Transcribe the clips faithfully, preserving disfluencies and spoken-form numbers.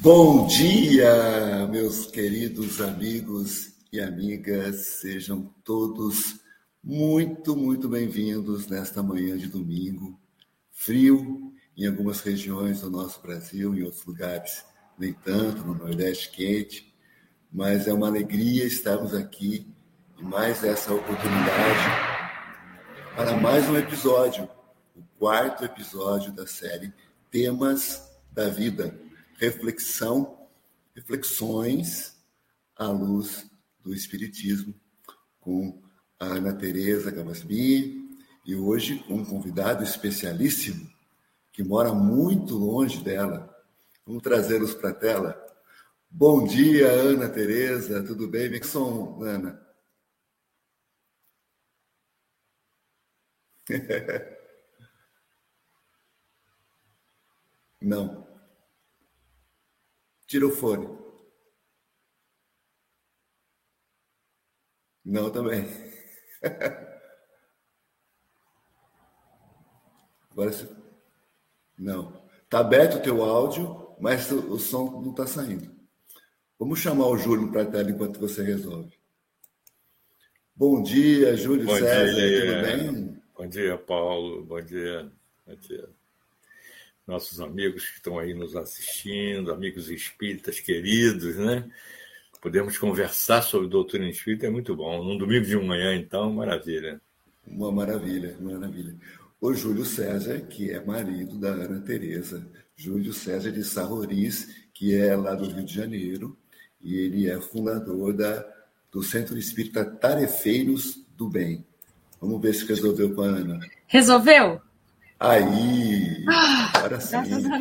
Bom dia, meus queridos amigos e amigas, sejam todos muito, muito bem-vindos nesta manhã de domingo. Frio em algumas regiões do nosso Brasil, em outros lugares nem tanto, no Nordeste quente, mas é uma alegria estarmos aqui e mais essa oportunidade para mais um episódio, o quarto episódio da série Temas da Vida. Reflexão, reflexões à luz do Espiritismo, com a Ana Teresa Gamasmi, e hoje com um convidado especialíssimo, que mora muito longe dela. Vamos trazê-los para a tela. Bom dia, Ana Teresa, tudo bem? Como é que som, Ana? Não. Tira o fone. Não, também. Agora sim. Não. Está aberto o teu áudio, mas o, o som não está saindo. Vamos chamar o Júlio para a tela enquanto você resolve. Bom dia, Júlio Bom César, dia. tudo bem? Bom dia, Paulo. Bom dia. Bom dia. Nossos amigos que estão aí nos assistindo, amigos espíritas queridos, né? Podemos conversar sobre doutrina espírita, é muito bom. Num domingo de manhã, então, maravilha. Uma maravilha, uma maravilha. O Júlio César, que é marido da Ana Teresa, Júlio César de Sarroris, que é lá do Rio de Janeiro, e ele é fundador da, do Centro Espírita Tarefeiros do Bem. Vamos ver se resolveu com a Ana. Resolveu? Aí, agora sim.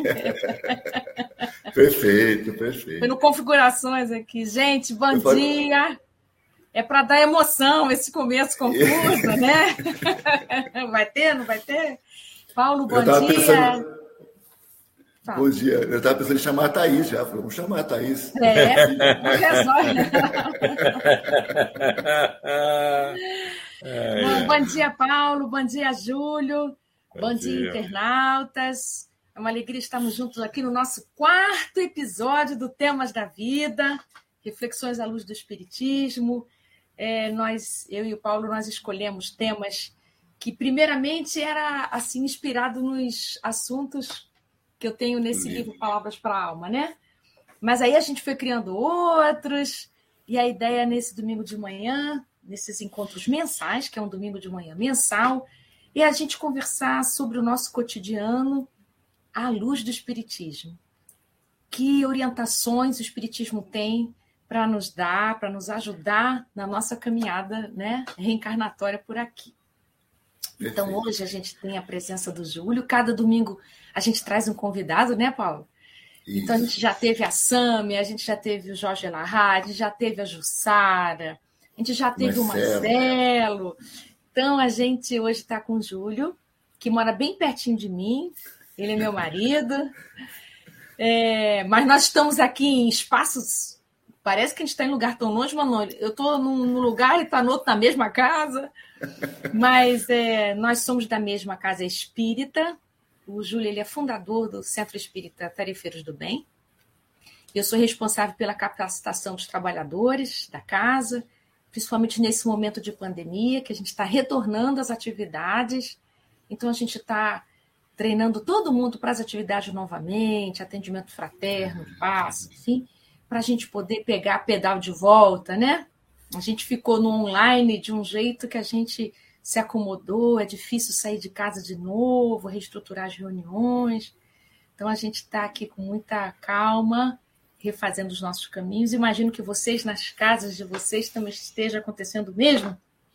Perfeito, perfeito. Foi no Configurações aqui. Gente, bom Eu dia. Falei... É para dar emoção esse começo confuso, né? Vai ter, não vai ter? Paulo, bom dia. Pensando... Bom dia. Eu estava pensando em chamar a Thaís já. Falei, vamos chamar a Thaís. É, não resolve. Bom, bom dia, Paulo. Bom dia, Júlio. Bom, bom dia, dia, internautas. É uma alegria estarmos juntos aqui no nosso quarto episódio do Temas da Vida, Reflexões à Luz do Espiritismo. É, nós, eu e o Paulo, nós escolhemos temas que, primeiramente, era assim inspirado nos assuntos que eu tenho nesse Sim. livro Palavras para a Alma, né? Mas aí a gente foi criando outros, e a ideia nesse domingo de manhã, nesses encontros mensais, que é um domingo de manhã mensal, é a gente conversar sobre o nosso cotidiano à luz do Espiritismo. Que orientações o Espiritismo tem para nos dar, para nos ajudar na nossa caminhada, né, reencarnatória por aqui. Então, Perfeito. Hoje a gente tem a presença do Júlio. Cada domingo a gente traz um convidado, né, Paulo? Isso. Então, a gente já teve a Sami, a gente já teve o Jorge Elahad, a gente já teve a Jussara, a gente já teve Marcelo. o Marcelo. Então, a gente hoje está com o Júlio, que mora bem pertinho de mim. Ele é meu marido. É, mas nós estamos aqui em espaços... Parece que a gente está em lugar tão longe, mas não. Eu estou num lugar e está no outro na mesma casa. Mas é, nós somos da mesma casa espírita. O Júlio ele é fundador do Centro Espírita Tarefeiros do Bem. Eu sou responsável pela capacitação dos trabalhadores da casa, principalmente nesse momento de pandemia, que a gente está retornando às atividades. Então, a gente está treinando todo mundo para as atividades novamente, atendimento fraterno, passo, enfim, para a gente poder pegar pedal de volta, né? A gente ficou no online de um jeito que a gente se acomodou, é difícil sair de casa de novo, reestruturar as reuniões. Então, a gente está aqui com muita calma, refazendo os nossos caminhos. Imagino que vocês, nas casas de vocês, também esteja acontecendo o mesmo.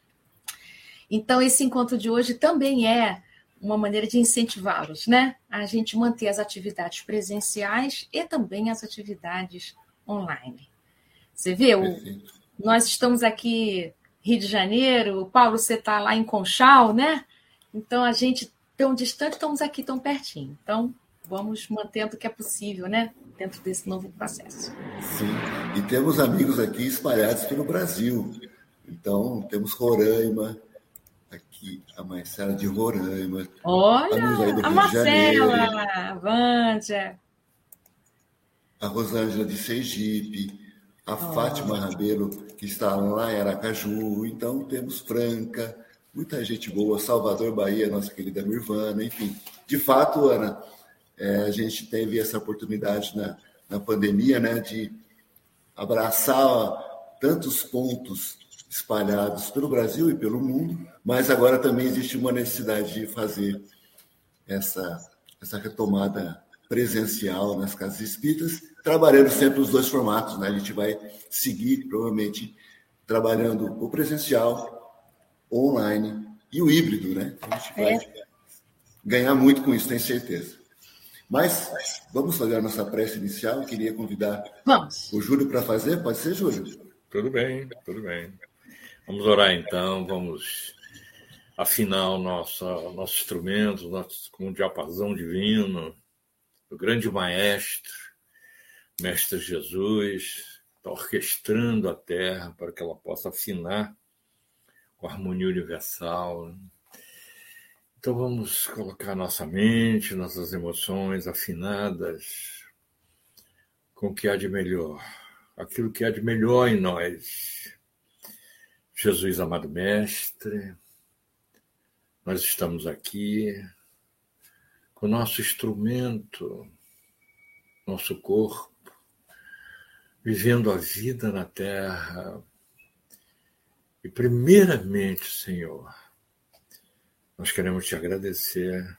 Então, esse encontro de hoje também é uma maneira de incentivá-los, né? A gente manter as atividades presenciais e também as atividades online. Você vê, o, nós estamos aqui Rio de Janeiro, o Paulo, você está lá em Conchal, né? Então, a gente tão distante, estamos aqui tão pertinho. Então, vamos mantendo o que é possível, né? Dentro desse novo processo. Sim, e temos amigos aqui espalhados pelo Brasil. Então, temos Roraima, aqui a Marcela de Roraima. Olha, a Marcela, a Vândia. a Rosângela de Sergipe, a oh. Fátima Rabelo, que está lá em Aracaju, então temos Franca, muita gente boa, Salvador, Bahia, nossa querida Mirvana, enfim. De fato, Ana, é, a gente teve essa oportunidade na, na pandemia, né, de abraçar tantos pontos espalhados pelo Brasil e pelo mundo, mas agora também existe uma necessidade de fazer essa, essa retomada presencial nas casas espíritas, trabalhando sempre os dois formatos, né? A gente vai seguir, provavelmente, trabalhando o presencial, o online e o híbrido, né? A gente vai é. ganhar muito com isso, tenho certeza. Mas vamos fazer a nossa prece inicial. Eu queria convidar vamos. o Júlio para fazer. Pode ser, Júlio? Tudo bem, tudo bem. Vamos orar então, vamos afinar o nosso, nosso instrumento, nosso, com o diapasão divino, o grande maestro, Mestre Jesus, está orquestrando a Terra para que ela possa afinar com a harmonia universal. Então vamos colocar nossa mente, nossas emoções afinadas com o que há de melhor, aquilo que há de melhor em nós. Jesus, amado Mestre, nós estamos aqui com o nosso instrumento, nosso corpo, vivendo a vida na Terra. E primeiramente, Senhor, nós queremos te agradecer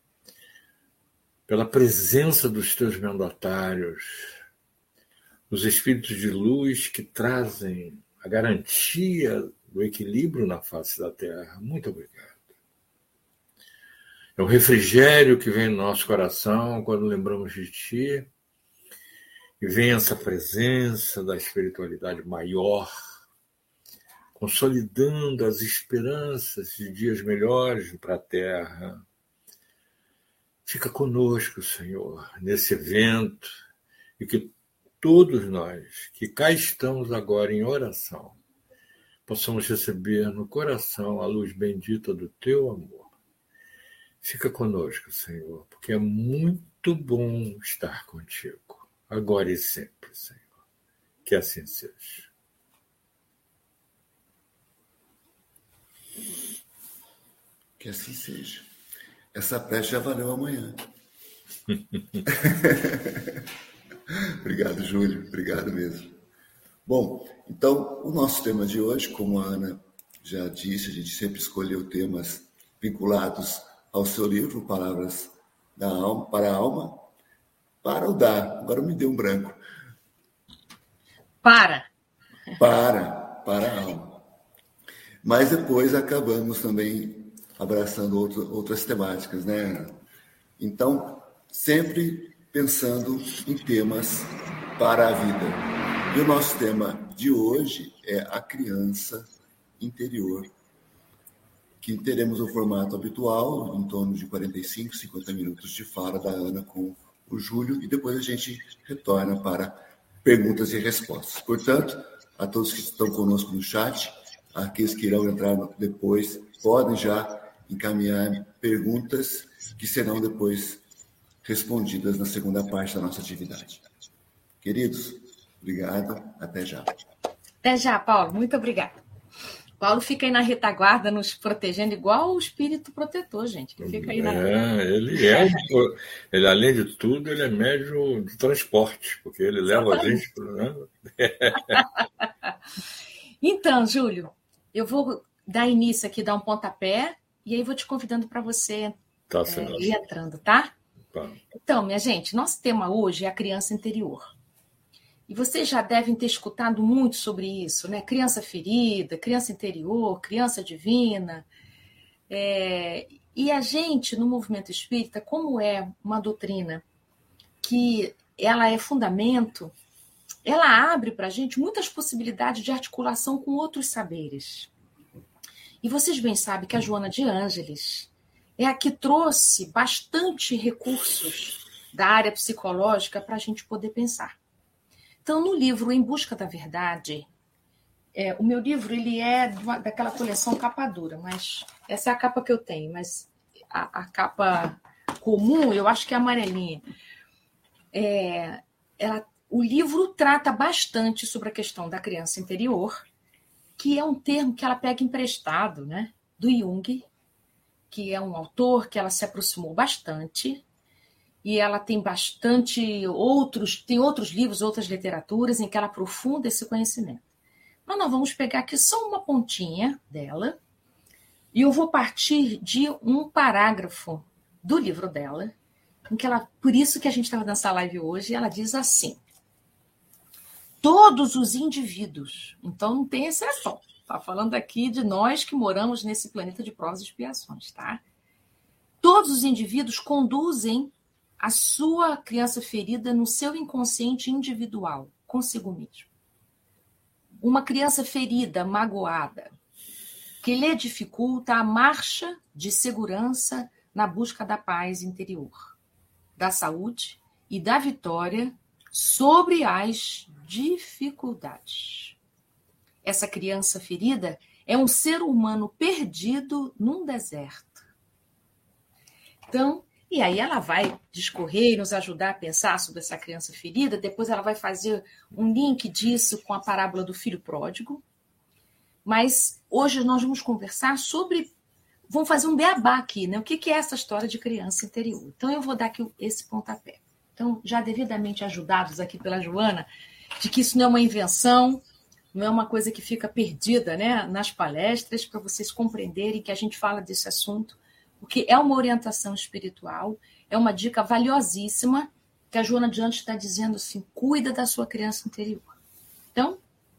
pela presença dos teus mandatários, os espíritos de luz que trazem a garantia do equilíbrio na face da Terra. Muito obrigado. É o refrigério que vem no nosso coração quando lembramos de Ti, e vem essa presença da espiritualidade maior, consolidando as esperanças de dias melhores para a Terra. Fica conosco, Senhor, nesse evento, e que todos nós que cá estamos agora em oração possamos receber no coração a luz bendita do Teu amor. Fica conosco, Senhor, porque é muito bom estar contigo, agora e sempre, Senhor. Que assim seja. Que assim seja. Essa prece já valeu amanhã. Obrigado, Júlio. Obrigado mesmo. Bom, então, o nosso tema de hoje, como a Ana já disse, a gente sempre escolheu temas vinculados ao seu livro, Palavras da Alma, para a Alma, para o dar. Agora me deu um branco. Para. Para, para a alma. Mas depois acabamos também abraçando outro, outras temáticas, né, Ana? Então, sempre pensando em temas para a vida. E o nosso tema de hoje é a criança interior, que teremos o formato habitual, em torno de quarenta e cinco, cinquenta minutos de fala da Ana com o Júlio, e depois a gente retorna para perguntas e respostas. Portanto, a todos que estão conosco no chat, aqueles que irão entrar depois, podem já encaminhar perguntas que serão depois respondidas na segunda parte da nossa atividade. Queridos, obrigado. Até já. Até já, Paulo. Muito obrigada. Paulo fica aí na retaguarda, nos protegendo, igual o espírito protetor, gente, que fica aí na... É, ele é, ele, além de tudo, ele é médium de transporte, porque ele leva a gente... Né? Então, Júlio, eu vou dar início aqui, dar um pontapé, e aí vou te convidando para você tá, é, ir entrando, tá? Tá? Então, minha gente, nosso tema hoje é a criança interior. E vocês já devem ter escutado muito sobre isso, né? Criança ferida, criança interior, criança divina. É... E a gente, no movimento espírita, como é uma doutrina que ela é fundamento, ela abre para a gente muitas possibilidades de articulação com outros saberes. E vocês bem sabem que a Joana de Ângeles é a que trouxe bastante recursos da área psicológica para a gente poder pensar. Então, no livro Em Busca da Verdade, é, o meu livro ele é uma, daquela coleção capa dura, mas essa é a capa que eu tenho, mas a, a capa comum eu acho que é amarelinha. É, ela, o livro trata bastante sobre a questão da criança interior, que é um termo que ela pega emprestado, né, do Jung, que é um autor que ela se aproximou bastante, e ela tem bastante outros, tem outros livros, outras literaturas em que ela aprofunda esse conhecimento. Mas nós vamos pegar aqui só uma pontinha dela, e eu vou partir de um parágrafo do livro dela, em que ela, por isso que a gente estava nessa live hoje, ela diz assim: todos os indivíduos, então não tem exceção, está falando aqui de nós que moramos nesse planeta de provas e expiações, tá? Todos os indivíduos conduzem a sua criança ferida no seu inconsciente individual, consigo mesmo. Uma criança ferida, magoada, que lhe dificulta a marcha de segurança na busca da paz interior, da saúde e da vitória sobre as dificuldades. Essa criança ferida é um ser humano perdido num deserto. Então, e aí ela vai discorrer e nos ajudar a pensar sobre essa criança ferida. Depois ela vai fazer um link disso com a parábola do filho pródigo. Mas hoje nós vamos conversar sobre... Vamos fazer um beabá aqui, né? O que é essa história de criança interior? Então eu vou dar aqui esse pontapé. Então, já devidamente ajudados aqui pela Joana, de que isso não é uma invenção, não é uma coisa que fica perdida, né, nas palestras, para vocês compreenderem que a gente fala desse assunto, porque é uma orientação espiritual, é uma dica valiosíssima, que a Joana Diante está dizendo assim, cuida da sua criança interior. Então,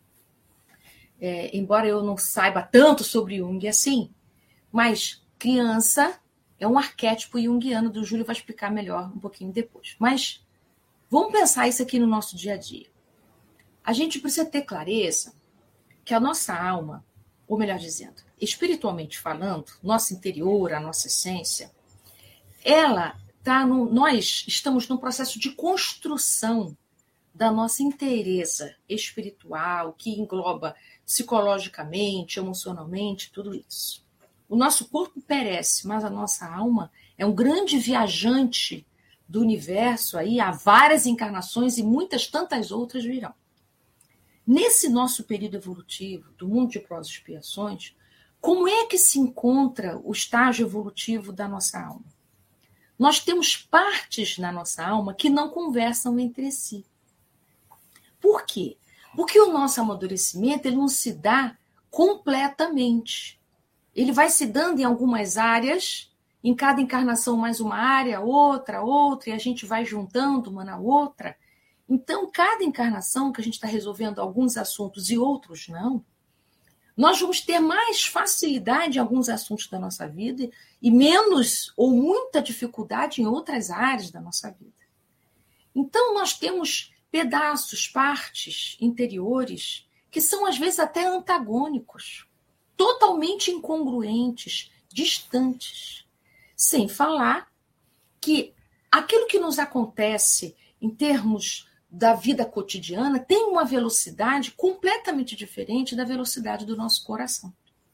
é, embora eu não saiba tanto sobre Jung assim, mas criança é um arquétipo junguiano, do Júlio vai explicar melhor um pouquinho depois. Mas vamos pensar isso aqui no nosso dia a dia. A gente precisa ter clareza que a nossa alma, ou melhor dizendo, espiritualmente falando, nosso interior, a nossa essência, ela tá no, nós estamos num processo de construção da nossa inteireza espiritual, que engloba psicologicamente, emocionalmente, tudo isso. O nosso corpo perece, mas a nossa alma é um grande viajante do universo, aí há várias encarnações e muitas tantas outras virão. Nesse nosso período evolutivo, do mundo de provas e expiações, como é que se encontra o estágio evolutivo da nossa alma? Nós temos partes na nossa alma que não conversam entre si. Por quê? Porque o nosso amadurecimento ele não se dá completamente. Ele vai se dando em algumas áreas, em cada encarnação mais uma área, outra, outra, e a gente vai juntando uma na outra. Então, cada encarnação que a gente está resolvendo alguns assuntos e outros não, nós vamos ter mais facilidade em alguns assuntos da nossa vida e menos ou muita dificuldade em outras áreas da nossa vida. Então, nós temos pedaços, partes interiores que são, às vezes, até antagônicos, totalmente incongruentes, distantes. Sem falar que aquilo que nos acontece em termos da vida cotidiana tem uma velocidade completamente diferente da velocidade do nosso coração.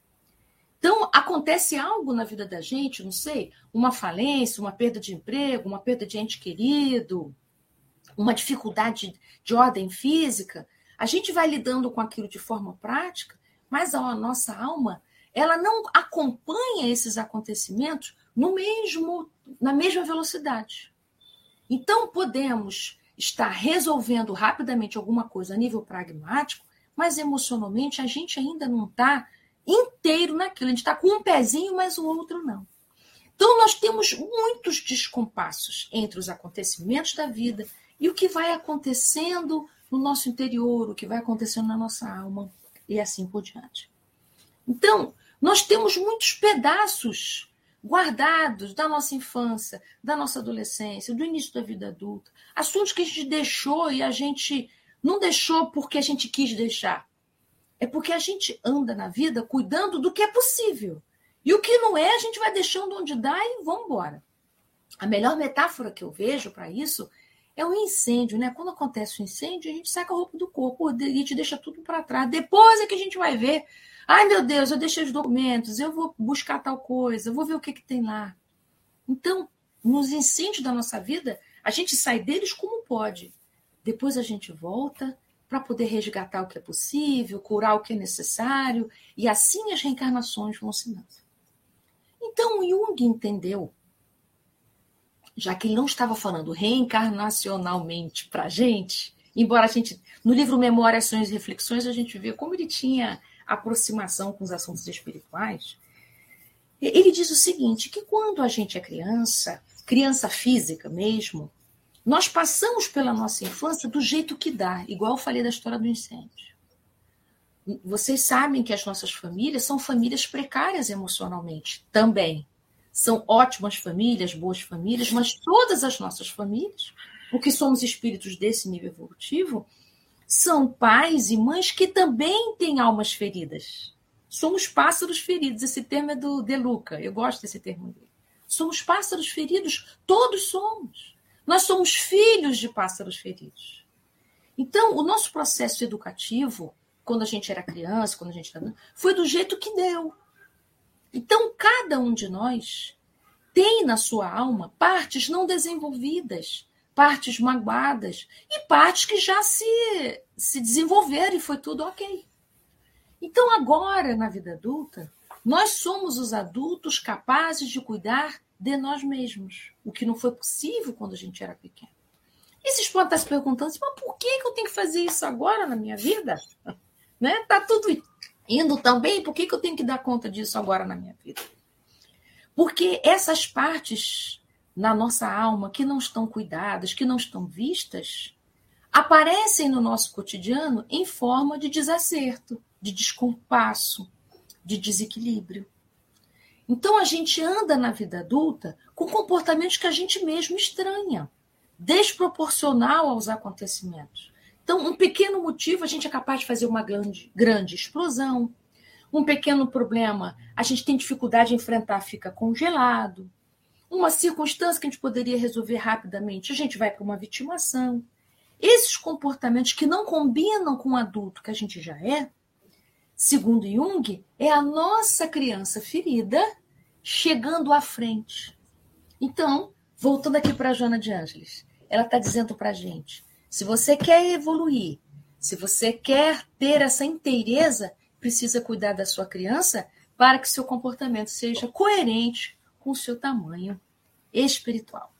Então, acontece algo na vida da gente, não sei, uma falência, uma perda de emprego, uma perda de ente querido, uma dificuldade de ordem física, a gente vai lidando com aquilo de forma prática, mas a nossa alma, ela não acompanha esses acontecimentos no mesmo, na mesma velocidade. Então, podemos estar resolvendo rapidamente alguma coisa a nível pragmático, mas emocionalmente a gente ainda não está inteiro naquilo. A gente está com um pezinho, mas o outro não. Então, nós temos muitos descompassos entre os acontecimentos da vida e o que vai acontecendo no nosso interior, o que vai acontecendo na nossa alma, e assim por diante. Então, nós temos muitos pedaços guardados da nossa infância, da nossa adolescência, do início da vida adulta, assuntos que a gente deixou e a gente não deixou porque a gente quis deixar. É porque a gente anda na vida cuidando do que é possível. E o que não é, a gente vai deixando onde dá e vamos embora. A melhor metáfora que eu vejo para isso é o incêndio, né? Quando acontece o incêndio, a gente saca a roupa do corpo, a gente deixa tudo para trás. Depois é que a gente vai ver. Ai, meu Deus, eu deixei os documentos, eu vou buscar tal coisa, eu vou ver o que, que tem lá. Então, nos incêndios da nossa vida, a gente sai deles como pode. depois a gente volta para poder resgatar o que é possível, curar o que é necessário, e assim as reencarnações vão se dando. Então, Jung entendeu, já que ele não estava falando reencarnacionalmente para a gente, embora a gente, no livro Memórias, Ações e Reflexões, a gente vê como ele tinha aproximação com os assuntos espirituais, ele diz o seguinte, que quando a gente é criança, criança física mesmo, nós passamos pela nossa infância do jeito que dá, igual eu falei da história do incêndio. Vocês sabem que as nossas famílias são famílias precárias emocionalmente também. São ótimas famílias, boas famílias, mas todas as nossas famílias, porque somos espíritos desse nível evolutivo, são pais e mães que também têm almas feridas. Somos pássaros feridos. Esse termo é do De Luca, eu gosto desse termo dele. Somos pássaros feridos, todos somos. Nós somos filhos de pássaros feridos. Então, o nosso processo educativo, quando a gente era criança, quando a gente era... foi do jeito que deu. Então, cada um de nós tem na sua alma partes não desenvolvidas, partes magoadas e partes que já se, se desenvolveram e foi tudo ok. Então, agora, na vida adulta, nós somos os adultos capazes de cuidar de nós mesmos, o que não foi possível quando a gente era pequeno. E vocês podem estar se perguntando, mas por que eu tenho que fazer isso agora na minha vida? Né? Tá tudo indo tão bem, por que eu tenho que dar conta disso agora na minha vida? Porque essas partes na nossa alma que não estão cuidadas, que não estão vistas, aparecem no nosso cotidiano em forma de desacerto, de descompasso, de desequilíbrio. Então a gente anda na vida adulta com comportamentos que a gente mesmo estranha, desproporcional aos acontecimentos. Então, um pequeno motivo, a gente é capaz de fazer uma grande, grande explosão. Um pequeno problema, a gente tem dificuldade de enfrentar, fica congelado. Uma circunstância que a gente poderia resolver rapidamente, a gente vai para uma vitimação. Esses comportamentos que não combinam com o adulto que a gente já é, segundo Jung, é a nossa criança ferida chegando à frente. Então, voltando aqui para a Joana de Ângeles, ela está dizendo para a gente, se você quer evoluir, se você quer ter essa inteireza, precisa cuidar da sua criança para que seu comportamento seja coerente com o seu tamanho espiritual.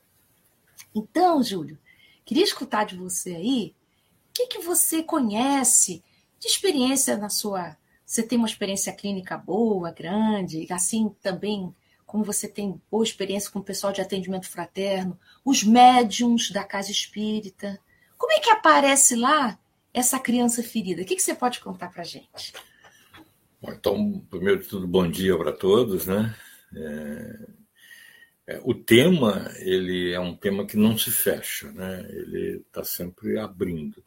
Então, Júlio, queria escutar de você aí, o que, que você conhece de experiência na sua... Você tem uma experiência clínica boa, grande, assim também como você tem boa experiência com o pessoal de atendimento fraterno, os médiums da casa espírita. Como é que aparece lá essa criança ferida? O que, que você pode contar para a gente? Então, primeiro de tudo, bom dia para todos, né? É, é, o tema, ele é um tema que não se fecha, né? Ele está sempre abrindo.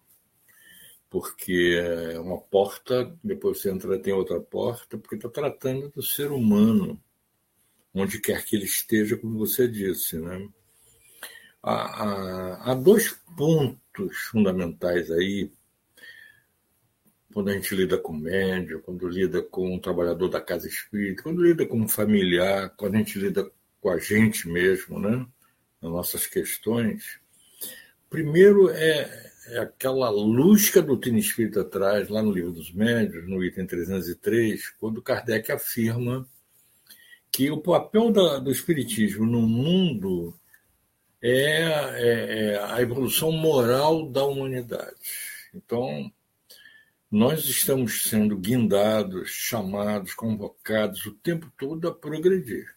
Porque é uma porta, depois você entra, tem outra porta, porque está tratando do ser humano, onde quer que ele esteja, como você disse, né? Há, há, há dois pontos fundamentais aí, quando a gente lida com médium, quando lida com um trabalhador da casa espírita, quando lida com um familiar, quando a gente lida com a gente mesmo, né? Nas nossas questões. Primeiro é... é aquela luz que a doutrina espírita traz lá no Livro dos Médiuns, no item trezentos e três, quando Kardec afirma que o papel da, do espiritismo no mundo é, é, é a evolução moral da humanidade. Então, nós estamos sendo guindados, chamados, convocados o tempo todo a progredir.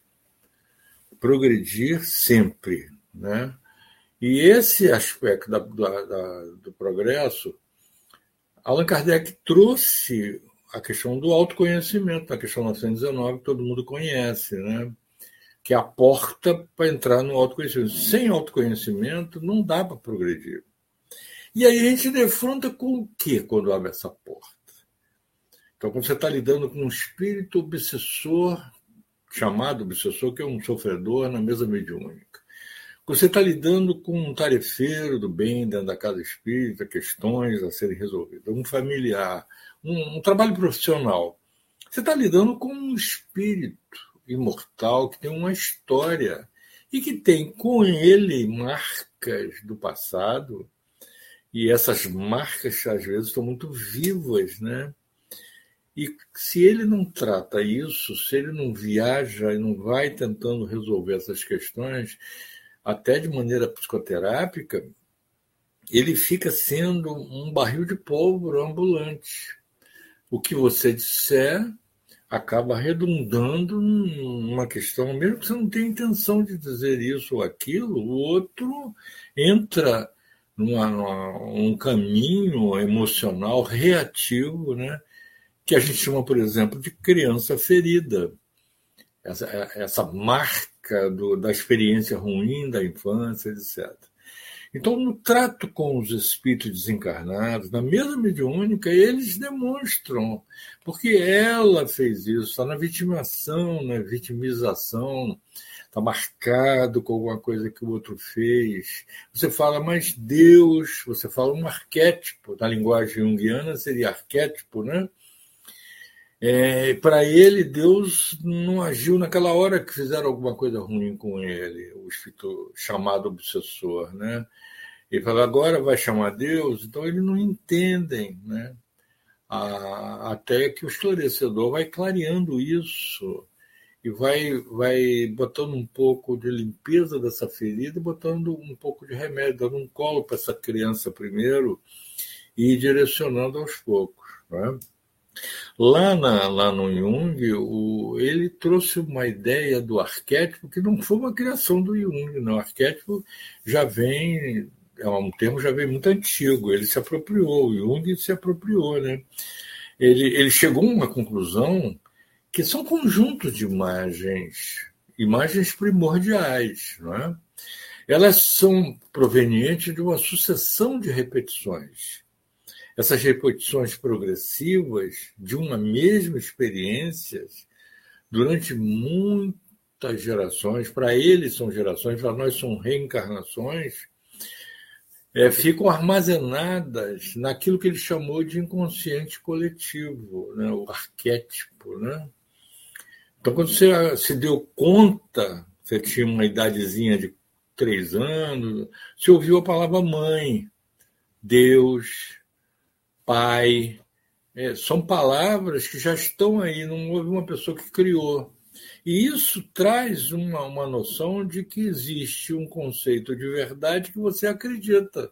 Progredir sempre, né? E esse aspecto da, da, da, do progresso, Allan Kardec trouxe a questão do autoconhecimento, na questão novecentos e dezenove, que todo mundo conhece, né? Que é a porta para entrar no autoconhecimento. Sem autoconhecimento, não dá para progredir. E aí a gente defronta com o quê quando abre essa porta? Então, quando você está lidando com um espírito obsessor, chamado obsessor, que é um sofredor na mesa mediúnica. Você está lidando com um tarefeiro do bem dentro da casa espírita, questões a serem resolvidas, um familiar, um, um trabalho profissional. Você está lidando com um espírito imortal que tem uma história e que tem com ele marcas do passado E essas marcas, às vezes, estão muito vivas, né? E se ele não trata isso, se ele não viaja e não vai tentando resolver essas questões, até de maneira psicoterápica, ele fica sendo um barril de pólvora ambulante. O que você disser acaba redundando numa questão, mesmo que você não tenha intenção de dizer isso ou aquilo, o outro entra numa, num caminho emocional reativo, né? Que a gente chama, por exemplo, de criança ferida. Essa, essa marca do, da experiência ruim da infância, etcétera. Então, no trato com os espíritos desencarnados, na mesa mediúnica, eles demonstram, porque ela fez isso, está na vitimação, na vitimização, está marcado com alguma coisa que o outro fez. Você fala, mas Deus, você fala um arquétipo, na linguagem junguiana seria arquétipo, né? É, para ele, Deus não agiu naquela hora que fizeram alguma coisa ruim com ele, o espírito chamado obsessor, né? Ele fala, agora vai chamar Deus, então eles não entendem, né? Ah, até que o esclarecedor vai clareando isso e vai, vai botando um pouco de limpeza dessa ferida e botando um pouco de remédio, dando um colo para essa criança primeiro e direcionando aos poucos, né? Lá, na, lá no Jung, o, ele trouxe uma ideia do arquétipo que não foi uma criação do Jung, não. O arquétipo já vem, é um termo já vem muito antigo, ele se apropriou, o Jung se apropriou, né? Ele, ele chegou a uma conclusão que são conjuntos de imagens, imagens primordiais, não é? Elas são provenientes de uma sucessão de repetições. Essas repetições progressivas de uma mesma experiência durante muitas gerações, para eles são gerações, para nós são reencarnações, é, ficam armazenadas naquilo que ele chamou de inconsciente coletivo, né? O arquétipo, né? Então, quando você se deu conta, você tinha uma idadezinha de três anos, você ouviu a palavra mãe, Deus, Pai, é, são palavras que já estão aí, não houve uma pessoa que criou. E isso traz uma, uma noção de que existe um conceito de verdade que você acredita.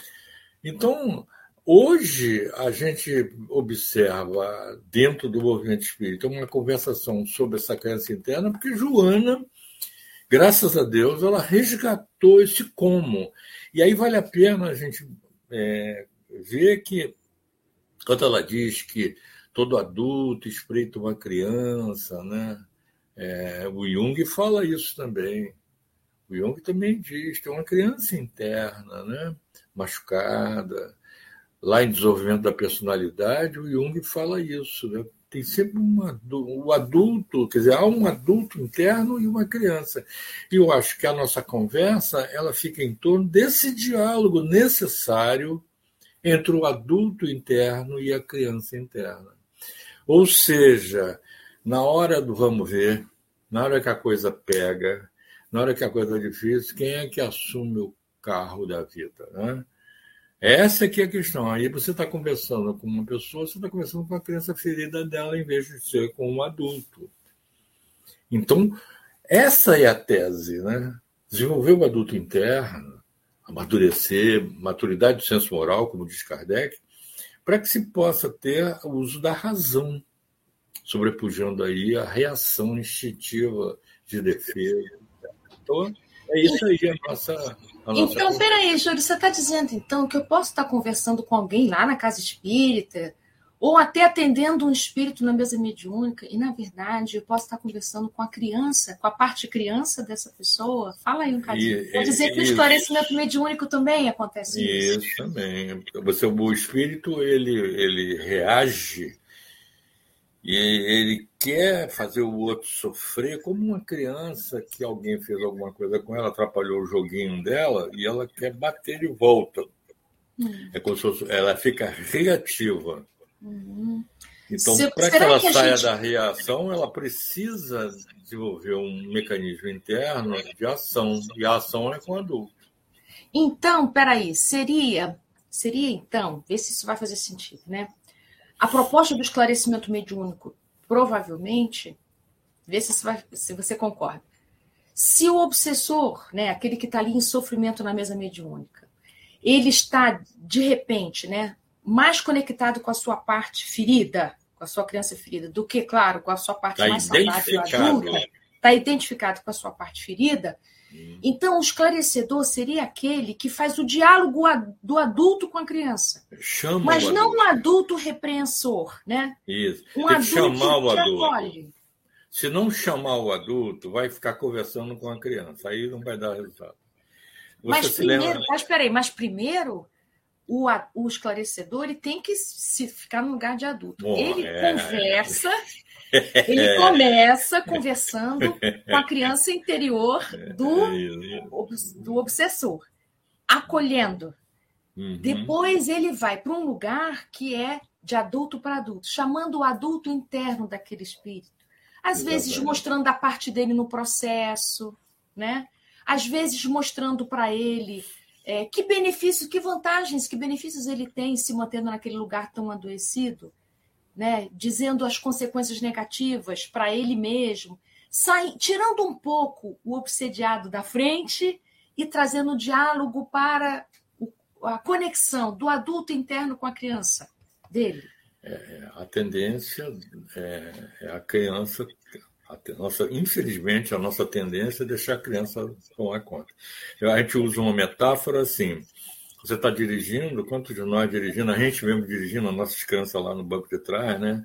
Então, hoje, a gente observa, dentro do movimento espírita, uma conversação sobre essa crença interna, porque Joana, graças a Deus, ela resgatou esse como. E aí vale a pena a gente é, ver que, quando ela diz que todo adulto espreita uma criança, né? É, o Jung fala isso também. O Jung também diz que é uma criança interna, né? Machucada. Lá em Desenvolvimento da Personalidade, o Jung fala isso, né? Tem sempre uma, o adulto, quer dizer, há um adulto interno e uma criança. E eu acho que a nossa conversa ela fica em torno desse diálogo necessário entre o adulto interno e a criança interna. Ou seja, na hora do vamos ver, na hora que a coisa pega, na hora que a coisa é difícil, quem é que assume o carro da vida, né? Essa aqui é a questão. Aí você está conversando com uma pessoa, você está conversando com a criança ferida dela, em vez de ser com um adulto. Então, essa é a tese, né? Desenvolver o adulto interno, amadurecer, maturidade do senso moral, como diz Kardec, para que se possa ter o uso da razão, sobrepujando aí a reação instintiva de defesa. Então, é isso aí a nossa... A nossa então, conversa. Peraí, Júlio, você está dizendo, então, que eu posso estar conversando com alguém lá na casa espírita, ou até atendendo um espírito na mesa mediúnica, e, na verdade, eu posso estar conversando com a criança, com a parte criança dessa pessoa? Fala aí um bocadinho. Quer dizer que no esclarecimento mediúnico também acontece isso? Isso também. Você, o espírito, ele, ele reage e ele quer fazer o outro sofrer como uma criança que alguém fez alguma coisa com ela, atrapalhou o joguinho dela, e ela quer bater de volta. Hum. É como se fosse, ela fica reativa. Uhum. Então, para que ela que saia gente... da reação, ela precisa desenvolver um mecanismo interno de ação. E a ação é com o adulto. Então, peraí, seria seria, então, ver se isso vai fazer sentido, né? A proposta do esclarecimento mediúnico, provavelmente, vê se, isso vai, se você concorda. Se o obsessor, né, aquele que está ali em sofrimento na mesa mediúnica, ele está, de repente, né, mais conectado com a sua parte ferida, com a sua criança ferida, do que, claro, com a sua parte tá mais saudável adulta, está identificado com a sua parte ferida, hum. Então o esclarecedor seria aquele que faz o diálogo do adulto com a criança. Chama mas o não adulto. um adulto repreensor, né? Isso. Um Tem que adulto chamar que o te adulto. acolhe. Se não chamar o adulto, vai ficar conversando com a criança. Aí não vai dar resultado. Você Mas se primeiro, lembra... mas peraí, mas primeiro o, o esclarecedor ele tem que se ficar no lugar de adulto. Bom, ele é... conversa, ele começa conversando com a criança interior do, do obsessor, acolhendo. Uhum. Depois ele vai para um lugar que é de adulto para adulto, chamando o adulto interno daquele espírito. Às Exatamente. vezes mostrando a parte dele no processo, né? Às vezes mostrando para ele é, que benefícios, que vantagens, que benefícios ele tem se mantendo naquele lugar tão adoecido, né? Dizendo as consequências negativas para ele mesmo, sai, tirando um pouco o obsediado da frente e trazendo o diálogo para o, a conexão do adulto interno com a criança dele. É, a tendência é, é a criança, a nossa, infelizmente, a nossa tendência é deixar a criança tomar conta. A gente usa uma metáfora assim, você está dirigindo, quantos de nós dirigindo, a gente mesmo dirigindo, as nossas crianças lá no banco de trás, né?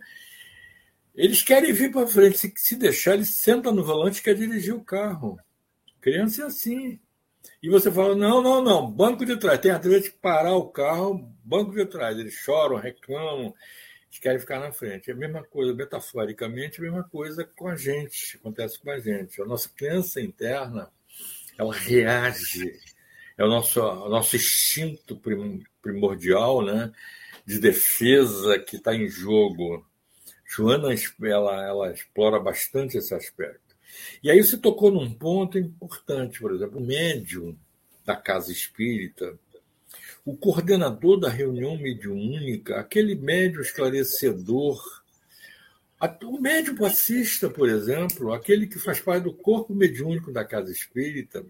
Eles querem vir para frente, se, se deixar, eles sentam no volante e querem dirigir o carro. Criança é assim. E você fala, não, não, não, banco de trás. Tem às vezes que parar o carro, banco de trás. Eles choram, reclamam, eles querem ficar na frente. É a mesma coisa, metaforicamente, a mesma coisa com a gente, acontece com a gente. A nossa criança interna, ela reage. É o nosso, o nosso instinto primordial, né, de defesa que está em jogo. Joana ela, ela explora bastante esse aspecto. E aí você tocou num ponto importante, por exemplo, o médium da casa espírita, o coordenador da reunião mediúnica, aquele médium esclarecedor, o médium passista, por exemplo, aquele que faz parte do corpo mediúnico da casa espírita,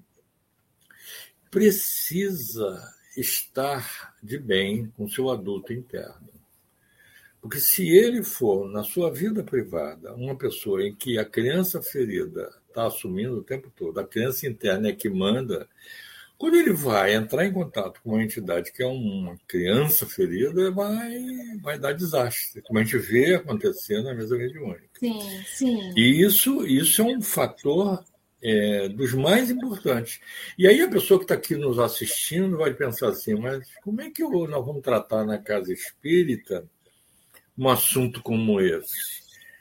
precisa estar de bem com seu adulto interno. Porque se ele for, na sua vida privada, uma pessoa em que a criança ferida está assumindo o tempo todo, a criança interna é que manda, quando ele vai entrar em contato com uma entidade que é uma criança ferida, vai, vai dar desastre, como a gente vê acontecer na mesa mediúnica. Sim, sim. E isso, isso é um fator é, dos mais importantes. E aí a pessoa que está aqui nos assistindo vai pensar assim, mas como é que nós vamos tratar na casa espírita um assunto como esse?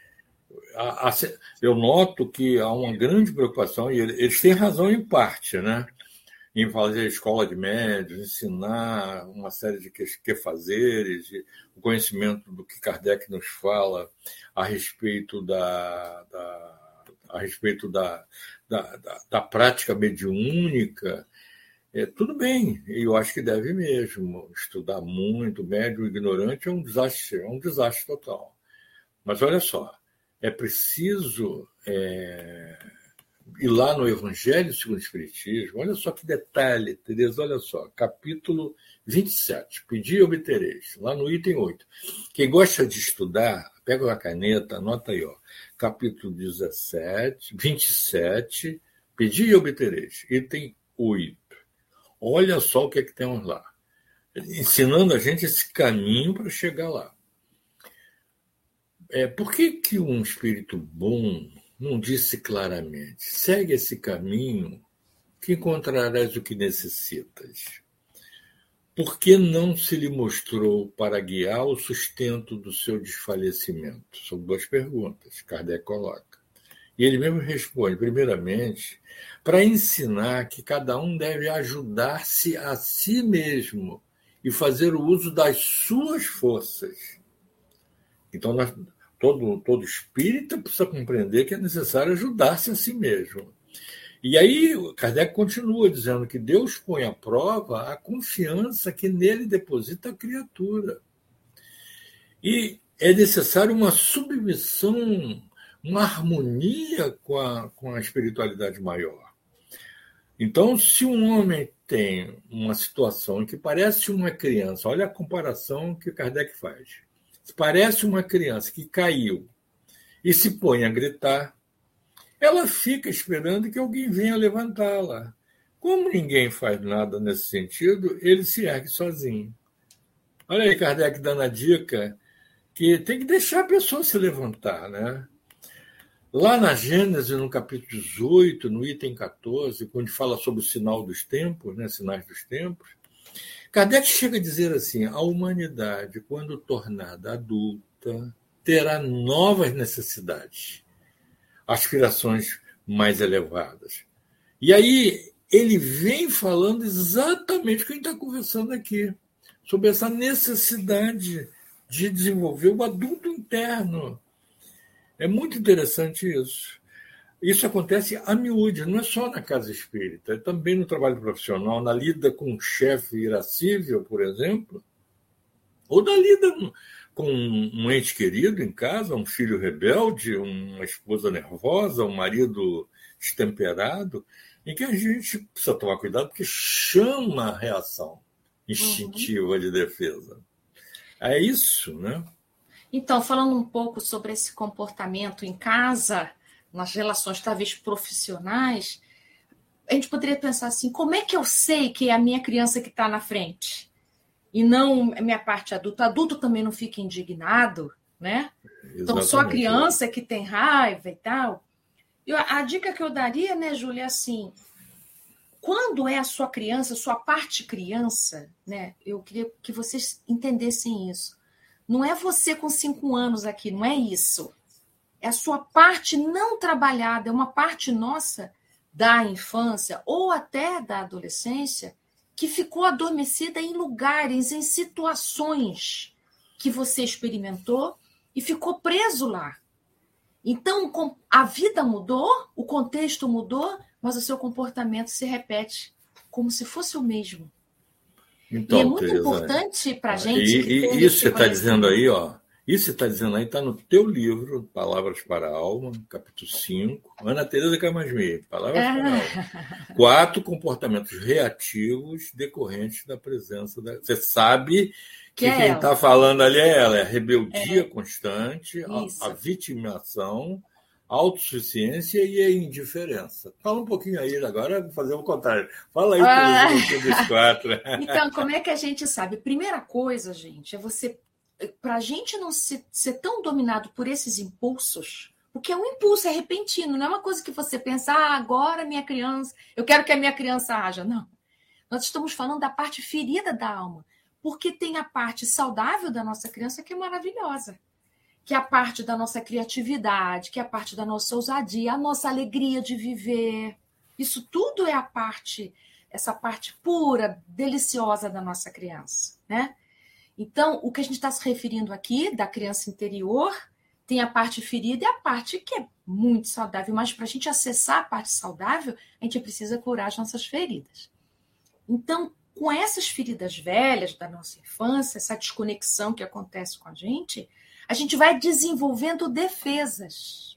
Eu noto que há uma grande preocupação, e eles têm razão em parte, né? Em fazer escola de médios, ensinar uma série de quefazeres, o conhecimento do que Kardec nos fala a respeito da, da, a respeito da, da, da, da prática mediúnica. É, tudo bem, eu acho que deve mesmo estudar muito. Médium ignorante é um desastre, é um desastre total. Mas olha só, é preciso é, ir lá no Evangelho segundo o Espiritismo. Olha só que detalhe, Tereza, olha só, capítulo vinte e sete, Pedi e obtereis, lá no item oito. Quem gosta de estudar, pega uma caneta, anota aí, ó, capítulo dezessete, vinte e sete, Pedi e obtereis, item oito. Olha só o que é que temos lá, ensinando a gente esse caminho para chegar lá. É, por que, que um espírito bom não disse claramente, segue esse caminho que encontrarás o que necessitas? Por que não se lhe mostrou para guiar o sustento do seu desfalecimento? São duas perguntas, Kardec coloca. E ele mesmo responde, primeiramente, para ensinar que cada um deve ajudar-se a si mesmo e fazer o uso das suas forças. Então, nós, todo, todo espírita precisa compreender que é necessário ajudar-se a si mesmo. E aí Kardec continua dizendo que Deus põe à prova a confiança que nele deposita a criatura. E é necessário uma submissão, uma harmonia com a, com a espiritualidade maior. Então, se um homem tem uma situação que parece uma criança, olha a comparação que Kardec faz. Se parece uma criança que caiu e se põe a gritar, ela fica esperando que alguém venha levantá-la. Como ninguém faz nada nesse sentido, ele se ergue sozinho. Olha aí Kardec dando a dica que tem que deixar a pessoa se levantar, né? Lá na Gênesis, no capítulo dezoito, no item catorze, quando fala sobre o sinal dos tempos, né, sinais dos tempos, Kardec chega a dizer assim: a humanidade, quando tornada adulta, terá novas necessidades, aspirações mais elevadas. E aí ele vem falando exatamente o que a gente está conversando aqui, sobre essa necessidade de desenvolver o adulto interno. É muito interessante isso. Isso acontece a miúde, não é só na casa espírita, é também no trabalho profissional, na lida com um chefe irascível, por exemplo, ou na lida com um ente querido em casa, um filho rebelde, uma esposa nervosa, um marido destemperado, em que a gente precisa tomar cuidado porque chama a reação instintiva uhum. de defesa. É isso, né? Então, falando um pouco sobre esse comportamento em casa, nas relações talvez profissionais, a gente poderia pensar assim, como é que eu sei que é a minha criança que está na frente? E não a minha parte adulta. O adulto também não fica indignado, né? Exatamente. Então, só a criança que tem raiva e tal. E a dica que eu daria, né, Júlia, é assim, quando é a sua criança, a sua parte criança, né? Eu queria que vocês entendessem isso. Não é você com cinco anos aqui, não é isso. É a sua parte não trabalhada, é uma parte nossa da infância ou até da adolescência que ficou adormecida em lugares, em situações que você experimentou e ficou preso lá. Então, a vida mudou, o contexto mudou, mas o seu comportamento se repete como se fosse o mesmo. Então, e é muito Tereza, importante para a gente... E, e isso que você está dizendo aí, ó, isso você está dizendo aí está no teu livro, Palavras para a Alma, capítulo cinco, Ana Tereza Camasmi, Palavras é. para a Alma. Quatro comportamentos reativos decorrentes da presença da... Você sabe que, que é quem está falando ali é ela, é a rebeldia é. constante, a, a vitimação, a autossuficiência e a indiferença. Fala um pouquinho aí, agora vou fazer o contrário. Fala aí ah. dos quatro. Então, como é que a gente sabe? Primeira coisa, gente, é você... Para a gente não ser, ser tão dominado por esses impulsos, porque o impulso é repentino, não é uma coisa que você pensa, ah, agora minha criança, eu quero que a minha criança haja. Não. Nós estamos falando da parte ferida da alma, porque tem a parte saudável da nossa criança que é maravilhosa, que é a parte da nossa criatividade, que é a parte da nossa ousadia, a nossa alegria de viver. Isso tudo é a parte, essa parte pura, deliciosa da nossa criança, né? Então, o que a gente está se referindo aqui, da criança interior, tem a parte ferida e a parte que é muito saudável. Mas para a gente acessar a parte saudável, a gente precisa curar as nossas feridas. Então, com essas feridas velhas da nossa infância, essa desconexão que acontece com a gente, a gente vai desenvolvendo defesas.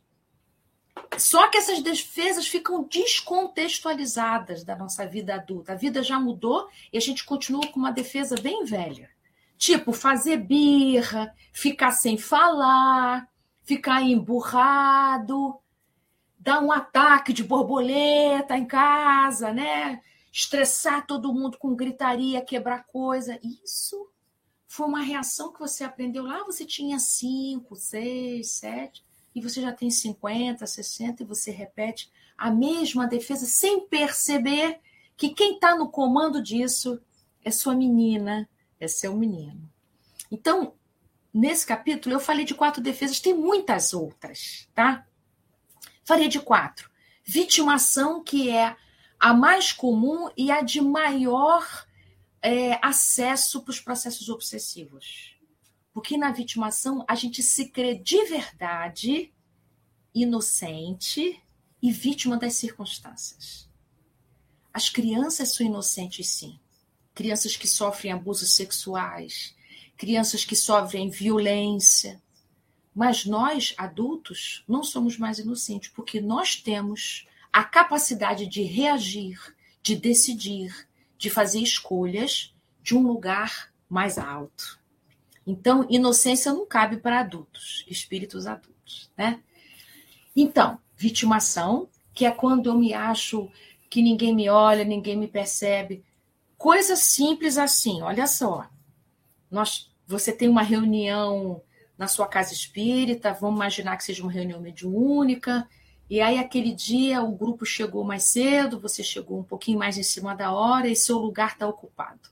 Só que essas defesas ficam descontextualizadas da nossa vida adulta. A vida já mudou e a gente continua com uma defesa bem velha. Tipo, fazer birra, ficar sem falar, ficar emburrado, dar um ataque de borboleta em casa, né? Estressar todo mundo com gritaria, quebrar coisa. Isso foi uma reação que você aprendeu lá, você tinha cinco, seis, sete, e você já tem cinquenta, sessenta, e você repete a mesma defesa sem perceber que quem está no comando disso é sua menina, é seu menino. Então, nesse capítulo, eu falei de quatro defesas, tem muitas outras, tá? Falei de quatro. Vitimação, que é a mais comum e a de maior é, acesso para os processos obsessivos. Porque na vitimação, a gente se crê de verdade, inocente e vítima das circunstâncias. As crianças são inocentes, sim. Crianças que sofrem abusos sexuais, crianças que sofrem violência. Mas nós, adultos, não somos mais inocentes, porque nós temos a capacidade de reagir, de decidir, de fazer escolhas de um lugar mais alto. Então, inocência não cabe para adultos, espíritos adultos, né? Então, vitimação, que é quando eu me acho que ninguém me olha, ninguém me percebe. Coisa simples assim, olha só. Nós, você tem uma reunião na sua casa espírita, vamos imaginar que seja uma reunião mediúnica, e aí aquele dia o grupo chegou mais cedo, você chegou um pouquinho mais em cima da hora e seu lugar está ocupado.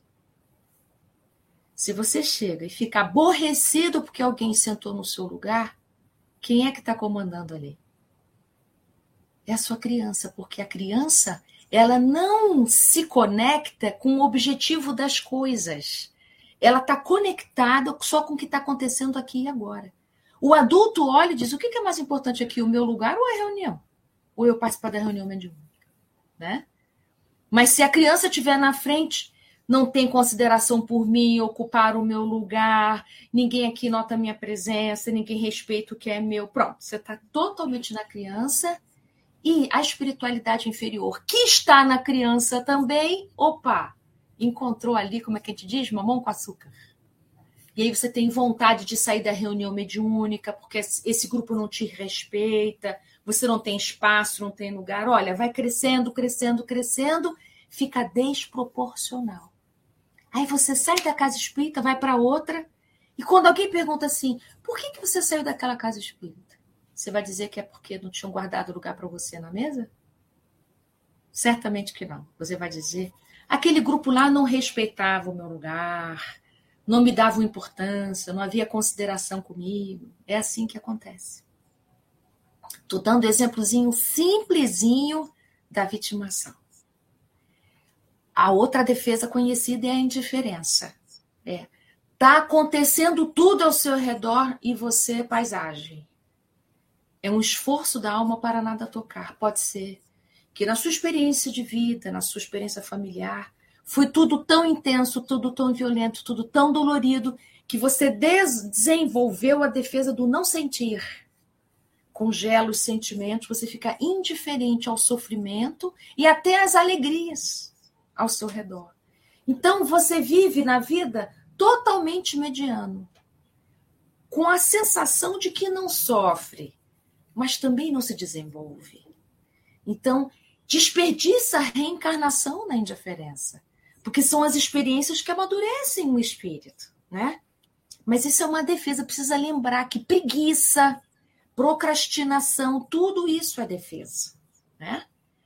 Se você chega e fica aborrecido porque alguém sentou no seu lugar, quem é que está comandando ali? É a sua criança, porque a criança, ela não se conecta com o objetivo das coisas. Ela está conectada só com o que está acontecendo aqui e agora. O adulto olha e diz, o que é mais importante aqui, o meu lugar ou a reunião? Ou eu participar da reunião mediúnica? Né? Mas se a criança estiver na frente, não tem consideração por mim, ocupar o meu lugar, ninguém aqui nota a minha presença, ninguém respeita o que é meu. Pronto, você está totalmente na criança e a espiritualidade inferior, que está na criança também, opa, encontrou ali, como é que a gente diz, mamão com açúcar. E aí você tem vontade de sair da reunião mediúnica, porque esse grupo não te respeita, você não tem espaço, não tem lugar. Olha, vai crescendo, crescendo, crescendo, fica desproporcional. Aí você sai da casa espírita, vai para outra, e quando alguém pergunta assim, por que, que você saiu daquela casa espírita? Você vai dizer que é porque não tinham guardado lugar para você na mesa? Certamente que não. Você vai dizer, aquele grupo lá não respeitava o meu lugar, não me davam importância, não havia consideração comigo. É assim que acontece. Estou dando um exemplozinho simplesinho da vitimação. A outra defesa conhecida é a indiferença. É, tá acontecendo tudo ao seu redor e você é paisagem. É um esforço da alma para nada tocar. Pode ser que na sua experiência de vida, na sua experiência familiar, foi tudo tão intenso, tudo tão violento, tudo tão dolorido, que você des- desenvolveu a defesa do não sentir. Congela os sentimentos, você fica indiferente ao sofrimento e até às alegrias ao seu redor. Então, você vive na vida totalmente mediano, com a sensação de que não sofre, mas também não se desenvolve. Então, desperdiça a reencarnação na indiferença, porque são as experiências que amadurecem o espírito, né? Mas isso é uma defesa, precisa lembrar que preguiça, procrastinação, tudo isso é defesa, né?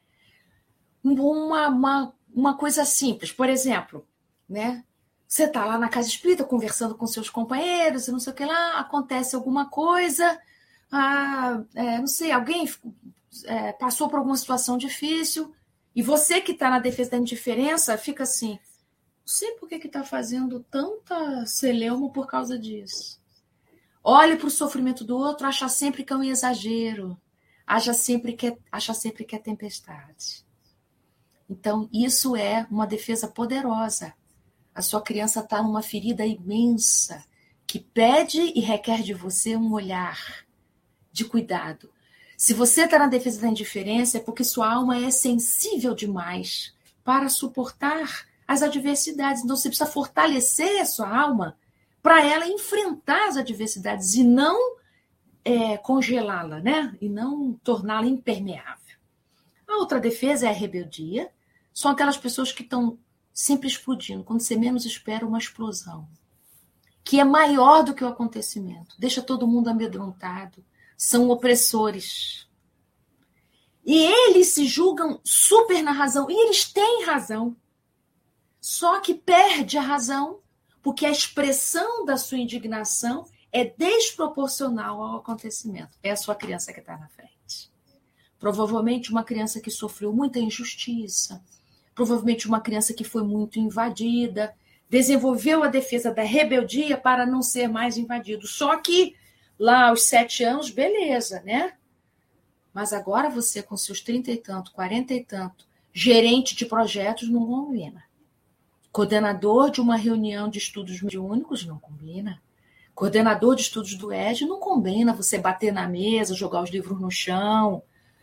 Uma, uma, uma coisa simples, por exemplo, né? Você está lá na casa espírita conversando com seus companheiros, não sei o que lá, acontece alguma coisa, ah, é, não sei, alguém é, passou por alguma situação difícil, e você que está na defesa da indiferença fica assim, não sei por que está fazendo tanta celeuma por causa disso. Olhe para o sofrimento do outro, acha sempre que é um exagero, acha sempre que é, acha sempre que é tempestade. Então, isso é uma defesa poderosa. A sua criança está numa ferida imensa, que pede e requer de você um olhar de cuidado. Se você está na defesa da indiferença, é porque sua alma é sensível demais para suportar as adversidades. Então, você precisa fortalecer a sua alma para ela enfrentar as adversidades e não é, congelá-la, né? E não torná-la impermeável. A outra defesa é a rebeldia. São aquelas pessoas que estão sempre explodindo, quando você menos espera uma explosão, que é maior do que o acontecimento, deixa todo mundo amedrontado, são opressores. E eles se julgam super na razão, e eles têm razão. Só que perde a razão, porque a expressão da sua indignação é desproporcional ao acontecimento. É a sua criança que está na frente. Provavelmente uma criança que sofreu muita injustiça, provavelmente uma criança que foi muito invadida, desenvolveu a defesa da rebeldia para não ser mais invadido. Só que lá aos sete anos, beleza, né? Mas agora você, com seus trinta e tanto, quarenta e tanto, gerente de projetos, não combina. Coordenador de uma reunião de estudos mediúnicos, não combina. Coordenador de estudos do E D, não combina você bater na mesa, jogar os livros no chão,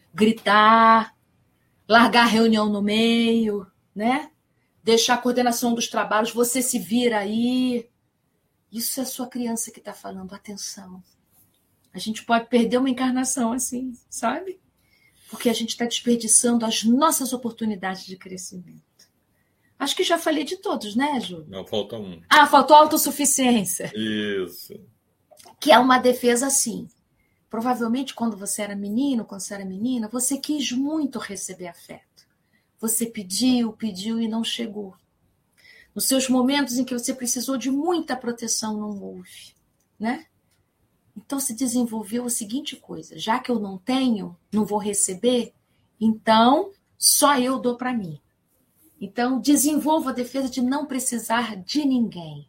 gritar, largar a reunião no meio, né? Deixar a coordenação dos trabalhos, você se vira aí. Isso é a sua criança que está falando, atenção. A gente pode perder uma encarnação assim, sabe? Porque a gente está desperdiçando as nossas oportunidades de crescimento. Acho que já falei de todos, né, Júlio? Não, falta um. Ah, faltou a autossuficiência. Isso. Que é uma defesa assim. Provavelmente, quando você era menino, quando você era menina, você quis muito receber afeto. Você pediu, pediu e não chegou. Nos seus momentos em que você precisou de muita proteção, não houve, né? Então se desenvolveu a seguinte coisa: já que eu não tenho, não vou receber, então só eu dou para mim. Então desenvolva a defesa de não precisar de ninguém.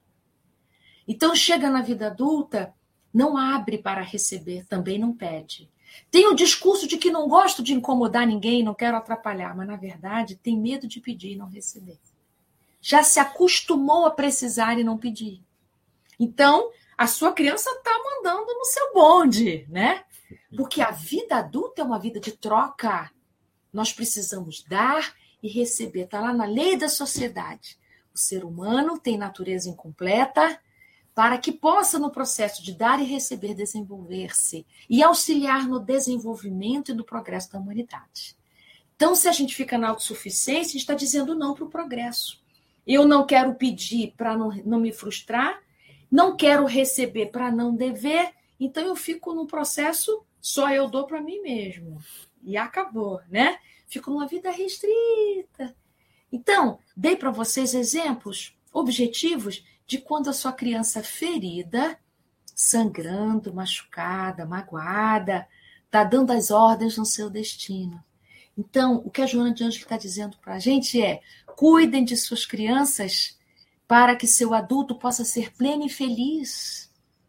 Então chega na vida adulta, não abre para receber, também não pede. Tem o discurso de que não gosto de incomodar ninguém, não quero atrapalhar, mas na verdade tem medo de pedir e não receber. Já se acostumou a precisar e não pedir. Então, a sua criança está mandando no seu bonde, né? Porque a vida adulta é uma vida de troca. Nós precisamos dar e receber. Está lá na lei da sociedade. O ser humano tem natureza incompleta para que possa, no processo de dar e receber, desenvolver-se e auxiliar no desenvolvimento e no progresso da humanidade. Então, se a gente fica na autossuficiência, a gente está dizendo não para o progresso. Eu não quero pedir para não, não me frustrar, não quero receber para não dever, então eu fico num processo, só eu dou para mim mesmo. E acabou, né? Fico numa vida restrita. Então, dei para vocês exemplos objetivos de quando a sua criança ferida, sangrando, machucada, magoada, está dando as ordens no seu destino. Então, o que a Joana de Ângelo está dizendo para a gente é: cuidem de suas crianças para que seu adulto possa ser pleno e feliz.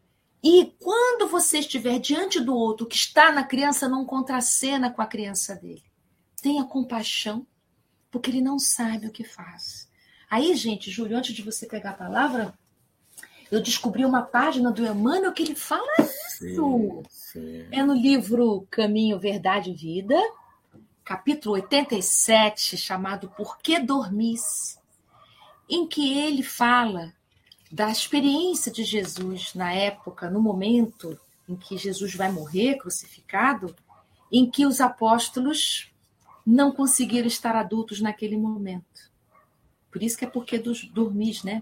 E quando você estiver diante do outro que está na criança, não contracena com a criança dele. Tenha compaixão, porque ele não sabe o que faz. Aí, gente, Júlio, antes de você pegar a palavra, eu descobri uma página do Emmanuel que ele fala isso. Sim, sim. É no livro Caminho, Verdade e Vida, capítulo oitenta e sete, chamado Por que Dormis? Em que ele fala da experiência de Jesus na época, no momento em que Jesus vai morrer crucificado, em que os apóstolos não conseguiram estar adultos naquele momento. Por isso que é porque dos dormis, né?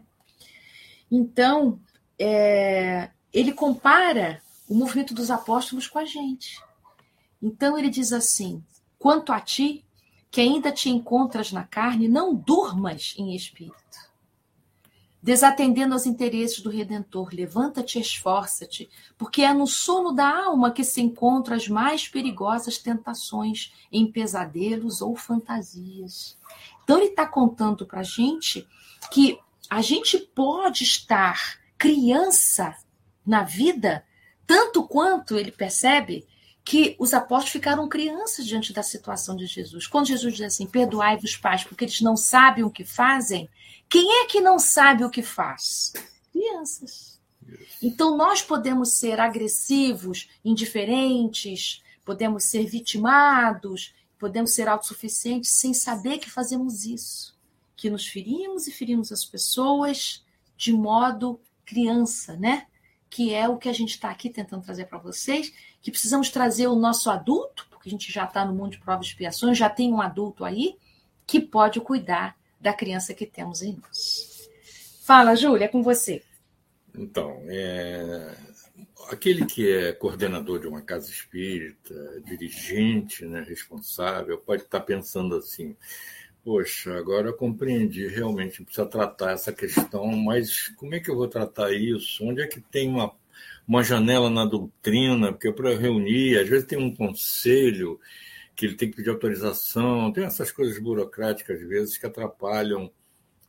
Então, é, ele compara o movimento dos apóstolos com a gente. Então, ele diz assim: quanto a ti, que ainda te encontras na carne, não durmas em espírito. Desatendendo aos interesses do Redentor, levanta-te e esforça-te, porque é no sono da alma que se encontram as mais perigosas tentações em pesadelos ou fantasias. Então ele está contando para a gente que a gente pode estar criança na vida, tanto quanto ele percebe que os apóstolos ficaram crianças diante da situação de Jesus. Quando Jesus diz assim: perdoai-vos, pais, porque eles não sabem o que fazem. Quem é que não sabe o que faz? Crianças. Então nós podemos ser agressivos, indiferentes, podemos ser vitimados, podemos ser autossuficientes sem saber que fazemos isso. Que nos ferimos e ferimos as pessoas de modo criança, né? Que é o que a gente está aqui tentando trazer para vocês, que precisamos trazer o nosso adulto, porque a gente já está no mundo de provas e expiações, já tem um adulto aí que pode cuidar da criança que temos em nós. Fala, Júlia, é com você. Então, é... aquele que é coordenador de uma casa espírita, dirigente, né, responsável, pode estar pensando assim: poxa, agora eu compreendi, realmente precisa tratar essa questão, mas como é que eu vou tratar isso? Onde é que tem uma, uma janela na doutrina? Porque para reunir, às vezes tem um conselho que ele tem que pedir autorização, tem essas coisas burocráticas, às vezes, que atrapalham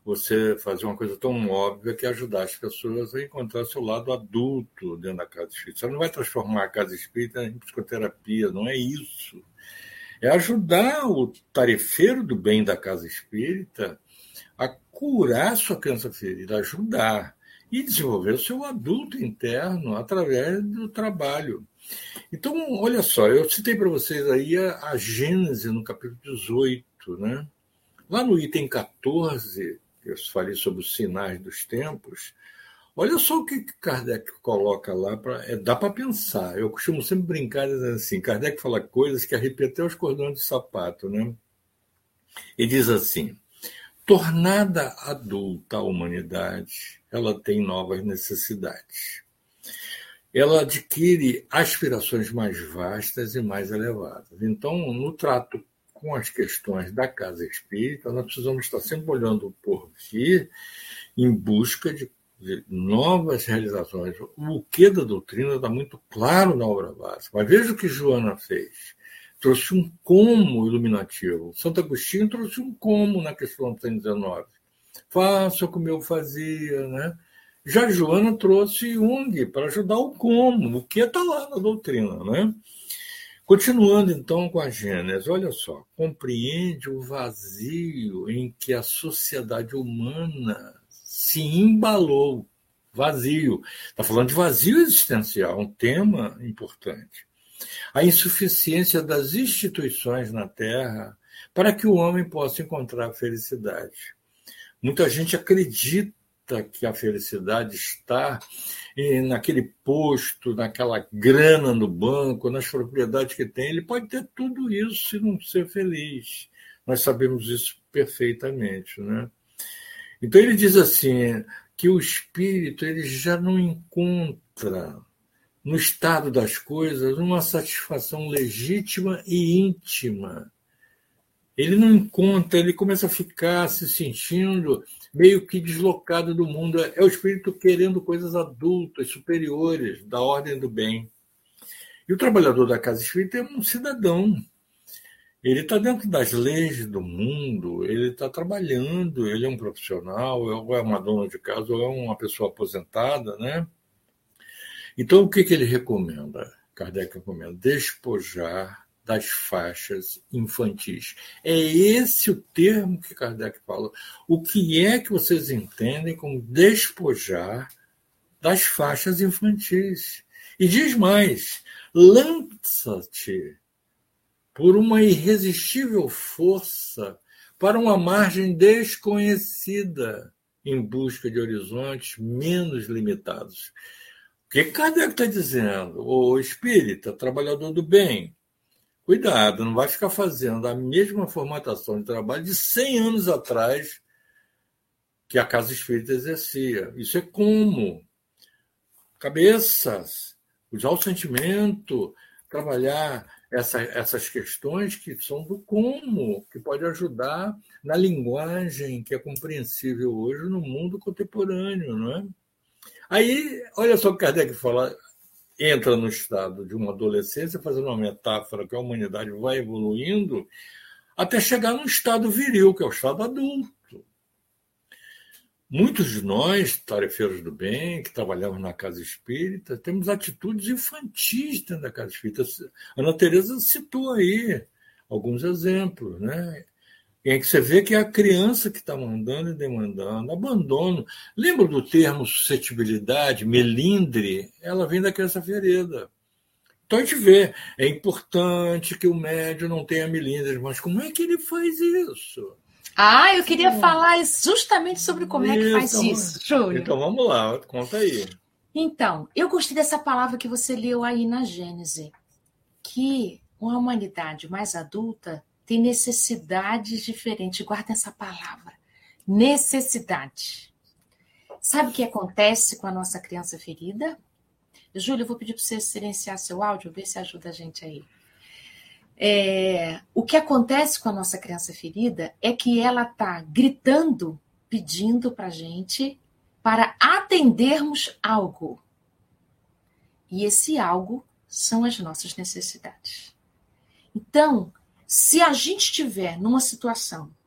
você fazer uma coisa tão óbvia que é ajudar as pessoas a encontrar seu lado adulto dentro da casa espírita. Você não vai transformar a casa espírita em psicoterapia, não é isso. É ajudar o tarefeiro do bem da casa espírita a curar sua criança ferida, ajudar e desenvolver o seu adulto interno através do trabalho. Então, olha só, eu citei para vocês aí a, a Gênese no capítulo dezoito, né? Lá no item catorze, eu falei sobre os sinais dos tempos, olha só o que Kardec coloca lá, pra, é, dá para pensar. Eu costumo sempre brincar dizendo assim, Kardec fala coisas que arrepiam até os cordões de sapato, né? Ele diz assim, tornada adulta a humanidade, ela tem novas necessidades. Ela adquire aspirações mais vastas e mais elevadas. Então, no trato com as questões da casa espírita, nós precisamos estar sempre olhando por vir em busca de, de novas realizações. O que da doutrina está muito claro na obra básica. Mas veja o que Joana fez. Trouxe um como iluminativo. Santo Agostinho trouxe um como na questão cento e dezenove. Faça como eu fazia, né? Já Joana trouxe Jung para ajudar o como, o que está lá na doutrina, né? Continuando, então, com a Gênese, olha só, compreende o vazio em que a sociedade humana se embalou. Vazio. Está falando de vazio existencial, um tema importante. A insuficiência das instituições na Terra para que o homem possa encontrar a felicidade. Muita gente acredita que a felicidade está naquele posto, naquela grana no banco, nas propriedades que tem. Ele pode ter tudo isso e não ser feliz. Nós sabemos isso perfeitamente, né? Então ele diz assim, que o espírito ele já não encontra no estado das coisas uma satisfação legítima e íntima. Ele não encontra, ele começa a ficar se sentindo meio que deslocado do mundo. É o espírito querendo coisas adultas, superiores, da ordem do bem. E o trabalhador da casa espírita é um cidadão. Ele está dentro das leis do mundo, ele está trabalhando, ele é um profissional, ou é uma dona de casa, ou é uma pessoa aposentada, né? Então, o que, que ele recomenda? Kardec recomenda despojar das faixas infantis. É esse o termo que Kardec fala. O que é que vocês entendem como despojar das faixas infantis? E diz mais, lança-te por uma irresistível força para uma margem desconhecida em busca de horizontes menos limitados. O que Kardec está dizendo? O espírita, trabalhador do bem, cuidado, não vai ficar fazendo a mesma formatação de trabalho de cem anos atrás que a casa espírita exercia. Isso é como? Cabeças, usar o sentimento, trabalhar essa, essas questões que são do como, que pode ajudar na linguagem que é compreensível hoje no mundo contemporâneo, não é? Aí, olha só o que Kardec fala, entra no estado de uma adolescência, fazendo uma metáfora que a humanidade vai evoluindo até chegar num estado viril, que é o estado adulto. Muitos de nós, tarefeiros do bem, que trabalhamos na casa espírita, temos atitudes infantis dentro da casa espírita. A Ana Teresa citou aí alguns exemplos, né? Em que você vê que é a criança que está mandando e demandando, abandono. Lembra do termo suscetibilidade, melindre? Ela vem da criança ferida. Então a gente vê, é importante que o médium não tenha melindres, mas como é que ele faz isso? Ah, eu queria Sim. falar justamente sobre como é que faz então, isso, Júlio. Então vamos lá, conta aí. Então, eu gostei dessa palavra que você leu aí na Gênese, que uma humanidade mais adulta tem necessidades diferentes. Guarda essa palavra. Necessidade. Sabe o que acontece com a nossa criança ferida? Júlio, eu vou pedir para você silenciar seu áudio, ver se ajuda a gente aí. É, o que acontece com a nossa criança ferida é que ela está gritando, pedindo para a gente para atendermos algo. E esse algo são as nossas necessidades. Então, se a gente estiver numa situação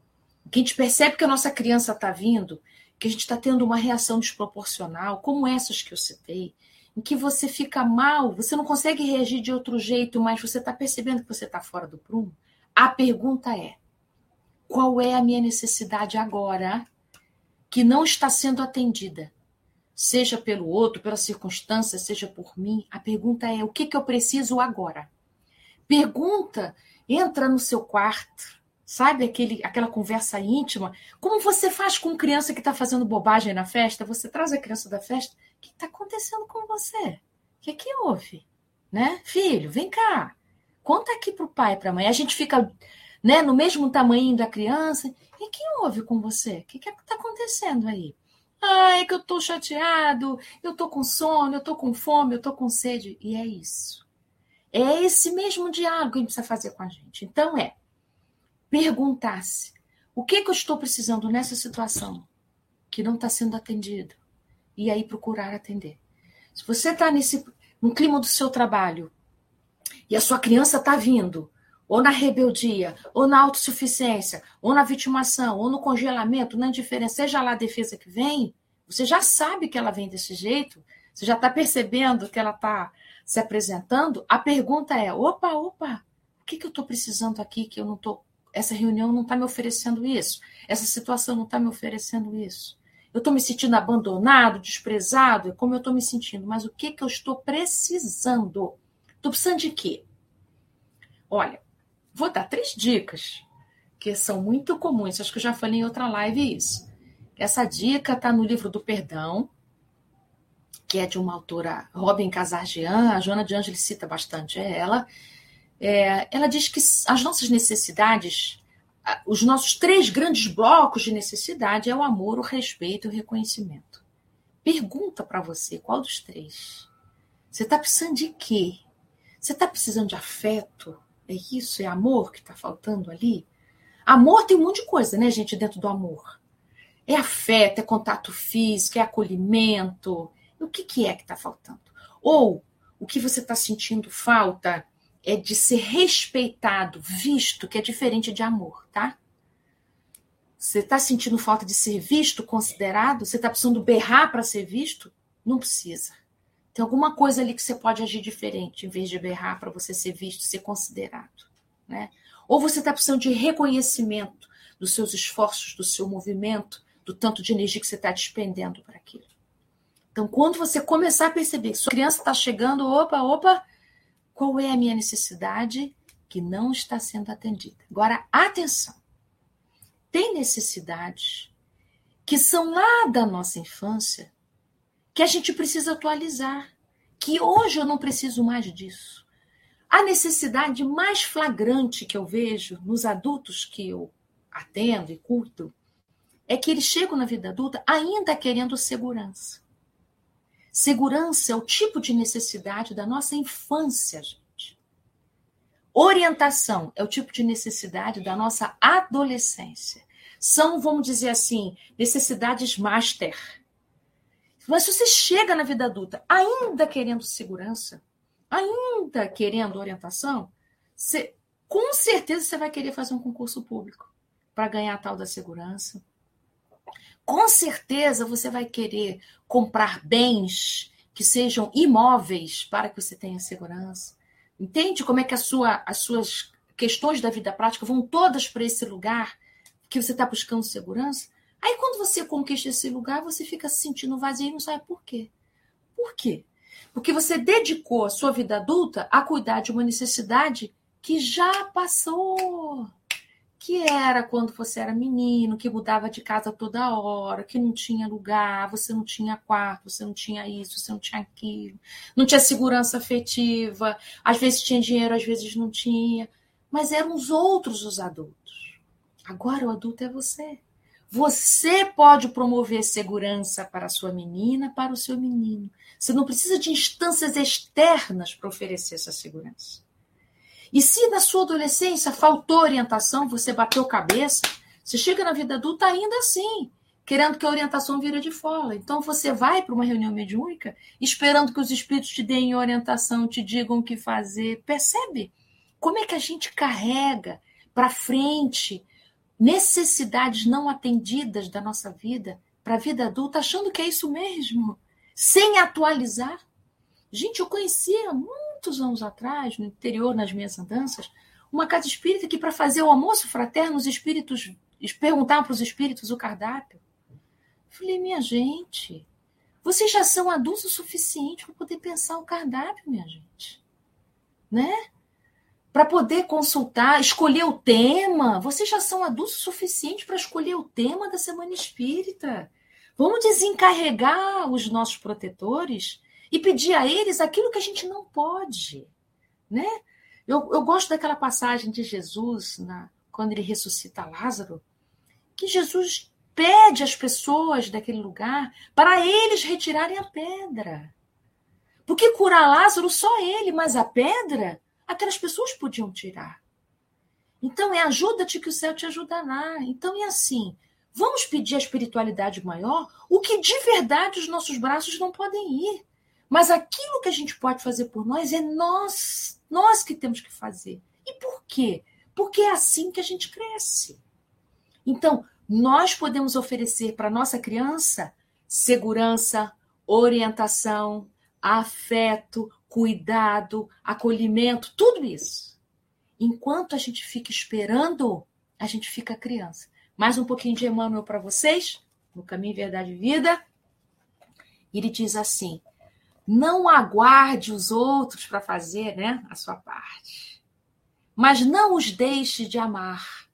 que a gente percebe que a nossa criança está vindo, que a gente está tendo uma reação desproporcional, como essas que eu citei, em que você fica mal, você não consegue reagir de outro jeito, mas você está percebendo que você está fora do prumo, a pergunta é, qual é a minha necessidade agora que não está sendo atendida? Seja pelo outro, pela circunstância, seja por mim. A pergunta é, o que, que eu preciso agora? Pergunta, entra no seu quarto, sabe aquele, aquela conversa íntima? Como você faz com criança que está fazendo bobagem na festa? Você traz a criança da festa, o que está acontecendo com você? O que, que houve? Né? Filho, vem cá, conta aqui para o pai e para a mãe. A gente fica, né, no mesmo tamanho da criança. E o que houve com você? O que está acontecendo aí? Ah, é que eu estou chateado, eu estou com sono, eu estou com fome, eu estou com sede. E é isso. É esse mesmo diálogo que a gente precisa fazer com a gente. Então é perguntar-se, o que, que eu estou precisando nessa situação que não está sendo atendido? E aí procurar atender. Se você está nesse, no clima do seu trabalho e a sua criança está vindo, ou na rebeldia, ou na autossuficiência, ou na vitimação, ou no congelamento, na indiferença, seja lá a defesa que vem, você já sabe que ela vem desse jeito, você já está percebendo que ela está se apresentando, a pergunta é, opa, opa, o que, que eu estou precisando aqui que eu não estou, essa reunião não está me oferecendo isso, essa situação não está me oferecendo isso, eu estou me sentindo abandonado, desprezado, é como eu estou me sentindo, mas o que, que eu estou precisando? Estou precisando de quê? Olha, vou dar três dicas que são muito comuns. Acho que eu já falei em outra live isso. Essa dica está no livro do Perdão, que é de uma autora, Robin Casargian. A Joana de Ângeles cita bastante ela. É, ela diz que as nossas necessidades, os nossos três grandes blocos de necessidade é o amor, o respeito e o reconhecimento. Pergunta para você, qual dos três? Você está precisando de quê? Você está precisando de afeto? É isso? É amor que está faltando ali? Amor tem um monte de coisa, né, gente, dentro do amor. É afeto, é contato físico, é acolhimento. E o que, que é que está faltando? Ou o que você está sentindo falta é de ser respeitado, visto, que é diferente de amor, tá? Você está sentindo falta de ser visto, considerado? Você está precisando berrar para ser visto? Não precisa. Tem alguma coisa ali que você pode agir diferente, em vez de berrar para você ser visto, ser considerado, né? Ou você está precisando de reconhecimento dos seus esforços, do seu movimento, do tanto de energia que você está despendendo para aquilo. Então, quando você começar a perceber que sua criança está chegando, opa, opa, qual é a minha necessidade que não está sendo atendida? Agora, atenção, tem necessidades que são lá da nossa infância, que a gente precisa atualizar, que hoje eu não preciso mais disso. A necessidade mais flagrante que eu vejo nos adultos que eu atendo e curto é que eles chegam na vida adulta ainda querendo segurança. Segurança é o tipo de necessidade da nossa infância, gente. Orientação é o tipo de necessidade da nossa adolescência. São, vamos dizer assim, necessidades master. Mas se você chega na vida adulta ainda querendo segurança, ainda querendo orientação, você, com certeza você vai querer fazer um concurso público para ganhar a tal da segurança. Com certeza você vai querer comprar bens que sejam imóveis para que você tenha segurança. Entende como é que a sua, as suas questões da vida prática vão todas para esse lugar que você está buscando segurança? Aí, quando você conquista esse lugar, você fica se sentindo vazio e não sabe por quê. Por quê? Porque você dedicou a sua vida adulta a cuidar de uma necessidade que já passou. Que era quando você era menino, que mudava de casa toda hora, que não tinha lugar, você não tinha quarto, você não tinha isso, você não tinha aquilo, não tinha segurança afetiva, às vezes tinha dinheiro, às vezes não tinha. Mas eram os outros os adultos. Agora o adulto é você. Você pode promover segurança para a sua menina, para o seu menino. Você não precisa de instâncias externas para oferecer essa segurança. E se na sua adolescência faltou orientação, você bateu cabeça, você chega na vida adulta ainda assim, querendo que a orientação vire de fora. Então você vai para uma reunião mediúnica esperando que os espíritos te deem orientação, te digam o que fazer. Percebe? Como é que a gente carrega para frente necessidades não atendidas da nossa vida para a vida adulta, achando que é isso mesmo, sem atualizar. Gente, eu conhecia muitos anos atrás, no interior, nas minhas andanças, uma casa espírita que, para fazer o almoço fraterno, os espíritos perguntavam para os espíritos o cardápio. Falei, minha gente, vocês já são adultos o suficiente para poder pensar o cardápio, minha gente. Né? Para poder consultar, escolher o tema. Vocês já são adultos o suficiente para escolher o tema da Semana Espírita. Vamos desencarregar os nossos protetores e pedir a eles aquilo que a gente não pode. Né? Eu, eu gosto daquela passagem de Jesus, na, quando ele ressuscita Lázaro, que Jesus pede às pessoas daquele lugar para eles retirarem a pedra. Porque curar Lázaro só ele, mas a pedra, aquelas pessoas podiam tirar. Então, é ajuda-te que o céu te ajudará. Então, é assim, vamos pedir a espiritualidade maior, o que de verdade os nossos braços não podem ir. Mas aquilo que a gente pode fazer por nós é nós, nós que temos que fazer. E por quê? Porque é assim que a gente cresce. Então, nós podemos oferecer para a nossa criança segurança, orientação, afeto, cuidado, acolhimento, tudo isso. Enquanto a gente fica esperando, a gente fica criança. Mais um pouquinho de Emmanuel para vocês, no Caminho, Verdade e Vida. Ele diz assim, não aguarde os outros para fazer, né, a sua parte, mas não os deixe de amar.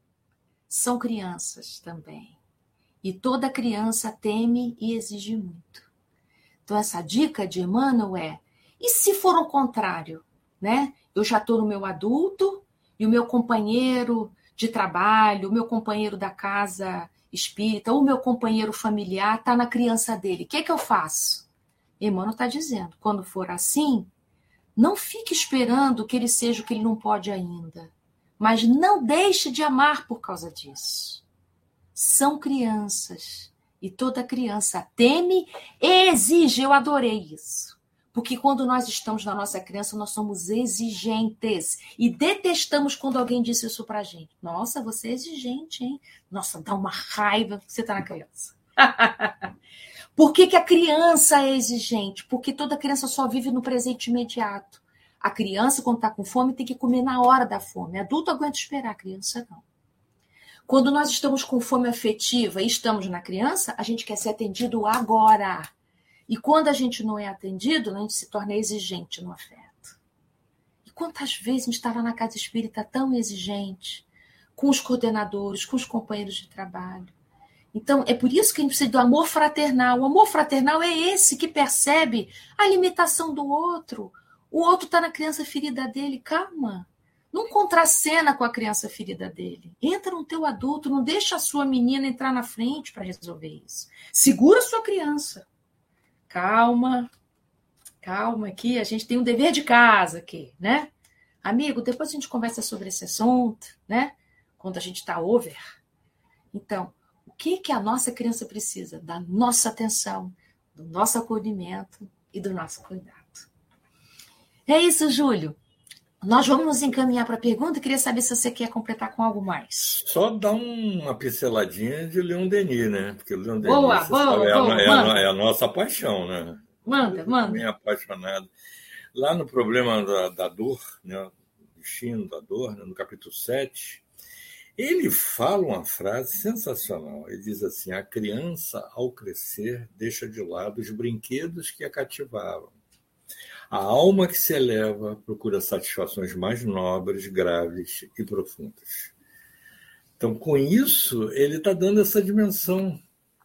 São crianças também. E toda criança teme e exige muito. Então, essa dica de Emmanuel é, e se for o contrário? Né? Eu já estou no meu adulto e o meu companheiro de trabalho, o meu companheiro da casa espírita, o meu companheiro familiar está na criança dele. O que é que eu faço? Emmanuel está dizendo, quando for assim, não fique esperando que ele seja o que ele não pode ainda. Mas não deixe de amar por causa disso. São crianças. E toda criança teme e exige. Eu adorei isso. Porque quando nós estamos na nossa criança, nós somos exigentes. E detestamos quando alguém diz isso pra gente. Nossa, você é exigente, hein? Nossa, dá uma raiva que você tá na criança. Por que que a criança é exigente? Porque toda criança só vive no presente imediato. A criança, quando está com fome, tem que comer na hora da fome. Adulto aguenta esperar, a criança não. Quando nós estamos com fome afetiva e estamos na criança, a gente quer ser atendido agora. E quando a gente não é atendido, a gente se torna exigente no afeto. E quantas vezes a gente está lá na casa espírita tão exigente, com os coordenadores, com os companheiros de trabalho. Então, é por isso que a gente precisa do amor fraternal. O amor fraternal é esse que percebe a limitação do outro. O outro está na criança ferida dele. Calma. Não contracena com a criança ferida dele. Entra no teu adulto. Não deixa a sua menina entrar na frente para resolver isso. Segura a sua criança. Calma. Calma aqui. A gente tem um dever de casa aqui, né? Amigo, depois a gente conversa sobre esse assunto, né? Quando a gente está over. Então, o que, que a nossa criança precisa? Da nossa atenção, do nosso acolhimento e do nosso cuidado. É isso, Júlio. Nós vamos nos encaminhar para a pergunta. Eu queria saber se você quer completar com algo mais. Só dar uma pinceladinha de Leon Denis, né? Porque Leon Denis boa, boa, sabe, é, boa, a, é, a, é a nossa paixão, né? Manda, manda. Bem apaixonado. Lá no problema da, da dor, né? O destino da dor, né? No capítulo sete, ele fala uma frase sensacional. Ele diz assim, a criança, ao crescer, deixa de lado os brinquedos que a cativavam. A alma que se eleva procura satisfações mais nobres, graves e profundas. Então, com isso, ele está dando essa dimensão,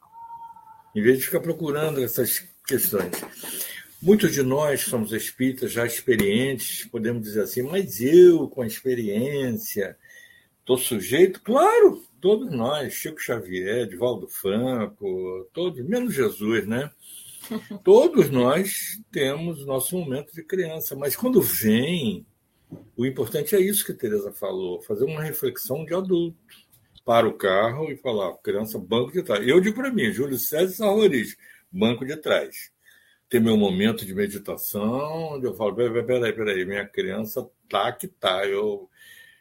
em vez de ficar procurando essas questões. Muitos de nós somos espíritas já experientes, podemos dizer assim, mas eu, com a experiência, estou sujeito? Claro, todos nós, Chico Xavier, Divaldo Franco, todos, menos Jesus, né? Todos nós temos nosso momento de criança, mas quando vem, o importante é isso que a Teresa falou, fazer uma reflexão de adulto. Para o carro e falar, criança, banco de trás. Eu digo para mim, Júlio César Sarroriz, banco de trás. Ter meu momento de meditação, onde eu falo, peraí, peraí, peraí, minha criança tá que tá. Eu,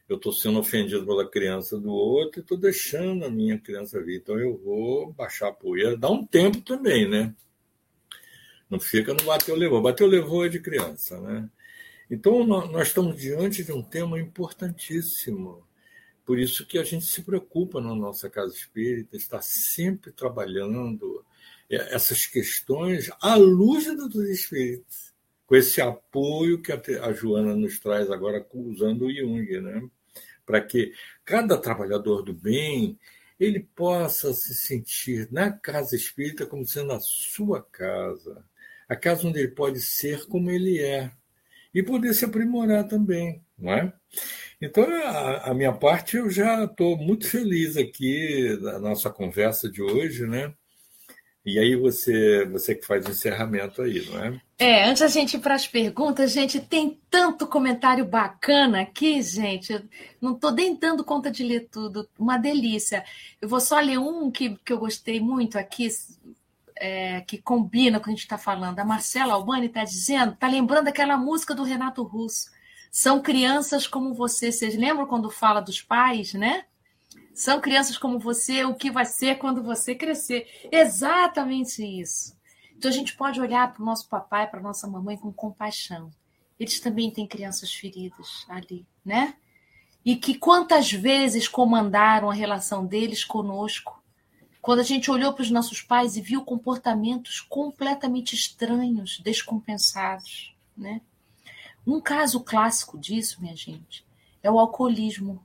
eu estou sendo ofendido pela criança do outro e estou deixando a minha criança vir. Então eu vou baixar a poeira, dá um tempo também, né? Não fica no bateu, levou. Bateu, levou é de criança, né? Então nós estamos diante de um tema importantíssimo. Por isso que a gente se preocupa na nossa casa espírita, está sempre trabalhando essas questões à luz dos espíritos, com esse apoio que a Joana nos traz agora usando o Jung, né? Para que cada trabalhador do bem ele possa se sentir na casa espírita como sendo a sua casa, a casa onde ele pode ser como ele é e poder se aprimorar também, não é? Então, a, a minha parte, eu já estou muito feliz aqui na nossa conversa de hoje, né? E aí você, você que faz o encerramento aí, não é? É, antes da gente ir para as perguntas, gente, tem tanto comentário bacana aqui, gente. Eu não estou nem dando conta de ler tudo. Uma delícia. Eu vou só ler um que, que eu gostei muito aqui, é, que combina com o que a gente está falando. A Marcela Albani está dizendo, está lembrando aquela música do Renato Russo. São crianças como você. Vocês lembram quando fala dos pais, né? São crianças como você, o que vai ser quando você crescer. Exatamente isso. Então, a gente pode olhar para o nosso papai, para a nossa mamãe com compaixão. Eles também têm crianças feridas ali, né? E que quantas vezes comandaram a relação deles conosco. Quando a gente olhou para os nossos pais e viu comportamentos completamente estranhos, descompensados, né? Um caso clássico disso, minha gente, é o alcoolismo.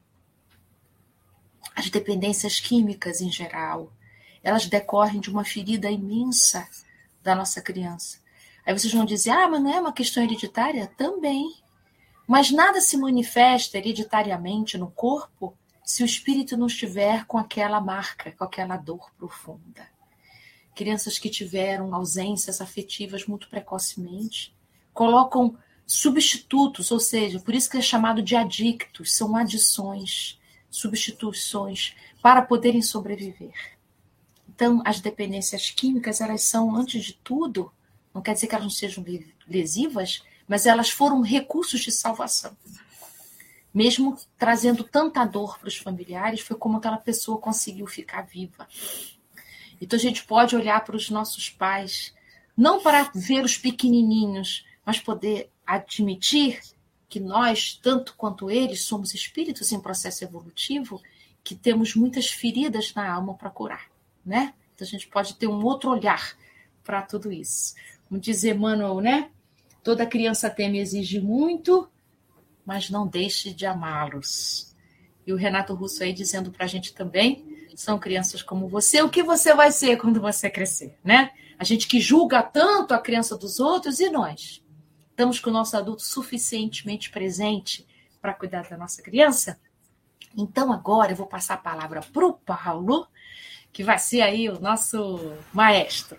As dependências químicas em geral, elas decorrem de uma ferida imensa da nossa criança. Aí vocês vão dizer, ah, mas não é uma questão hereditária? Também. Mas nada se manifesta hereditariamente no corpo se o espírito não estiver com aquela marca, com aquela dor profunda. Crianças que tiveram ausências afetivas muito precocemente, colocam substitutos, ou seja, por isso que é chamado de adictos, são adições, substituições para poderem sobreviver. Então, as dependências químicas, elas são, antes de tudo, não quer dizer que elas não sejam lesivas, mas elas foram recursos de salvação. Mesmo trazendo tanta dor para os familiares, foi como aquela pessoa conseguiu ficar viva. Então, a gente pode olhar para os nossos pais, não para ver os pequenininhos, mas poder admitir que nós, tanto quanto eles, somos espíritos em processo evolutivo, que temos muitas feridas na alma para curar, né? Então a gente pode ter um outro olhar para tudo isso. Como diz Emmanuel, né? Toda criança teme e exige muito, mas não deixe de amá-los. E o Renato Russo aí dizendo para a gente também, são crianças como você, o que você vai ser quando você crescer, né? A gente que julga tanto a criança dos outros e nós. Estamos com o nosso adulto suficientemente presente para cuidar da nossa criança? Então, agora eu vou passar a palavra para o Paulo, que vai ser aí o nosso maestro.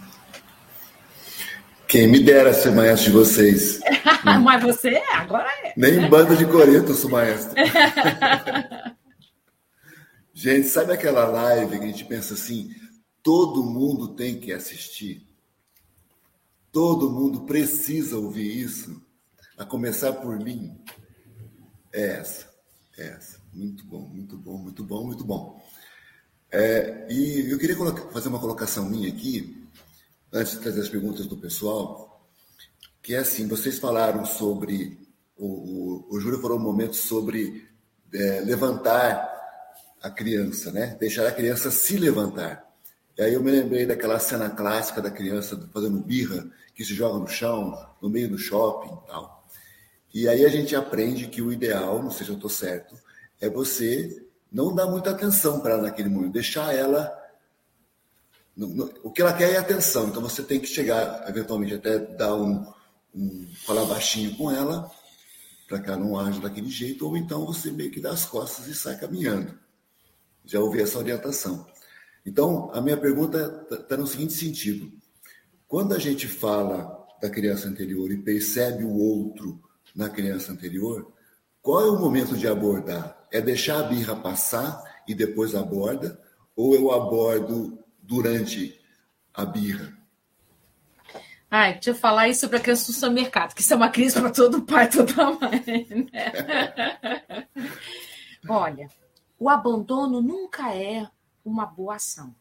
Quem me dera ser maestro de vocês. Mas você agora é. Nem em banda de coreto eu sou maestro. Gente, sabe aquela live que a gente pensa assim, todo mundo tem que assistir? Todo mundo precisa ouvir isso, a começar por mim. É essa, é essa. Muito bom, muito bom, muito bom, muito bom. É, e eu queria colocar, fazer uma colocação minha aqui, antes de trazer as perguntas do pessoal, que é assim, vocês falaram sobre, o, o, o Júlio falou um momento sobre é, levantar a criança, né? Deixar a criança se levantar. E aí eu me lembrei daquela cena clássica da criança fazendo birra, que se joga no chão, no meio do shopping e tal. E aí a gente aprende que o ideal, não sei se eu estou certo, é você não dar muita atenção para ela naquele momento, deixar ela... No, no, o que ela quer é atenção, então você tem que chegar, eventualmente, até dar um... um falar baixinho com ela, para que ela não age daquele jeito, ou então você meio que dá as costas e sai caminhando. Já ouvi essa orientação. Então, a minha pergunta está no seguinte sentido. Quando a gente fala da criança anterior e percebe o outro na criança anterior, qual é o momento de abordar? É deixar a birra passar e depois aborda? Ou eu abordo durante a birra? Ai, deixa eu falar isso para a criança do supermercado, que isso é uma crise para todo pai, toda mãe. Né? Olha, o abandono nunca é uma boa ação.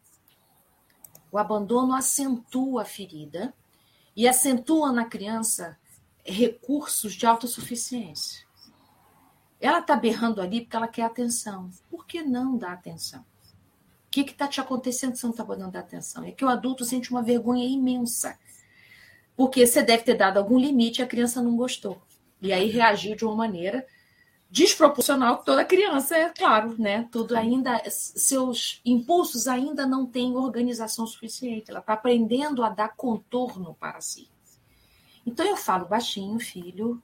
O abandono acentua a ferida e acentua na criança recursos de autossuficiência. Ela está berrando ali porque ela quer atenção. Por que não dar atenção? O que está te acontecendo que você não está podendo dar atenção? É que o adulto sente uma vergonha imensa. Porque você deve ter dado algum limite e a criança não gostou. E aí reagiu de uma maneira desproporcional que toda criança, é claro, né? Tudo ainda, seus impulsos ainda não têm organização suficiente. Ela está aprendendo a dar contorno para si. Então eu falo baixinho, filho,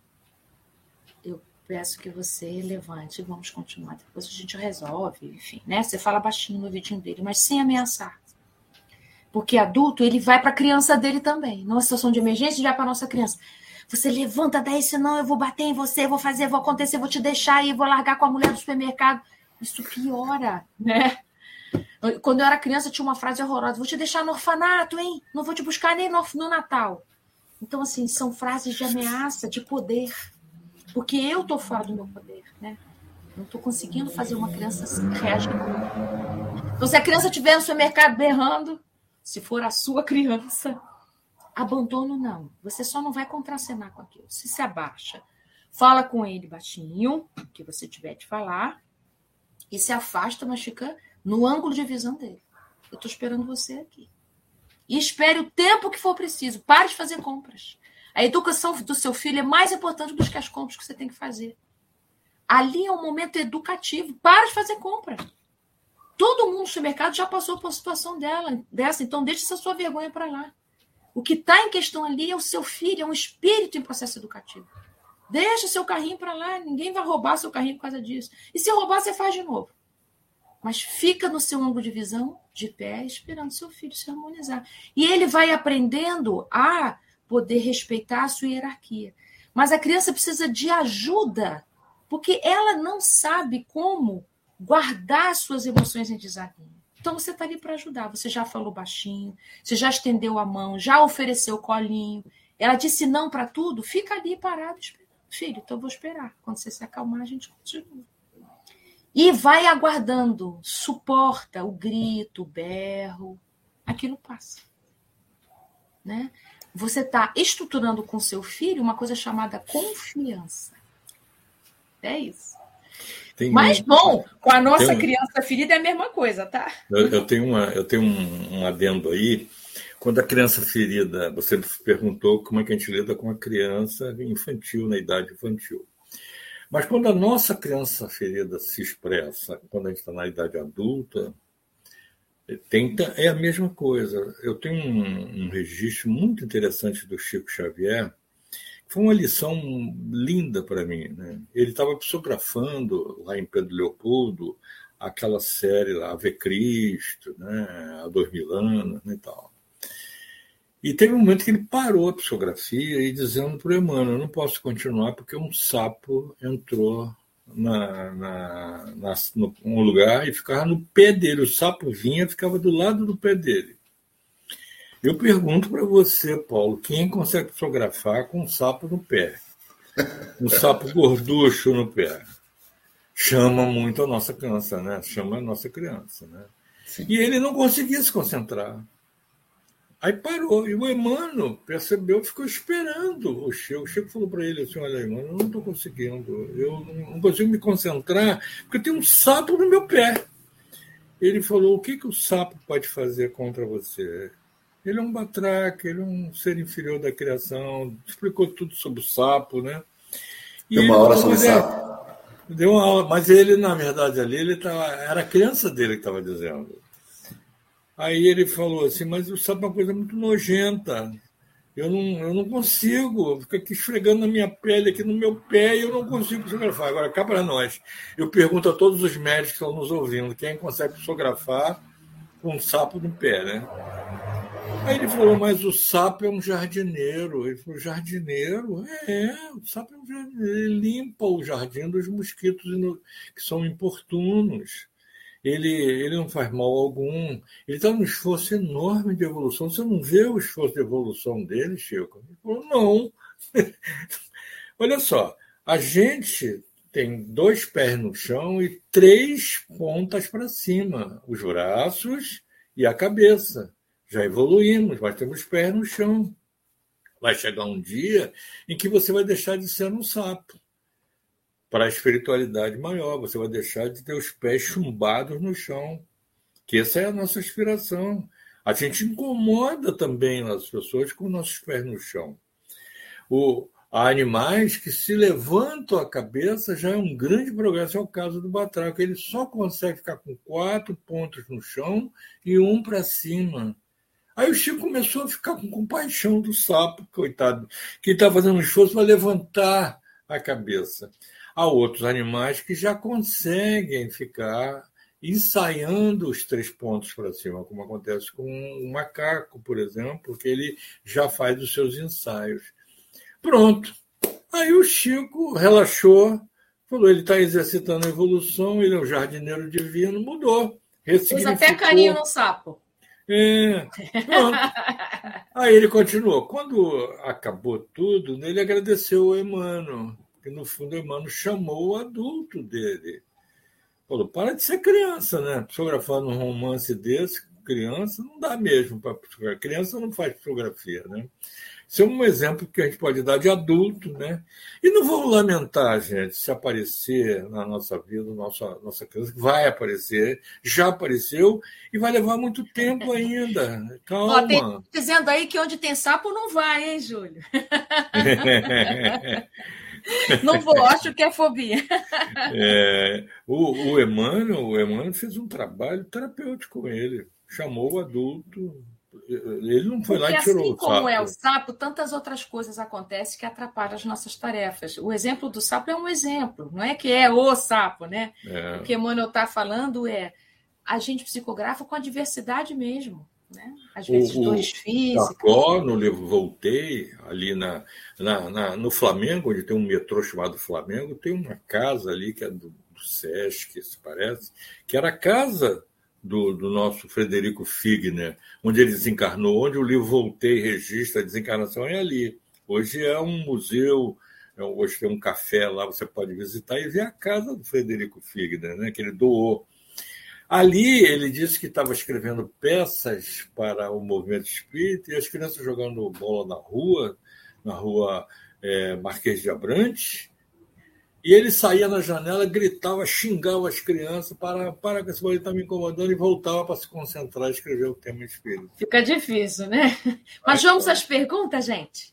eu peço que você levante, vamos continuar, depois a gente resolve, enfim, né? Você fala baixinho no ouvidinho dele, mas sem ameaçar. Porque adulto, ele vai para a criança dele também. Numa situação de emergência, ele vai para a nossa criança. Você levanta daí, senão eu vou bater em você, vou fazer, vou acontecer, vou te deixar aí, vou largar com a mulher do supermercado. Isso piora, né? Quando eu era criança, tinha uma frase horrorosa. Vou te deixar no orfanato, hein? Não vou te buscar nem no, no Natal. Então, assim, são frases de ameaça, de poder. Porque eu estou fora do meu poder, né? Não estou conseguindo fazer uma criança reagir. Então, se a criança estiver no supermercado berrando, se for a sua criança... Abandono não. Você só não vai contracenar com aquilo. Você se abaixa. Fala com ele baixinho, o que você tiver de falar, e se afasta, mas fica no ângulo de visão dele. Eu estou esperando você aqui. E espere o tempo que for preciso. Pare de fazer compras. A educação do seu filho é mais importante do que as compras que você tem que fazer. Ali é um momento educativo. Pare de fazer compras. Todo mundo no supermercado já passou por uma situação dela, dessa, então deixe essa sua vergonha para lá. O que está em questão ali é o seu filho, é um espírito em processo educativo. Deixa seu carrinho para lá, ninguém vai roubar seu carrinho por causa disso. E se roubar, você faz de novo. Mas fica no seu ângulo de visão, de pé, esperando seu filho se harmonizar. E ele vai aprendendo a poder respeitar a sua hierarquia. Mas a criança precisa de ajuda, porque ela não sabe como guardar suas emoções em desarmonia. Então, você está ali para ajudar. Você já falou baixinho, você já estendeu a mão, já ofereceu o colinho. Ela disse não para tudo, fica ali parado esperando. Filho, então eu vou esperar. Quando você se acalmar, a gente continua. E vai aguardando, suporta o grito, o berro. Aquilo passa. Né? Você está estruturando com seu filho uma coisa chamada confiança. É isso. Tem Mas, um, bom, com a nossa um, criança ferida é a mesma coisa, tá? Eu, eu tenho, uma, eu tenho um, um adendo aí. Quando a criança ferida, você perguntou como é que a gente lida com a criança infantil, na idade infantil. Mas quando a nossa criança ferida se expressa, quando a gente está na idade adulta, tenta, é a mesma coisa. Eu tenho um, um registro muito interessante do Chico Xavier. Foi uma lição linda para mim, né? Ele estava psicografando lá em Pedro Leopoldo aquela série lá, Ave Cristo, né? Há dois mil anos, né, e tal. E teve um momento que ele parou a psicografia e dizendo para o Emmanuel, eu não posso continuar porque um sapo entrou na, na, na, no, num lugar e ficava no pé dele. O sapo vinha e ficava do lado do pé dele. Eu pergunto para você, Paulo, quem consegue fotografar com um sapo no pé? Um sapo gorducho no pé. Chama muito a nossa criança, né? Chama a nossa criança, né? Sim. E ele não conseguia se concentrar. Aí parou. E o Emmanuel percebeu, ficou esperando o Chico. O Chico falou para ele assim, olha, Emmanuel, eu não estou conseguindo. Eu não consigo me concentrar porque tem um sapo no meu pé. Ele falou, o que, que o sapo pode fazer contra você? Ele é um batraque, ele é um ser inferior da criação, explicou tudo sobre o sapo, né? E deu uma aula sobre o sapo. Deu uma aula, mas ele, na verdade, ali, ele tava, era a criança dele que estava dizendo. Aí ele falou assim, mas o sapo é uma coisa muito nojenta. Eu não, eu não consigo, fica aqui esfregando na minha pele, aqui no meu pé, e eu não consigo psicografar. Agora, cá para nós, eu pergunto a todos os médicos que estão nos ouvindo, quem consegue psicografar com um sapo no pé, né? Aí ele falou, mas o sapo é um jardineiro. Ele falou, jardineiro? É, o sapo é um jardineiro. Ele limpa o jardim dos mosquitos que são importunos. Ele, ele não faz mal algum. Ele está num esforço enorme de evolução. Você não vê o esforço de evolução dele, Chico? Ele falou, não. Olha só, a gente tem dois pés no chão e três pontas para cima, os braços e a cabeça. Já evoluímos, mas temos pés no chão. Vai chegar um dia em que você vai deixar de ser um sapo para a espiritualidade maior. Você vai deixar de ter os pés chumbados no chão, que essa é a nossa aspiração. A gente incomoda também as pessoas com nossos pés no chão. O, há animais que se levantam a cabeça, já é um grande progresso. É o caso do batraco. Ele só consegue ficar com quatro pontos no chão e um para cima. Aí o Chico começou a ficar com compaixão do sapo, coitado, que está fazendo um esforço para levantar a cabeça. Há outros animais que já conseguem ficar ensaiando os três pontos para cima, como acontece com o macaco, por exemplo, que ele já faz os seus ensaios. Pronto. Aí o Chico relaxou, falou, ele está exercitando a evolução, ele é o jardineiro divino, mudou. Pôs até carinho no sapo. É, pronto. Aí ele continuou. Quando acabou tudo, ele agradeceu ao Emmanuel, que no fundo o Emmanuel chamou o adulto dele. Falou, para de ser criança, né? Psicografar num romance desse, criança, não dá mesmo para psicografar. Criança não faz psicografia, né? Isso é um exemplo que a gente pode dar de adulto, né? E não vamos lamentar, gente, se aparecer na nossa vida, nossa, nossa criança, vai aparecer, já apareceu e vai levar muito tempo ainda. Calma. Ó, tem dizendo aí que onde tem sapo não vai, hein, Júlio? Não vou, acho que é fobia. É, o, o Emmanuel, o Emmanuel fez um trabalho terapêutico com ele, chamou o adulto. Ele não foi Porque lá e tirou assim o como sapo. é o sapo, tantas outras coisas acontecem que atrapalham as nossas tarefas. O exemplo do sapo é um exemplo, não é que é o sapo, né? É. O que Emmanuel está falando é a gente psicografa com a diversidade mesmo, né? Às vezes O, dores o físicas. Capó, no livro Voltei, ali na, na, na, no Flamengo, onde tem um metrô chamado Flamengo, tem uma casa ali que é do, do Sesc, se parece, que era a casa do, do nosso Frederico Figner, onde ele desencarnou, onde o livro Voltei registra a desencarnação, é ali. Hoje é um museu, é, hoje tem um café lá, você pode visitar e ver a casa do Frederico Figner, né, que ele doou. Ali ele disse que estava escrevendo peças para o movimento espírita e as crianças jogando bola na rua, na rua é, Marquês de Abrantes, e ele saía na janela, gritava, xingava as crianças, para, para que esse boletim está me incomodando, e voltava para se concentrar e escrever o tema espírita. Fica difícil, né? Mas vamos às perguntas, gente?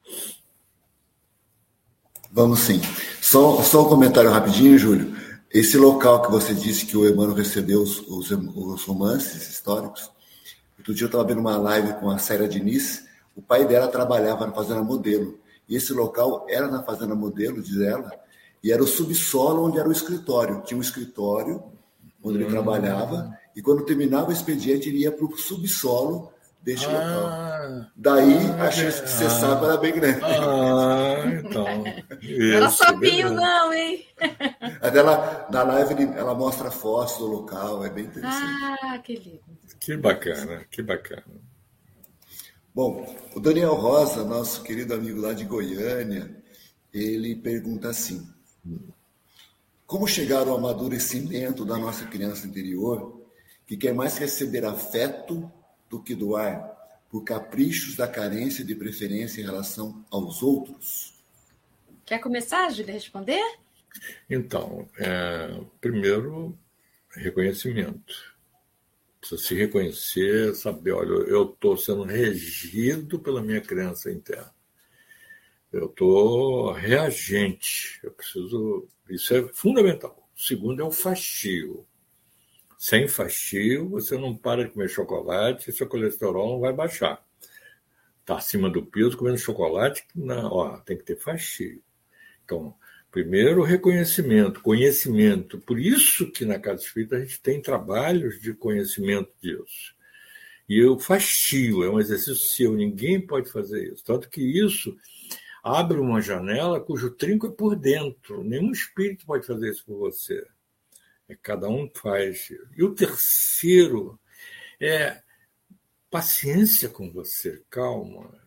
Vamos sim. Só, só um comentário rapidinho, Júlio. Esse local que você disse que o Emmanuel recebeu os, os, os romances históricos, outro dia eu estava vendo uma live com a Célia Diniz, o pai dela trabalhava na Fazenda Modelo, e esse local era na Fazenda Modelo, diz ela, e era o subsolo onde era o escritório. Tinha um escritório onde ele hum. trabalhava, e quando terminava o expediente, ele ia para o subsolo deste ah, local. Daí, ah, a chance de ser ah, sapo era bem grande. Ah, então. Não era sapinho, não, hein? Até ela, na live ela mostra fotos do local, é bem interessante. Ah, que lindo. Que bacana, que bacana. Bom, o Daniel Rosa, nosso querido amigo lá de Goiânia, ele pergunta assim: como chegar ao amadurecimento da nossa criança interior, que quer mais receber afeto do que doar, por caprichos da carência de preferência em relação aos outros? Quer começar, Júlia, a responder? Então, é, primeiro, reconhecimento. Precisa se reconhecer, saber, olha, eu estou sendo regido pela minha criança interna. Eu estou reagente. Eu preciso. Isso é fundamental. O segundo é o fastio. Sem fastio, você não para de comer chocolate e seu colesterol não vai baixar. Está acima do peso comendo chocolate, não, ó, tem que ter fastio. Então, primeiro, reconhecimento, conhecimento. Por isso que na Casa Espírita a gente tem trabalhos de conhecimento disso. E o fastio é um exercício seu, ninguém pode fazer isso. Tanto que isso abre uma janela cujo trinco é por dentro. Nenhum espírito pode fazer isso por você. É, cada um faz. E o terceiro é paciência com você, calma. Eu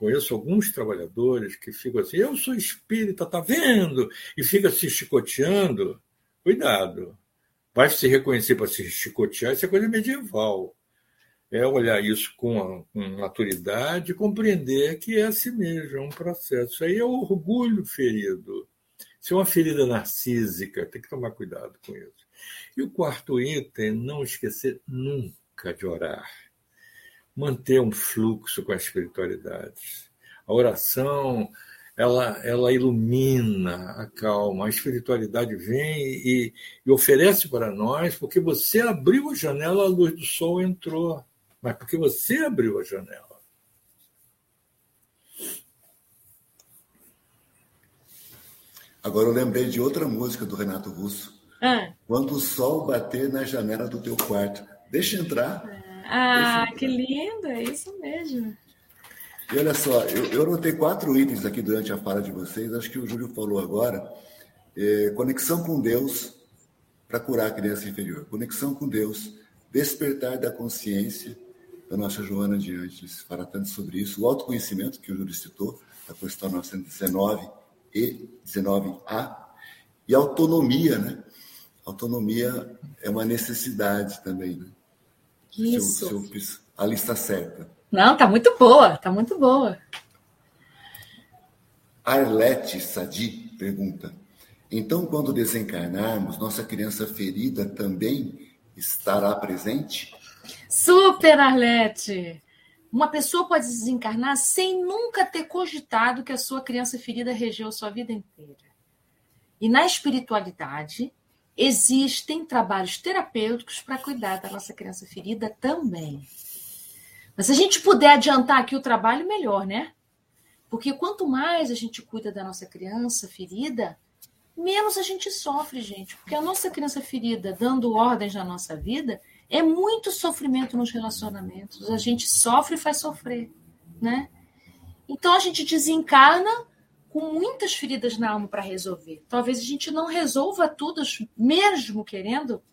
conheço alguns trabalhadores que ficam assim, eu sou espírita, tá vendo? E fica se chicoteando. Cuidado. Vai se reconhecer para se chicotear, isso é coisa medieval. É olhar isso com, com maturidade e compreender que é assim mesmo, é um processo. Isso aí é o orgulho ferido. Isso é uma ferida narcísica, tem que tomar cuidado com isso. E o quarto item, não esquecer nunca de orar. Manter um fluxo com a espiritualidade. A oração, ela, ela ilumina, acalma. A espiritualidade vem e, e oferece para nós, porque você abriu a janela, a luz do sol entrou. Mas porque você abriu a janela. Agora eu lembrei de outra música do Renato Russo. Ah. Quando o sol bater na janela do teu quarto. Deixa entrar. Ah, Deixa entrar. Que lindo, é isso mesmo. E olha só, eu, eu anotei quatro itens aqui durante a fala de vocês, acho que o Júlio falou agora. É, conexão com Deus para curar a criança inferior. Conexão com Deus, despertar da consciência, da nossa Joana de antes, fala tanto sobre isso. O autoconhecimento, que o Júlio citou, da questão novecentos e dezenove e dezenove A, e autonomia, né? Autonomia é uma necessidade também, né? Isso. Se eu, se eu fiz a lista certa. Não, tá muito boa, tá muito boa. Arlete Sadi pergunta: então, quando desencarnarmos, nossa criança ferida também estará presente? Super, Arlete! Uma pessoa pode desencarnar sem nunca ter cogitado que a sua criança ferida regeu sua vida inteira. E na espiritualidade, existem trabalhos terapêuticos para cuidar da nossa criança ferida também. Mas se a gente puder adiantar aqui o trabalho, melhor, né? Porque quanto mais a gente cuida da nossa criança ferida, menos a gente sofre, gente. Porque a nossa criança ferida, dando ordens na nossa vida, é muito sofrimento nos relacionamentos. A gente sofre e faz sofrer, né? Então a gente desencarna com muitas feridas na alma para resolver. Talvez a gente não resolva tudo, mesmo querendo,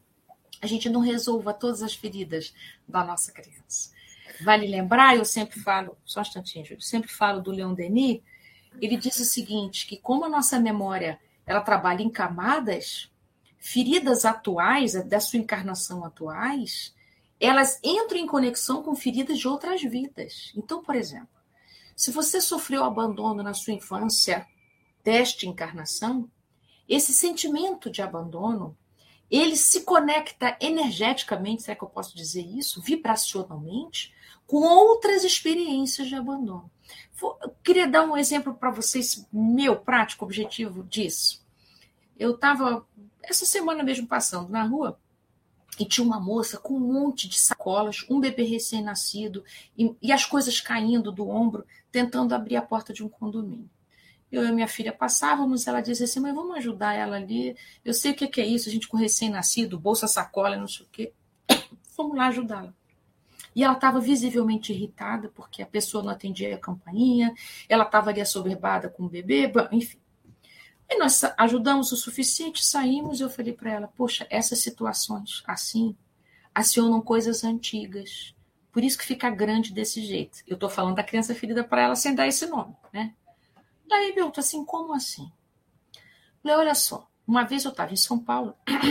a gente não resolva todas as feridas da nossa criança. Vale lembrar, eu sempre falo, só um instantinho, eu sempre falo do Leon Denis, ele diz o seguinte, que como a nossa memória ela trabalha em camadas, feridas atuais, da sua encarnação atuais, elas entram em conexão com feridas de outras vidas. Então, por exemplo, se você sofreu abandono na sua infância, desta encarnação, esse sentimento de abandono, ele se conecta energeticamente, será que eu posso dizer isso? Vibracionalmente, com outras experiências de abandono. Eu queria dar um exemplo para vocês, meu prático objetivo disso. Eu estava, essa semana mesmo, passando na rua, e tinha uma moça com um monte de sacolas, um bebê recém-nascido, e, e as coisas caindo do ombro, tentando abrir a porta de um condomínio. Eu e minha filha passávamos, ela dizia assim, mas vamos ajudar ela ali, eu sei o que é isso, a gente com recém-nascido, bolsa, sacola, não sei o quê. Vamos lá ajudá-la. E ela estava visivelmente irritada, porque a pessoa não atendia a campainha, ela estava ali assoberbada com o bebê, enfim. E nós ajudamos o suficiente, saímos, e eu falei para ela, poxa, essas situações assim acionam coisas antigas. Por isso que fica grande desse jeito. Eu estou falando da criança ferida para ela sem dar esse nome, né? Daí eu tô assim, como assim? Falei, olha só, uma vez eu estava em São Paulo,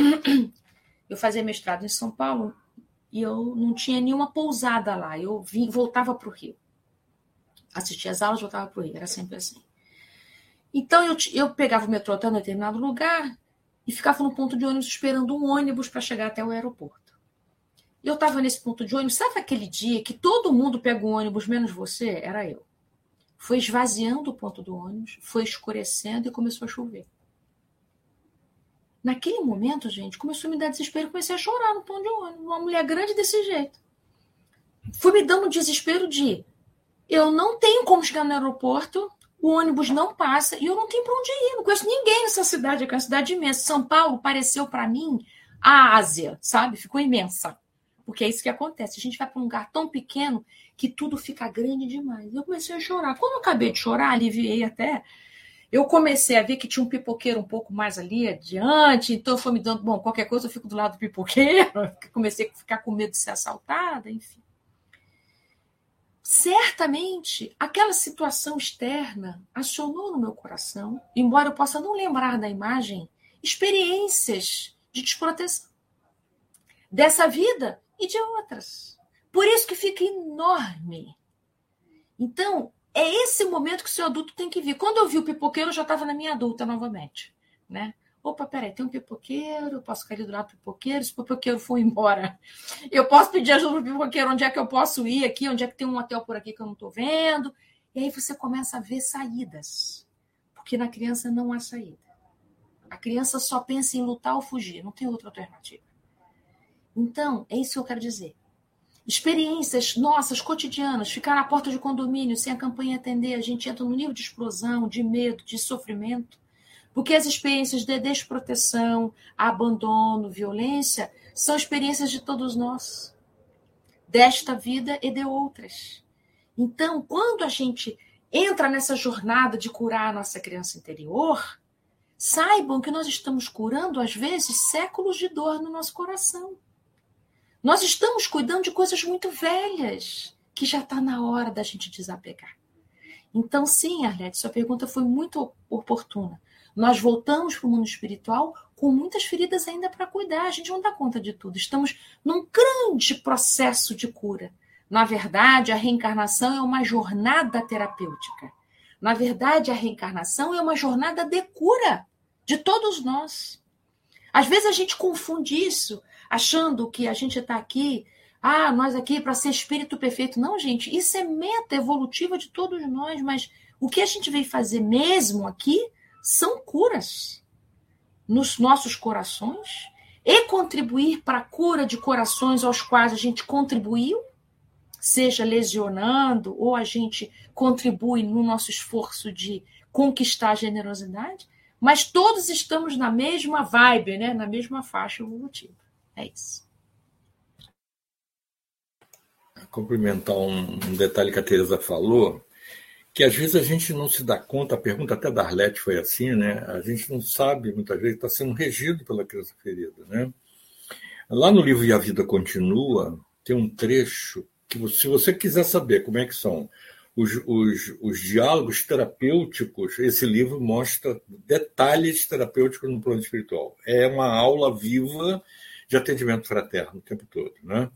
eu fazia mestrado em São Paulo, e eu não tinha nenhuma pousada lá, eu vim, voltava para o Rio. Assistia as aulas, voltava para o Rio, era sempre assim. Então eu, eu pegava o metrô até um determinado lugar e ficava no ponto de ônibus esperando um ônibus para chegar até o aeroporto. E eu estava nesse ponto de ônibus, sabe aquele dia que todo mundo pega um ônibus, menos você? Era eu. Foi esvaziando o ponto do ônibus, foi escurecendo e começou a chover. Naquele momento, gente, começou a me dar desespero, comecei a chorar no ponto de ônibus, uma mulher grande desse jeito. Foi me dando um desespero de, eu não tenho como chegar no aeroporto, o ônibus não passa e eu não tenho para onde ir, não conheço ninguém nessa cidade, é uma cidade imensa. São Paulo pareceu para mim a Ásia, sabe? Ficou imensa. Porque é isso que acontece, a gente vai para um lugar tão pequeno que tudo fica grande demais. Eu comecei a chorar. Quando eu acabei de chorar, aliviei até, eu comecei a ver que tinha um pipoqueiro um pouco mais ali adiante, então foi me dando, bom, qualquer coisa eu fico do lado do pipoqueiro, comecei a ficar com medo de ser assaltada, enfim. certamente aquela situação externa acionou no meu coração, embora eu possa não lembrar da imagem, experiências de desproteção dessa vida e de outras. Por isso que fica enorme. Então, é esse momento que o seu adulto tem que vir. Quando eu vi o pipoqueiro, eu já estava na minha adulta novamente, né? Opa, peraí, tem um pipoqueiro, eu posso cair do lado do pipoqueiro, se o pipoqueiro for embora, eu posso pedir ajuda pro pipoqueiro, onde é que eu posso ir aqui, onde é que tem um hotel por aqui que eu não estou vendo. E aí você começa a ver saídas, porque na criança não há saída. A criança só pensa em lutar ou fugir, não tem outra alternativa. Então, é isso que eu quero dizer. Experiências nossas, cotidianas, ficar na porta de condomínio sem a campanha atender, a gente entra num nível de explosão, de medo, de sofrimento. Porque as experiências de desproteção, abandono, violência, são experiências de todos nós, desta vida e de outras. Então, quando a gente entra nessa jornada de curar a nossa criança interior, saibam que nós estamos curando, às vezes, séculos de dor no nosso coração. Nós estamos cuidando de coisas muito velhas, que já está na hora da gente desapegar. Então, sim, Arlete, sua pergunta foi muito oportuna. Nós voltamos para o mundo espiritual com muitas feridas ainda para cuidar. A gente não dá conta de tudo. Estamos num grande processo de cura. Na verdade, a reencarnação é uma jornada terapêutica. Na verdade, a reencarnação é uma jornada de cura de todos nós. Às vezes a gente confunde isso, achando que a gente está aqui, ah, nós aqui para ser espírito perfeito. Não, gente, isso é meta evolutiva de todos nós, mas o que a gente veio fazer mesmo aqui são curas nos nossos corações e contribuir para a cura de corações aos quais a gente contribuiu, seja lesionando ou a gente contribui no nosso esforço de conquistar a generosidade, mas todos estamos na mesma vibe, né? Na mesma faixa evolutiva. É isso. Complementar um, um detalhe que a Teresa falou, que às vezes a gente não se dá conta, a pergunta até da Arlete foi assim, né? A gente não sabe, muitas vezes, está sendo regido pela criança ferida, né? Lá no livro E a Vida Continua, tem um trecho que, se você quiser saber como é que são os, os, os diálogos terapêuticos, esse livro mostra detalhes terapêuticos no plano espiritual. É uma aula viva de atendimento fraterno o tempo todo, né?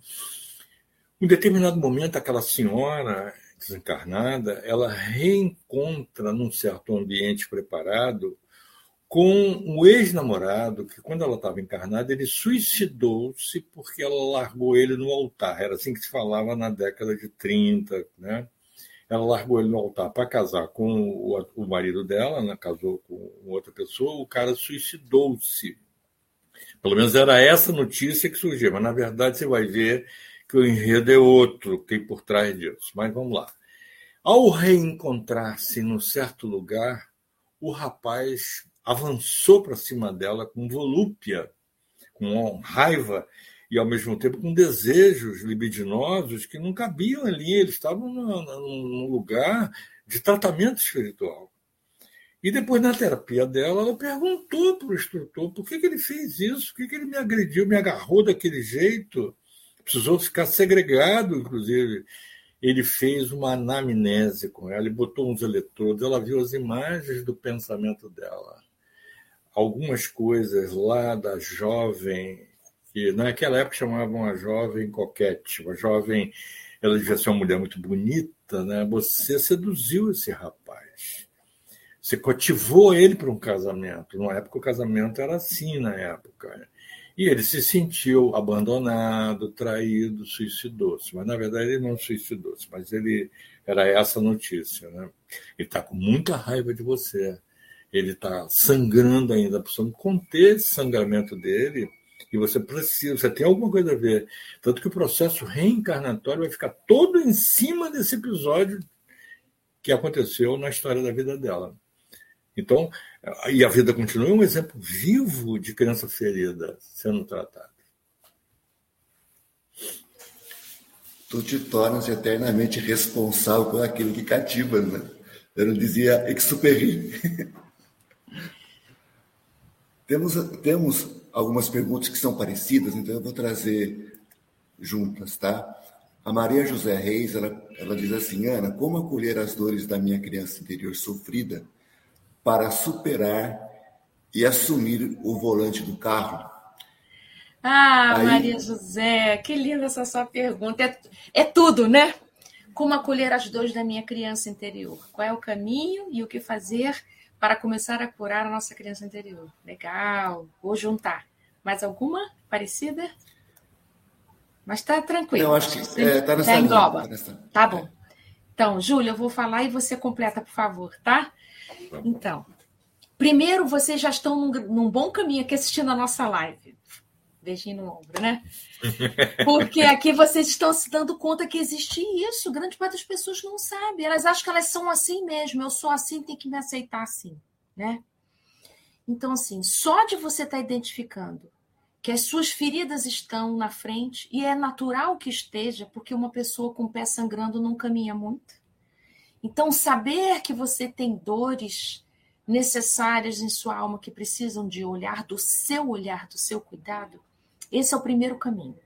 Em determinado momento, aquela senhora desencarnada, ela reencontra num certo ambiente preparado com o ex-namorado que, quando ela estava encarnada, ele suicidou-se porque ela largou ele no altar. Era assim que se falava na década de trinta, né? Ela largou ele no altar para casar com o, o marido dela, né? Casou com outra pessoa, o cara suicidou-se. Pelo menos era essa notícia que surgiu, mas na verdade você vai ver que o enredo é outro que tem por trás disso. Mas vamos lá. Ao reencontrar-se num certo lugar, o rapaz avançou para cima dela com volúpia, com raiva e, ao mesmo tempo, com desejos libidinosos que não cabiam ali. Eles estavam num lugar de tratamento espiritual. E depois, na terapia dela, ela perguntou para o instrutor por que, que ele fez isso, por que, que ele me agrediu, me agarrou daquele jeito. Precisou ficar segregado, inclusive. Ele fez uma anamnese com ela, ele botou uns eletrodos, ela viu as imagens do pensamento dela. Algumas coisas lá da jovem, que naquela época chamavam a jovem coquete, uma jovem, ela devia ser uma mulher muito bonita, né? Você seduziu esse rapaz. Você cativou ele para um casamento. Na época o casamento era assim, na época. E ele se sentiu abandonado, traído, suicidou-se. Mas, na verdade, ele não suicidou-se, mas ele era essa notícia, né? Ele está com muita raiva de você. Ele está sangrando ainda, precisando conter esse sangramento dele, e você precisa, você tem alguma coisa a ver. Tanto que o processo reencarnatório vai ficar todo em cima desse episódio que aconteceu na história da vida dela. Então, e a vida continua, é um exemplo vivo de criança ferida sendo tratada. Tu te tornas eternamente responsável por aquilo que cativa, né? Eu não dizia exupéry. temos, temos algumas perguntas que são parecidas, então eu vou trazer juntas, tá? A Maria José Reis, ela, ela diz assim: Ana, como acolher as dores da minha criança interior sofrida para superar e assumir o volante do carro? Ah, Aí, Maria José, que linda essa sua pergunta. É, é tudo, né? Como acolher as dores da minha criança interior? Qual é o caminho e o que fazer para começar a curar a nossa criança interior? Legal, vou juntar. Mais alguma parecida? Mas tá tranquilo. não, acho que é, tá Já nessa linha. engloba. Tá nessa, Tá é. bom. Então, Júlia, eu vou falar e você completa, por favor, tá? Então, primeiro, vocês já estão num, num bom caminho aqui assistindo a nossa live. Beijinho no ombro, né? Porque aqui vocês estão se dando conta que existe isso. Grande parte das pessoas não sabe. Elas acham que elas são assim mesmo. Eu sou assim, tem que me aceitar assim, né? Então, assim, só de você estar identificando que as suas feridas estão na frente, e é natural que esteja, porque uma pessoa com o pé sangrando não caminha muito. Então, saber que você tem dores necessárias em sua alma que precisam de olhar, do seu olhar, do seu cuidado, esse é o primeiro caminho.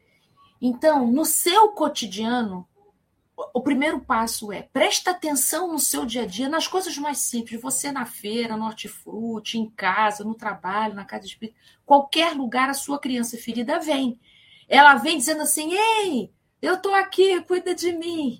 Então, no seu cotidiano, o primeiro passo é presta atenção no seu dia a dia, nas coisas mais simples. Você na feira, no hortifruti, em casa, no trabalho, na casa de espírito, qualquer lugar a sua criança ferida vem. Ela vem dizendo assim: ei, eu estou aqui, cuida de mim.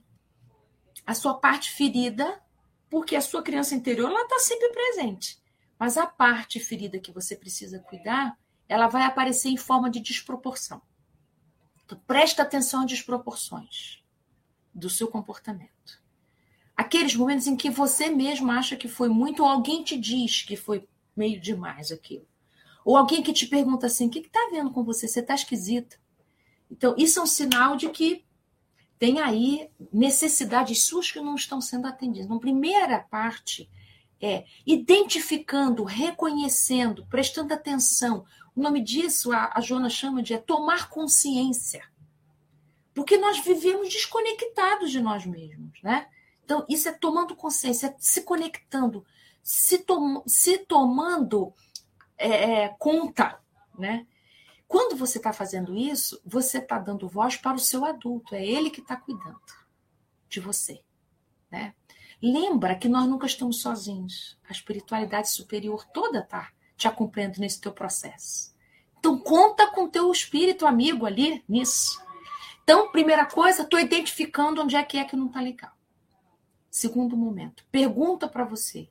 A sua parte ferida, porque a sua criança interior ela está sempre presente. Mas a parte ferida que você precisa cuidar, ela vai aparecer em forma de desproporção. Então, presta atenção às desproporções do seu comportamento. Aqueles momentos em que você mesmo acha que foi muito, ou alguém te diz que foi meio demais aquilo. Ou alguém que te pergunta assim: o que está vendo com você? Você está esquisita. Então, isso é um sinal de que tem aí necessidades suas que não estão sendo atendidas. Então, a primeira parte é identificando, reconhecendo, prestando atenção. O nome disso, a, a Joana chama de é tomar consciência. Porque nós vivemos desconectados de nós mesmos, né? Então, isso é tomando consciência, é se conectando, se, tom, se tomando é, é, conta, né? Quando você está fazendo isso, você está dando voz para o seu adulto, é ele que está cuidando de você, né? Lembra que nós nunca estamos sozinhos. A espiritualidade superior toda está te acompanhando nesse teu processo. Então, conta com o teu espírito amigo ali nisso. Então, primeira coisa, estou identificando onde é que é que não está legal. Segundo momento, pergunta para você: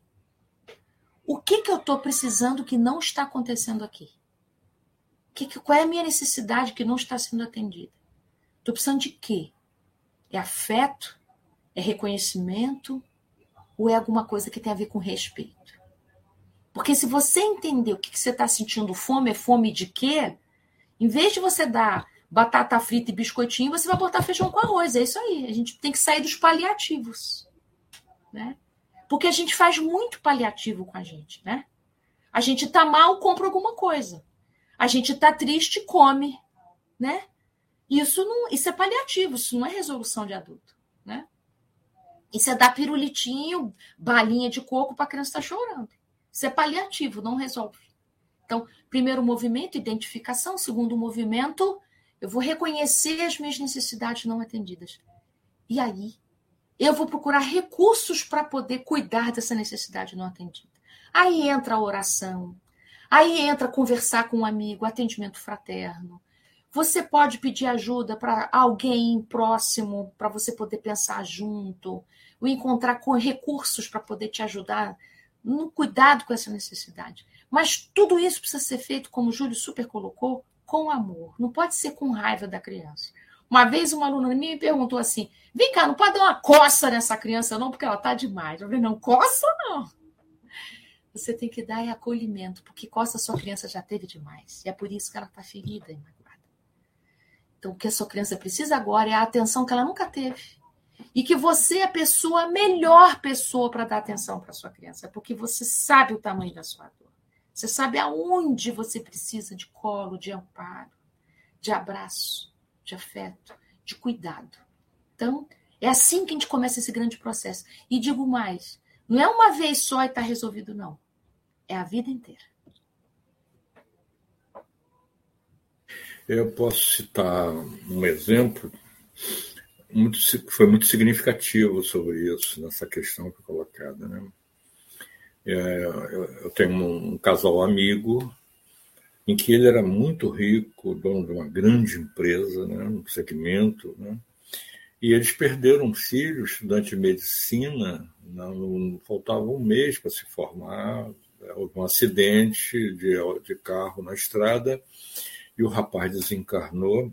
o que, que eu estou precisando que não está acontecendo aqui? Que, que, qual é a minha necessidade que não está sendo atendida? Estou precisando de quê? É afeto? É reconhecimento? Ou é alguma coisa que tem a ver com respeito? Porque se você entender o que, que você está sentindo fome, é fome de quê? Em vez de você dar batata frita e biscoitinho, você vai botar feijão com arroz. É isso aí. A gente tem que sair dos paliativos, né? Porque a gente faz muito paliativo com a gente, né? A gente tá mal, compra alguma coisa. A gente tá triste, come, né? Isso, não, isso é paliativo, isso não é resolução de adulto, né? Isso é dar pirulitinho, balinha de coco para a criança estar chorando. Isso é paliativo, não resolve. Então, primeiro movimento, identificação. Segundo movimento, eu vou reconhecer as minhas necessidades não atendidas. E aí, eu vou procurar recursos para poder cuidar dessa necessidade não atendida. Aí entra a oração. Aí entra conversar com um amigo, atendimento fraterno. Você pode pedir ajuda para alguém próximo, para você poder pensar junto, ou encontrar com recursos para poder te ajudar no cuidado com essa necessidade. Mas tudo isso precisa ser feito, como o Júlio super colocou, com amor. Não pode ser com raiva da criança. Uma vez uma aluna minha me perguntou assim: vem cá, não pode dar uma coça nessa criança não, porque ela está demais. Eu falei: não, coça não. Você tem que dar acolhimento, porque coça a sua criança já teve demais. E é por isso que ela está ferida e magoada. Então, o que a sua criança precisa agora é a atenção que ela nunca teve. E que você é a pessoa, a melhor pessoa para dar atenção para a sua criança, porque você sabe o tamanho da sua dor. Você sabe aonde você precisa de colo, de amparo, de abraço, de afeto, de cuidado. Então, é assim que a gente começa esse grande processo. E digo mais, não é uma vez só e está resolvido, não. É a vida inteira. Eu posso citar um exemplo muito, foi muito significativo sobre isso, nessa questão que foi colocada, né? É, eu, eu tenho um, um casal amigo em que ele era muito rico, dono de uma grande empresa, né, um segmento, né, e eles perderam um filho, estudante de medicina, não, não faltava um mês para se formar, houve um acidente de, de carro na estrada, e o rapaz desencarnou,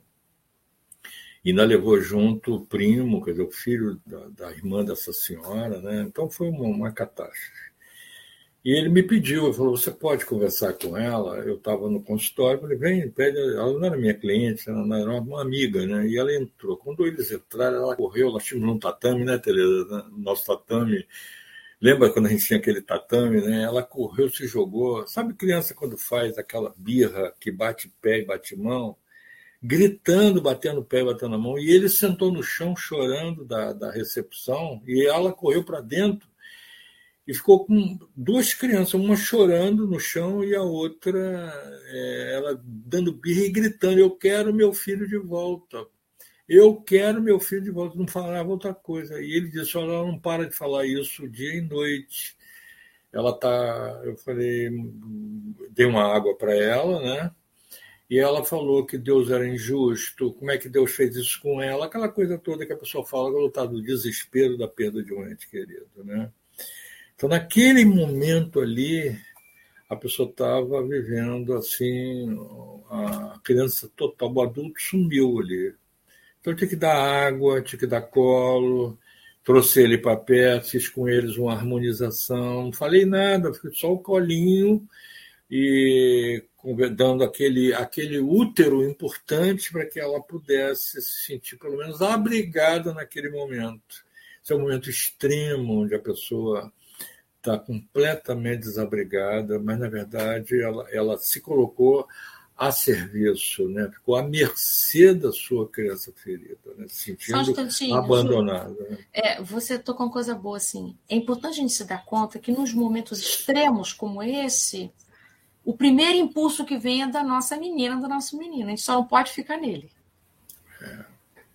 e ainda levou junto o primo, quer dizer, o filho da, da irmã dessa senhora, né, então foi uma, uma catástrofe. E ele me pediu, ele falou, você pode conversar com ela? Eu estava no consultório, falei, vem, pede. Ela não era minha cliente, ela era uma amiga, né? E ela entrou. Quando eles entraram, ela correu, nós tínhamos um tatame, né, Tereza? Nosso tatame. Lembra quando a gente tinha aquele tatame, né? Ela correu, se jogou. Sabe criança quando faz aquela birra que bate pé e bate mão? Gritando, batendo pé e batendo a mão. E ele sentou no chão chorando da, da recepção e ela correu para dentro. E ficou com duas crianças, uma chorando no chão e a outra, é, ela dando birra e gritando, eu quero meu filho de volta, eu quero meu filho de volta, não falava outra coisa. E ele disse, olha, ela não para de falar isso dia e noite. Ela tá, eu falei, dei uma água para ela, né? E ela falou que Deus era injusto, como é que Deus fez isso com ela, aquela coisa toda que a pessoa fala quando está do desespero da perda de um ente querido, né? Então, naquele momento ali, a pessoa estava vivendo assim, a criança total, o adulto sumiu ali. Então, tinha que dar água, tinha que dar colo, trouxe ele para perto, fiz com eles uma harmonização, não falei nada, fiquei só o colinho e dando aquele, aquele útero importante para que ela pudesse se sentir, pelo menos, abrigada naquele momento. Esse é um momento extremo, onde a pessoa está completamente desabrigada, mas, na verdade, ela, ela se colocou a serviço, né? Ficou à mercê da sua criança ferida, né? Se sentindo um abandonada. Né? É, você tocou uma coisa boa, assim. É importante a gente se dar conta que, nos momentos extremos como esse, o primeiro impulso que vem é da nossa menina, do nosso menino. A gente só não pode ficar nele. É.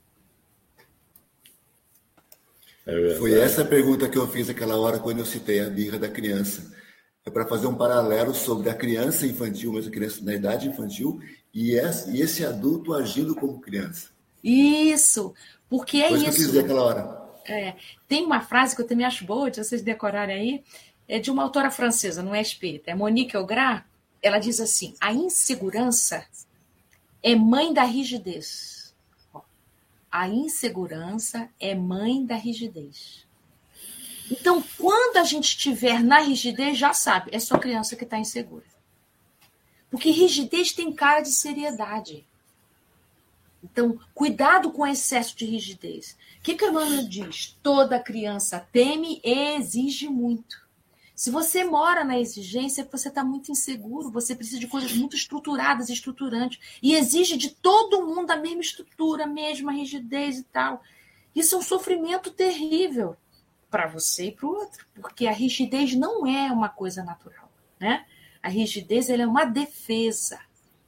Foi essa a pergunta que eu fiz aquela hora quando eu citei a birra da criança. É para fazer um paralelo sobre a criança infantil, mas a criança na idade infantil, e esse adulto agindo como criança. Isso, porque é Foi isso. Foi isso que eu quis dizer aquela hora. É, tem uma frase que eu também acho boa, de vocês decorarem aí, é de uma autora francesa, não é espírita, é Monique Augras. Ela diz assim, a insegurança é mãe da rigidez. A insegurança é mãe da rigidez. Então, quando a gente estiver na rigidez, já sabe, é sua criança que está insegura. Porque rigidez tem cara de seriedade. Então, cuidado com o excesso de rigidez. O que, que a Emmanuel diz? Toda criança teme e exige muito. Se você mora na exigência, é porque você está muito inseguro, você precisa de coisas muito estruturadas, estruturantes, e exige de todo mundo a mesma estrutura, a mesma rigidez e tal. Isso é um sofrimento terrível para você e para o outro, porque a rigidez não é uma coisa natural, né? A rigidez ela é uma defesa.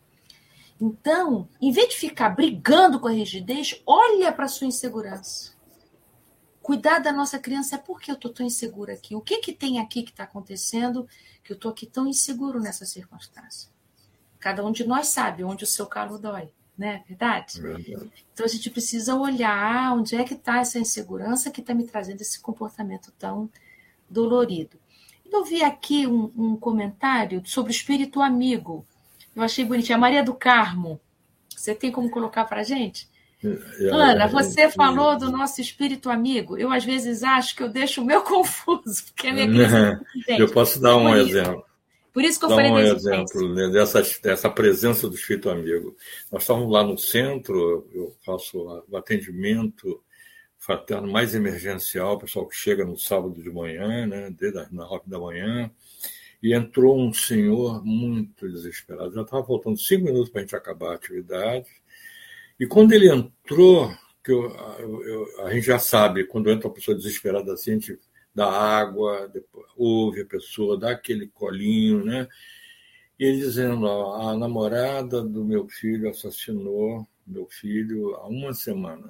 Então, em vez de ficar brigando com a rigidez, olha para a sua insegurança. Cuidar da nossa criança é porque eu estou tão insegura aqui. O que, que tem aqui que está acontecendo que eu estou aqui tão inseguro nessa circunstância? Cada um de nós sabe onde o seu calo dói, né? Verdade? Verdade. Então a gente precisa olhar onde é que está essa insegurança que está me trazendo esse comportamento tão dolorido. Eu vi aqui um, um comentário sobre o espírito amigo. Eu achei bonitinho. A Maria do Carmo. Você tem como colocar para a gente? Ana, você falou do nosso espírito amigo. Eu, às vezes, acho que eu deixo o meu confuso, porque a minha criança não Eu posso dar um exemplo. Por isso que eu Dar falei um desse exemplo né, dessa, dessa presença do espírito amigo. Nós estávamos lá no centro, eu faço o atendimento fraterno mais emergencial, o pessoal que chega no sábado de manhã, né, desde as nove da manhã, e entrou um senhor muito desesperado. Já estava faltando cinco minutos para a gente acabar a atividade. E quando ele entrou, que eu, eu, eu, a gente já sabe, quando entra uma pessoa desesperada assim, a gente dá água, depois, ouve a pessoa, dá aquele colinho, né? E ele dizendo, ó, a namorada do meu filho assassinou meu filho há uma semana.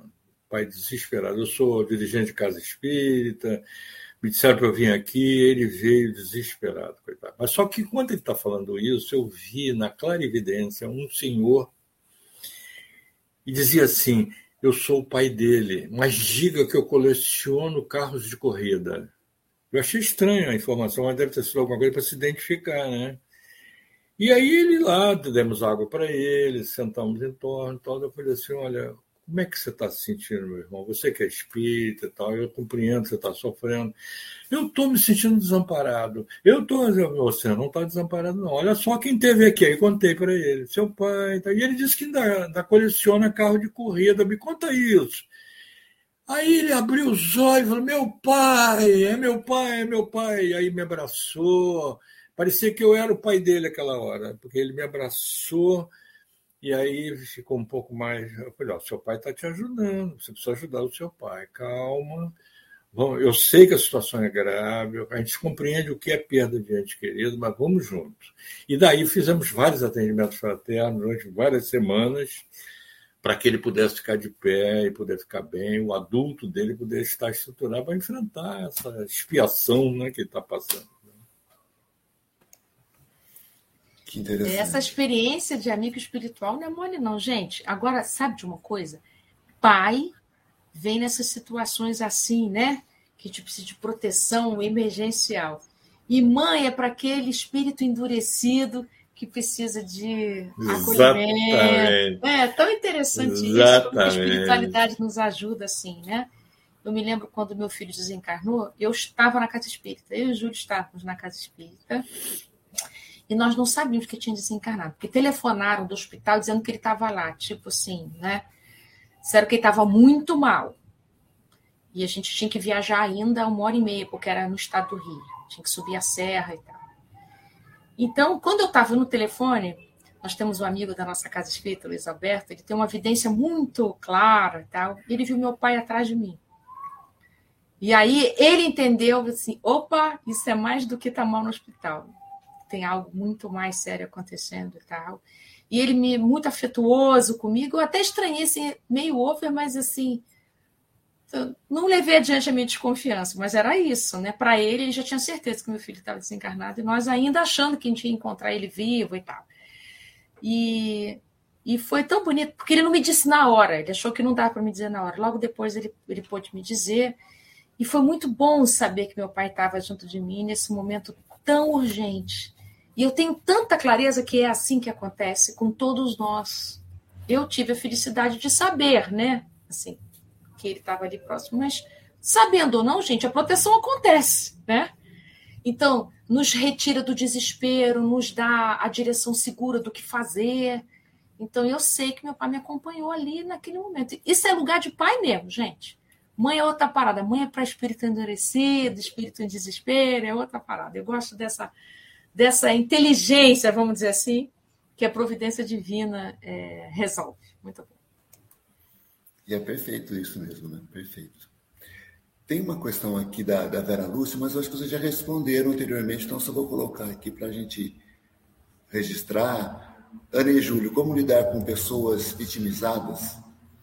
pai desesperado. Eu sou dirigente de casa espírita, me disseram para eu vir aqui, ele veio desesperado, coitado. Mas só que quando ele está falando isso, eu vi na clarividência um senhor e dizia assim: eu sou o pai dele, mas diga que eu coleciono carros de corrida. Eu achei estranha a informação, mas deve ter sido alguma coisa para se identificar, né? E aí ele lá, demos água para ele, sentamos em torno, tal. Eu falei assim: olha, como é que você está se sentindo, meu irmão? Você que é espírita e tal, eu compreendo que você está sofrendo. Eu estou me sentindo desamparado. Eu estou... Você não está desamparado, não. Olha só quem teve aqui. Aí contei para ele. Seu pai... Tá... E ele disse que ainda, ainda coleciona carro de corrida. Me conta isso. Aí ele abriu os olhos e falou: meu pai, é meu pai, é meu pai. E aí me abraçou. Parecia que eu era o pai dele aquela hora, porque ele me abraçou. E aí ficou um pouco mais... Eu falei: ó, seu pai está te ajudando, você precisa ajudar o seu pai, calma. Bom, eu sei que a situação é grave, a gente compreende o que é perda de ente querido, mas vamos juntos. E daí fizemos vários atendimentos fraternos durante várias semanas, para que ele pudesse ficar de pé e poder ficar bem, o adulto dele poder estar estruturado para enfrentar essa expiação, né, que ele está passando. Que interessante. Essa experiência de amigo espiritual não é mole, não, gente. Agora, sabe de uma coisa? Pai vem nessas situações assim, né? Que tipo precisa de proteção emergencial. E mãe é para aquele espírito endurecido que precisa de acolhimento. É tão interessante Exatamente. Isso, como a espiritualidade nos ajuda assim, né? Eu me lembro quando meu filho desencarnou, eu estava na casa espírita, eu e o Júlio estávamos na casa espírita, e nós não sabíamos que tinha desencarnado, porque telefonaram do hospital dizendo que ele estava lá, tipo assim, né? Disseram que ele estava muito mal. E a gente tinha que viajar ainda uma hora e meia, porque era no estado do Rio. Tinha que subir a serra e tal. Então, quando eu estava no telefone, nós temos um amigo da nossa casa espírita, Luiz Alberto, ele tem uma evidência muito clara e tal, e ele viu meu pai atrás de mim. E aí ele entendeu assim: opa, isso é mais do que estar mal no hospital. Tem algo muito mais sério acontecendo e tal. E ele me muito afetuoso comigo. Eu até estranhei, assim, meio over, mas assim, não levei adiante a minha desconfiança, mas era isso, né? Para ele, ele já tinha certeza que meu filho estava desencarnado e nós ainda achando que a gente ia encontrar ele vivo e tal. E, e foi tão bonito, porque ele não me disse na hora, ele achou que não dava para me dizer na hora. Logo depois ele, ele pôde me dizer. E foi muito bom saber que meu pai estava junto de mim nesse momento tão urgente. E eu tenho tanta clareza que é assim que acontece com todos nós. Eu tive a felicidade de saber, né? Assim, que ele estava ali próximo, mas sabendo ou não, gente, a proteção acontece, né? Então, nos retira do desespero, nos dá a direção segura do que fazer. Então, eu sei que meu pai me acompanhou ali naquele momento. Isso é lugar de pai mesmo, gente. Mãe é outra parada. Mãe é para espírito endurecido, espírito em desespero, é outra parada. Eu gosto dessa... dessa inteligência, vamos dizer assim, que a providência divina é, resolve. Muito bom. E é perfeito isso mesmo, né? Perfeito. Tem uma questão aqui da, da Vera Lúcia, mas eu acho que vocês já responderam anteriormente, então só vou colocar aqui para a gente registrar. Ana e Júlio, como lidar com pessoas vitimizadas?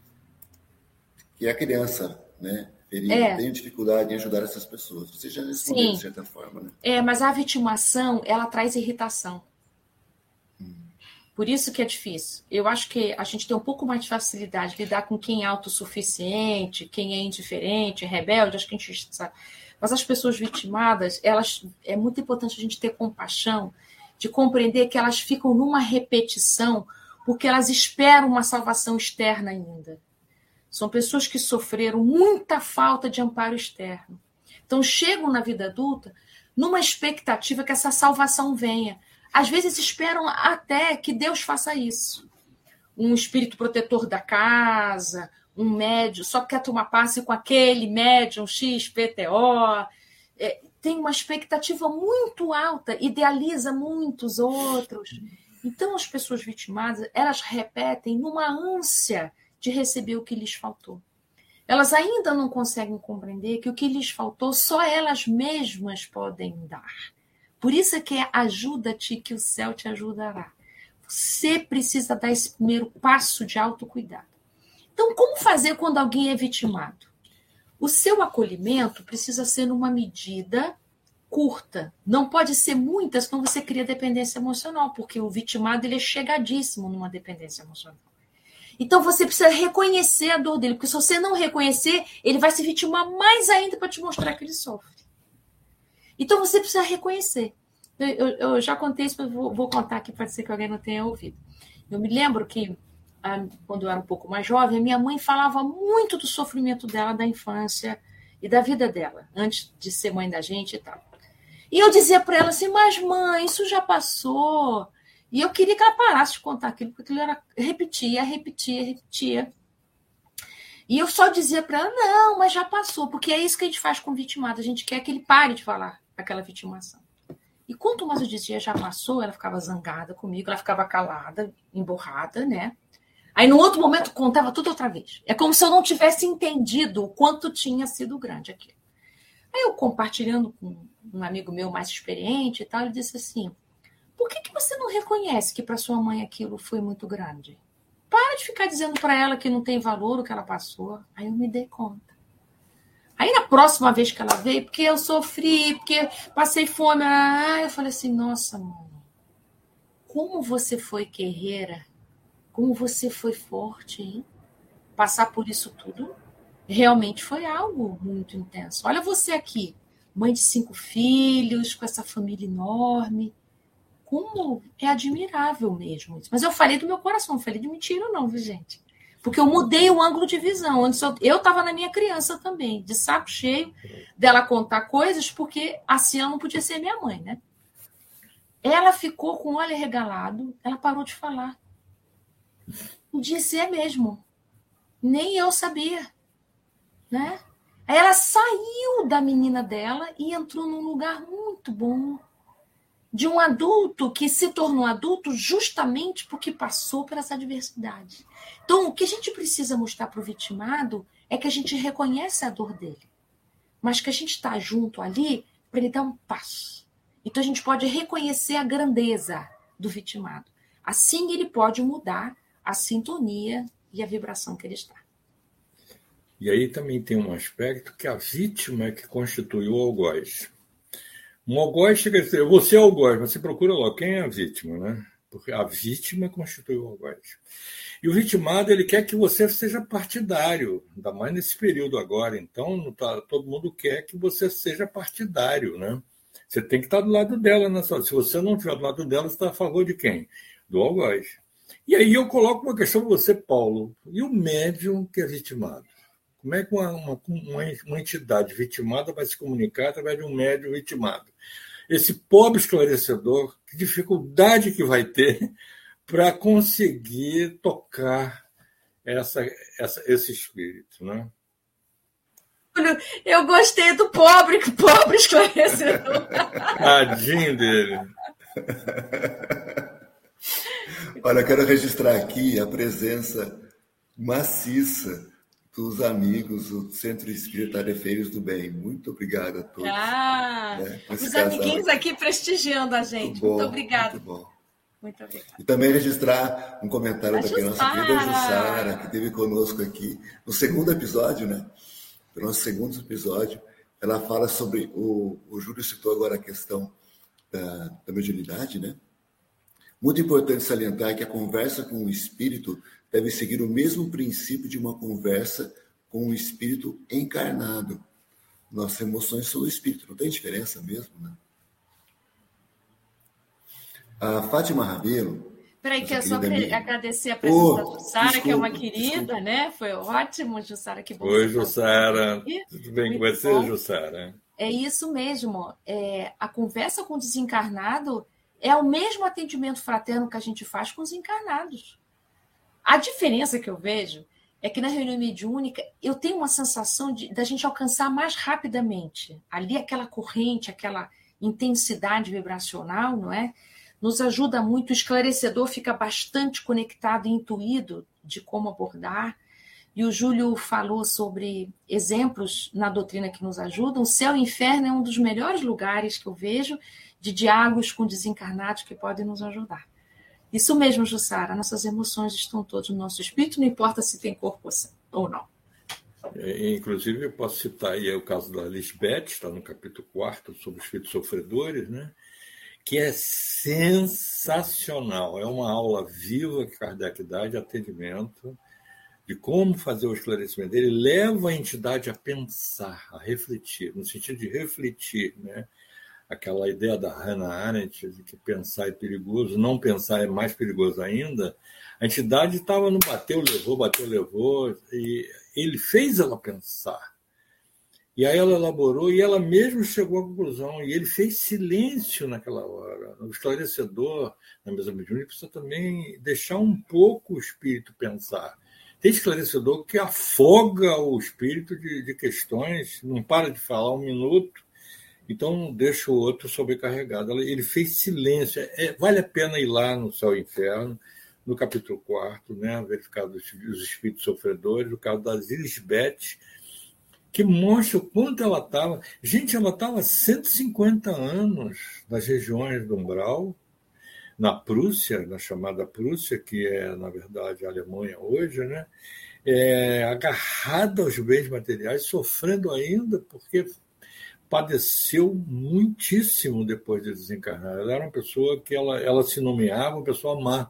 Que é a criança, né? Ele é. tem dificuldade em ajudar essas pessoas. Você já respondeu de certa forma, né? É, mas a vitimação, ela traz irritação. Hum. Por isso que é difícil. Eu acho que a gente tem um pouco mais de facilidade de lidar com quem é autossuficiente, quem é indiferente, rebelde, acho que a gente sabe. Mas as pessoas vitimadas, elas, é muito importante a gente ter compaixão, de compreender que elas ficam numa repetição, porque elas esperam uma salvação externa ainda. São pessoas que sofreram muita falta de amparo externo. Então, chegam na vida adulta numa expectativa que essa salvação venha. Às vezes, esperam até que Deus faça isso. Um espírito protetor da casa, um médium, só quer tomar passe com aquele médium X P T O. É, tem uma expectativa muito alta, idealiza muitos outros. Então, as pessoas vitimadas, elas repetem numa ânsia de receber o que lhes faltou. Elas ainda não conseguem compreender que o que lhes faltou só elas mesmas podem dar. Por isso é que é ajuda-te que o céu te ajudará. Você precisa dar esse primeiro passo de autocuidado. Então, como fazer quando alguém é vitimado? O seu acolhimento precisa ser numa medida curta. Não pode ser muita, senão você cria dependência emocional, porque o vitimado ele é chegadíssimo numa dependência emocional. Então, você precisa reconhecer a dor dele, porque se você não reconhecer, ele vai se vitimar mais ainda para te mostrar que ele sofre. Então, você precisa reconhecer. Eu, eu, eu já contei isso, mas vou, vou contar aqui, pode ser que alguém não tenha ouvido. Eu me lembro que, quando eu era um pouco mais jovem, minha mãe falava muito do sofrimento dela, da infância e da vida dela, antes de ser mãe da gente e tal. E eu dizia para ela assim, mas mãe, isso já passou. E eu queria que ela parasse de contar aquilo, porque aquilo era, repetia, repetia, repetia. E eu só dizia para ela, não, mas já passou, porque é isso que a gente faz com o vitimado, a gente quer que ele pare de falar aquela vitimação. E quanto mais eu dizia, já passou, ela ficava zangada comigo, ela ficava calada, emborrada, né? Aí, no outro momento, contava tudo outra vez. É como se eu não tivesse entendido o quanto tinha sido grande aquilo. Aí, eu compartilhando com um amigo meu mais experiente e tal, ele disse assim, por que, que você não reconhece que para sua mãe aquilo foi muito grande? Para de ficar dizendo para ela que não tem valor o que ela passou. Aí eu me dei conta. Aí, na próxima vez que ela veio, porque eu sofri, porque passei fome, eu falei assim, nossa, mãe, como você foi guerreira, como você foi forte, hein? Passar por isso tudo realmente foi algo muito intenso. Olha você aqui, mãe de cinco filhos, com essa família enorme. Como é admirável mesmo isso. Mas eu falei do meu coração, não falei de mentira não, viu, gente? Porque eu mudei o ângulo de visão. Antes eu estava na minha criança também, de saco cheio dela contar coisas, porque assim ela não podia ser minha mãe, né? Ela ficou com o olho arregalado, ela parou de falar. Disse, é mesmo. Nem eu sabia. Né? Aí ela saiu da menina dela e entrou num lugar muito bom. De um adulto que se tornou adulto justamente porque passou por essa adversidade. Então, o que a gente precisa mostrar para o vitimado é que a gente reconhece a dor dele, mas que a gente está junto ali para ele dar um passo. Então, a gente pode reconhecer a grandeza do vitimado. Assim, ele pode mudar a sintonia e a vibração que ele está. E aí também tem um aspecto que a vítima é que constitui o algoz. Um algoz chega a dizer, você é o algoz, mas você procura logo quem é a vítima, né? Porque a vítima constitui o algoz. E o vitimado, ele quer que você seja partidário, ainda mais nesse período agora. Então, tá, todo mundo quer que você seja partidário, né? Você tem que estar do lado dela. Né? Se você não estiver do lado dela, você está a favor de quem? Do algoz. E aí eu coloco uma questão para você, Paulo. E o médium que é vitimado? Como é que uma, uma, uma entidade vitimada vai se comunicar através de um médium vitimado? Esse pobre esclarecedor, que dificuldade que vai ter para conseguir tocar essa, essa, esse espírito, né? Eu gostei do pobre, pobre esclarecedor. Tadinho dele. Olha, eu quero registrar aqui a presença maciça dos amigos do Centro Espírita Arefeiros do Bem. Muito obrigado a todos. Ah, né, os amiguinhos aqui. aqui prestigiando a gente. Muito, bom, muito obrigado. Muito bom. Muito obrigada. E também registrar um comentário da nossa querida Jussara, que esteve conosco aqui no segundo episódio, né? No nosso segundo episódio, ela fala sobre, o, o Júlio citou agora a questão da, da mediunidade, né? Muito importante salientar que a conversa com o espírito deve seguir o mesmo princípio de uma conversa com o espírito encarnado. Nossas emoções são o espírito, não tem diferença mesmo, né? A Fátima Rabelo... Peraí, que eu só queria agradecer a presença oh, da Jussara, que é uma querida, desculpa. Né? Foi ótimo, Jussara, que bom. Oi, Jussara. Tudo bem com você, bom. Jussara? É isso mesmo. É, a conversa com o desencarnado é o mesmo atendimento fraterno que a gente faz com os encarnados. A diferença que eu vejo é que na reunião mediúnica eu tenho uma sensação de da gente alcançar mais rapidamente. Ali aquela corrente, aquela intensidade vibracional, não é? Nos ajuda muito, o esclarecedor fica bastante conectado e intuído de como abordar. E o Júlio falou sobre exemplos na doutrina que nos ajudam. O céu e o inferno é um dos melhores lugares que eu vejo de diálogos com desencarnados que podem nos ajudar. Isso mesmo, Jussara, nossas emoções estão todas no nosso espírito, não importa se tem corpo ou não. É, inclusive, eu posso citar aí o caso da Lisbeth, está no capítulo quarto, sobre os espíritos sofredores, né? Que é sensacional. É uma aula viva que Kardec dá de atendimento, de como fazer o esclarecimento dele, leva a entidade a pensar, a refletir, no sentido de refletir, né? Aquela ideia da Hannah Arendt, de que pensar é perigoso, não pensar é mais perigoso ainda. A entidade estava no bateu, levou, bateu, levou, e ele fez ela pensar. E aí ela elaborou e ela mesma chegou à conclusão. E ele fez silêncio naquela hora. O esclarecedor, na mesa mediúnica, precisa também deixar um pouco o espírito pensar. Tem esclarecedor que afoga o espírito de, de questões, não para de falar um minuto, então deixa o outro sobrecarregado. Ele fez silêncio. É, vale a pena ir lá no Céu e Inferno, no capítulo quarto, né, verificar os, os espíritos sofredores, o caso da Lisbeth, que mostra o quanto ela estava. Gente, ela estava há cento e cinquenta anos nas regiões do umbral, na Prússia, na chamada Prússia, que é, na verdade, a Alemanha hoje, né? É, agarrada aos bens materiais, sofrendo ainda, porque padeceu muitíssimo depois de desencarnar. Ela era uma pessoa que ela, ela se nomeava uma pessoa má.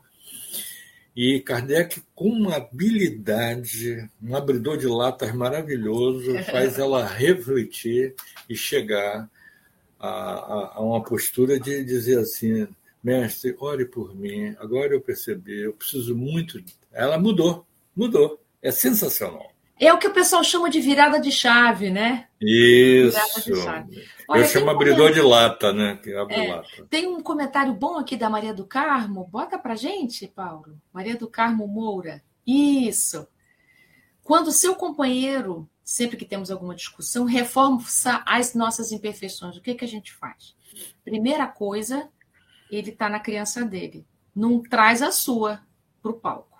E Kardec, com uma habilidade, um abridor de latas maravilhoso, faz ela refletir e chegar a, a, a uma postura de dizer assim: mestre, ore por mim, agora eu percebi, eu preciso muito. Ela mudou, mudou. É sensacional. É o que o pessoal chama de virada de chave, né? Isso. De chave. Olha, eu chamo um abridor de lata, né? Que abre é, lata. Tem um comentário bom aqui da Maria do Carmo. Bota pra gente, Paulo. Maria do Carmo Moura. Isso. Quando seu companheiro, sempre que temos alguma discussão, reforça as nossas imperfeições, o que, que a gente faz? Primeira coisa, ele está na criança dele. Não traz a sua para o palco.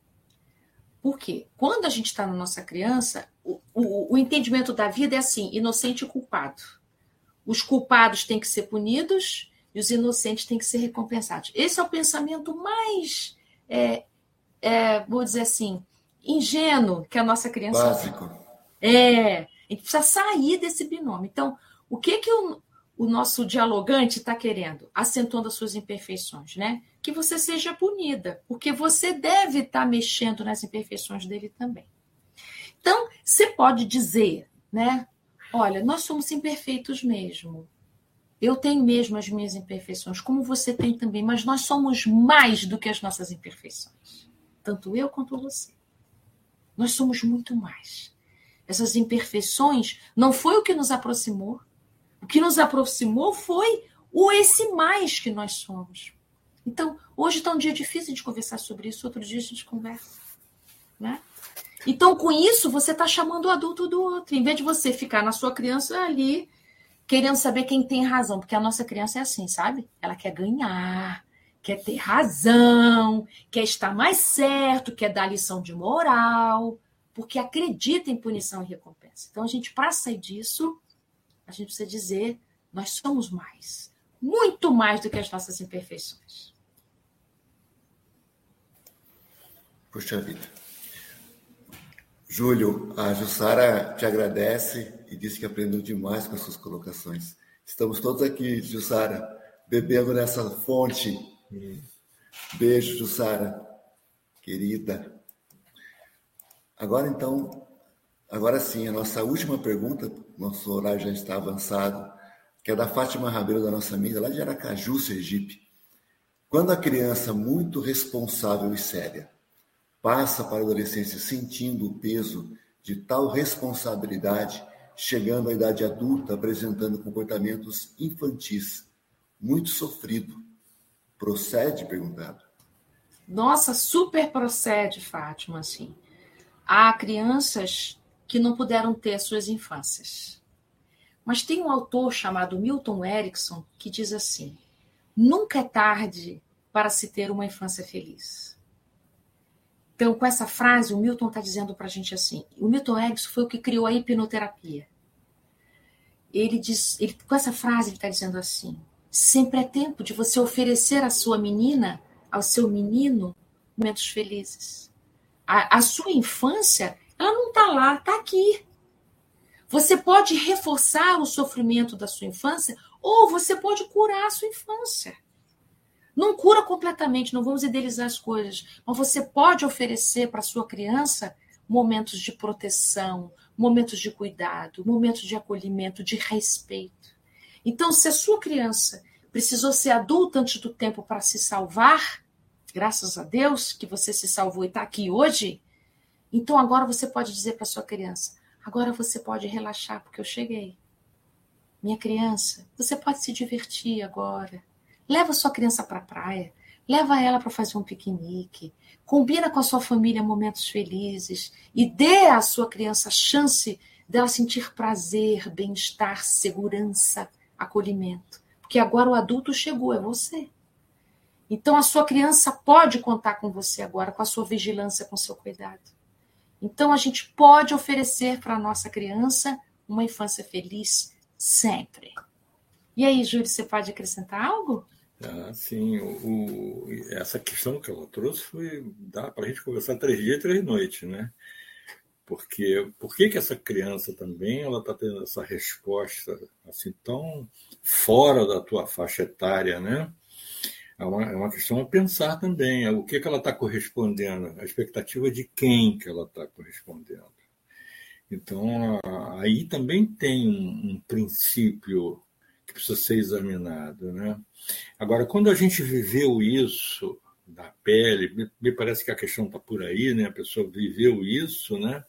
Por quê? Quando a gente está na nossa criança, o, o, o entendimento da vida é assim: inocente e culpado. Os culpados têm que ser punidos e os inocentes têm que ser recompensados. Esse é o pensamento mais, é, é, vou dizer assim, ingênuo que a nossa criança básico. Tem. É, a gente precisa sair desse binômio. Então, o que, que o, o nosso dialogante está querendo? Acentuando as suas imperfeições, né? Que você seja punida, porque você deve estar mexendo nas imperfeições dele também. Então, você pode dizer, né? Olha, nós somos imperfeitos mesmo. Eu tenho mesmo as minhas imperfeições, como você tem também, mas nós somos mais do que as nossas imperfeições. Tanto eu quanto você. Nós somos muito mais. Essas imperfeições não foi o que nos aproximou. O que nos aproximou foi o esse mais que nós somos. Então, hoje está um dia difícil de conversar sobre isso, outro dia a gente conversa. Né? Então, com isso, você está chamando o adulto do outro. Em vez de você ficar na sua criança ali, querendo saber quem tem razão. Porque a nossa criança é assim, sabe? Ela quer ganhar, quer ter razão, quer estar mais certo, quer dar lição de moral, porque acredita em punição e recompensa. Então, a gente, para sair disso, a gente precisa dizer: nós somos mais. Muito mais do que as nossas imperfeições. Puxa vida. Júlio, a Jussara te agradece e disse que aprendeu demais com as suas colocações. Estamos todos aqui, Jussara, bebendo nessa fonte. Beijo, Jussara, querida. Agora, então, agora sim, a nossa última pergunta, nosso horário já está avançado, que é da Fátima Rabelo, da nossa amiga, lá de Aracaju, Sergipe. Quando a criança, muito responsável e séria, passa para a adolescência sentindo o peso de tal responsabilidade, chegando à idade adulta, apresentando comportamentos infantis, muito sofrido, procede, perguntado? Nossa, super procede, Fátima, assim. Há crianças que não puderam ter suas infâncias. Mas tem um autor chamado Milton Erickson que diz assim: nunca é tarde para se ter uma infância feliz. Então, com essa frase, o Milton está dizendo para a gente assim, o Milton Erickson foi o que criou a hipnoterapia. Ele diz, ele, com essa frase ele está dizendo assim: sempre é tempo de você oferecer à sua menina ao seu menino momentos felizes. A, a sua infância, ela não está lá, está aqui. Você pode reforçar o sofrimento da sua infância ou você pode curar a sua infância. Não cura completamente, não vamos idealizar as coisas, mas você pode oferecer para a sua criança momentos de proteção, momentos de cuidado, momentos de acolhimento, de respeito. Então, se a sua criança precisou ser adulta antes do tempo para se salvar, graças a Deus que você se salvou e está aqui hoje, então agora você pode dizer para a sua criança, agora você pode relaxar porque eu cheguei. Minha criança, você pode se divertir agora. Leva sua criança para a praia, leva ela para fazer um piquenique, combina com a sua família momentos felizes e dê à sua criança a chance dela sentir prazer, bem-estar, segurança, acolhimento. Porque agora o adulto chegou, é você. Então a sua criança pode contar com você agora, com a sua vigilância, com o seu cuidado. Então a gente pode oferecer para a nossa criança uma infância feliz sempre. E aí, Júlio, você pode acrescentar algo? Ah, sim, o, o, essa questão que ela trouxe foi, dá para a gente conversar três dias e três noites, né? Porque por que que essa criança também ela está tendo essa resposta assim tão fora da tua faixa etária, né? É uma, é uma questão a pensar também, o que que ela está correspondendo, a expectativa de quem que ela está correspondendo. Então, a, aí também tem um, um princípio que precisa ser examinado, né? Agora, quando a gente viveu isso da pele, me, me parece que a questão está por aí, né? A pessoa viveu isso, né?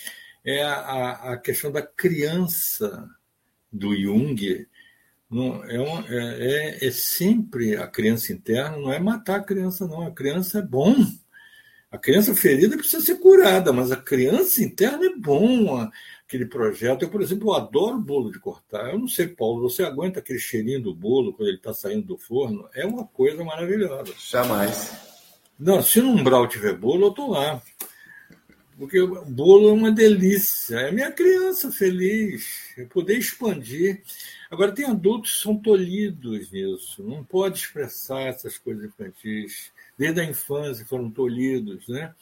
É a, a questão da criança do Jung. Não, é, uma, é, é sempre a criança interna, não é matar a criança, não. A criança é bom. A criança ferida precisa ser curada, mas a criança interna é bom. Aquele projeto. Eu, por exemplo, eu adoro bolo de cortar. Eu não sei, Paulo, você aguenta aquele cheirinho do bolo quando ele está saindo do forno? É uma coisa maravilhosa. Jamais. Não, se no umbral tiver bolo, eu estou lá. Porque o bolo é uma delícia. É minha criança feliz. Eu poder expandir. Agora, tem adultos que são tolhidos nisso. Não pode expressar essas coisas infantis. Desde a infância foram tolhidos, né?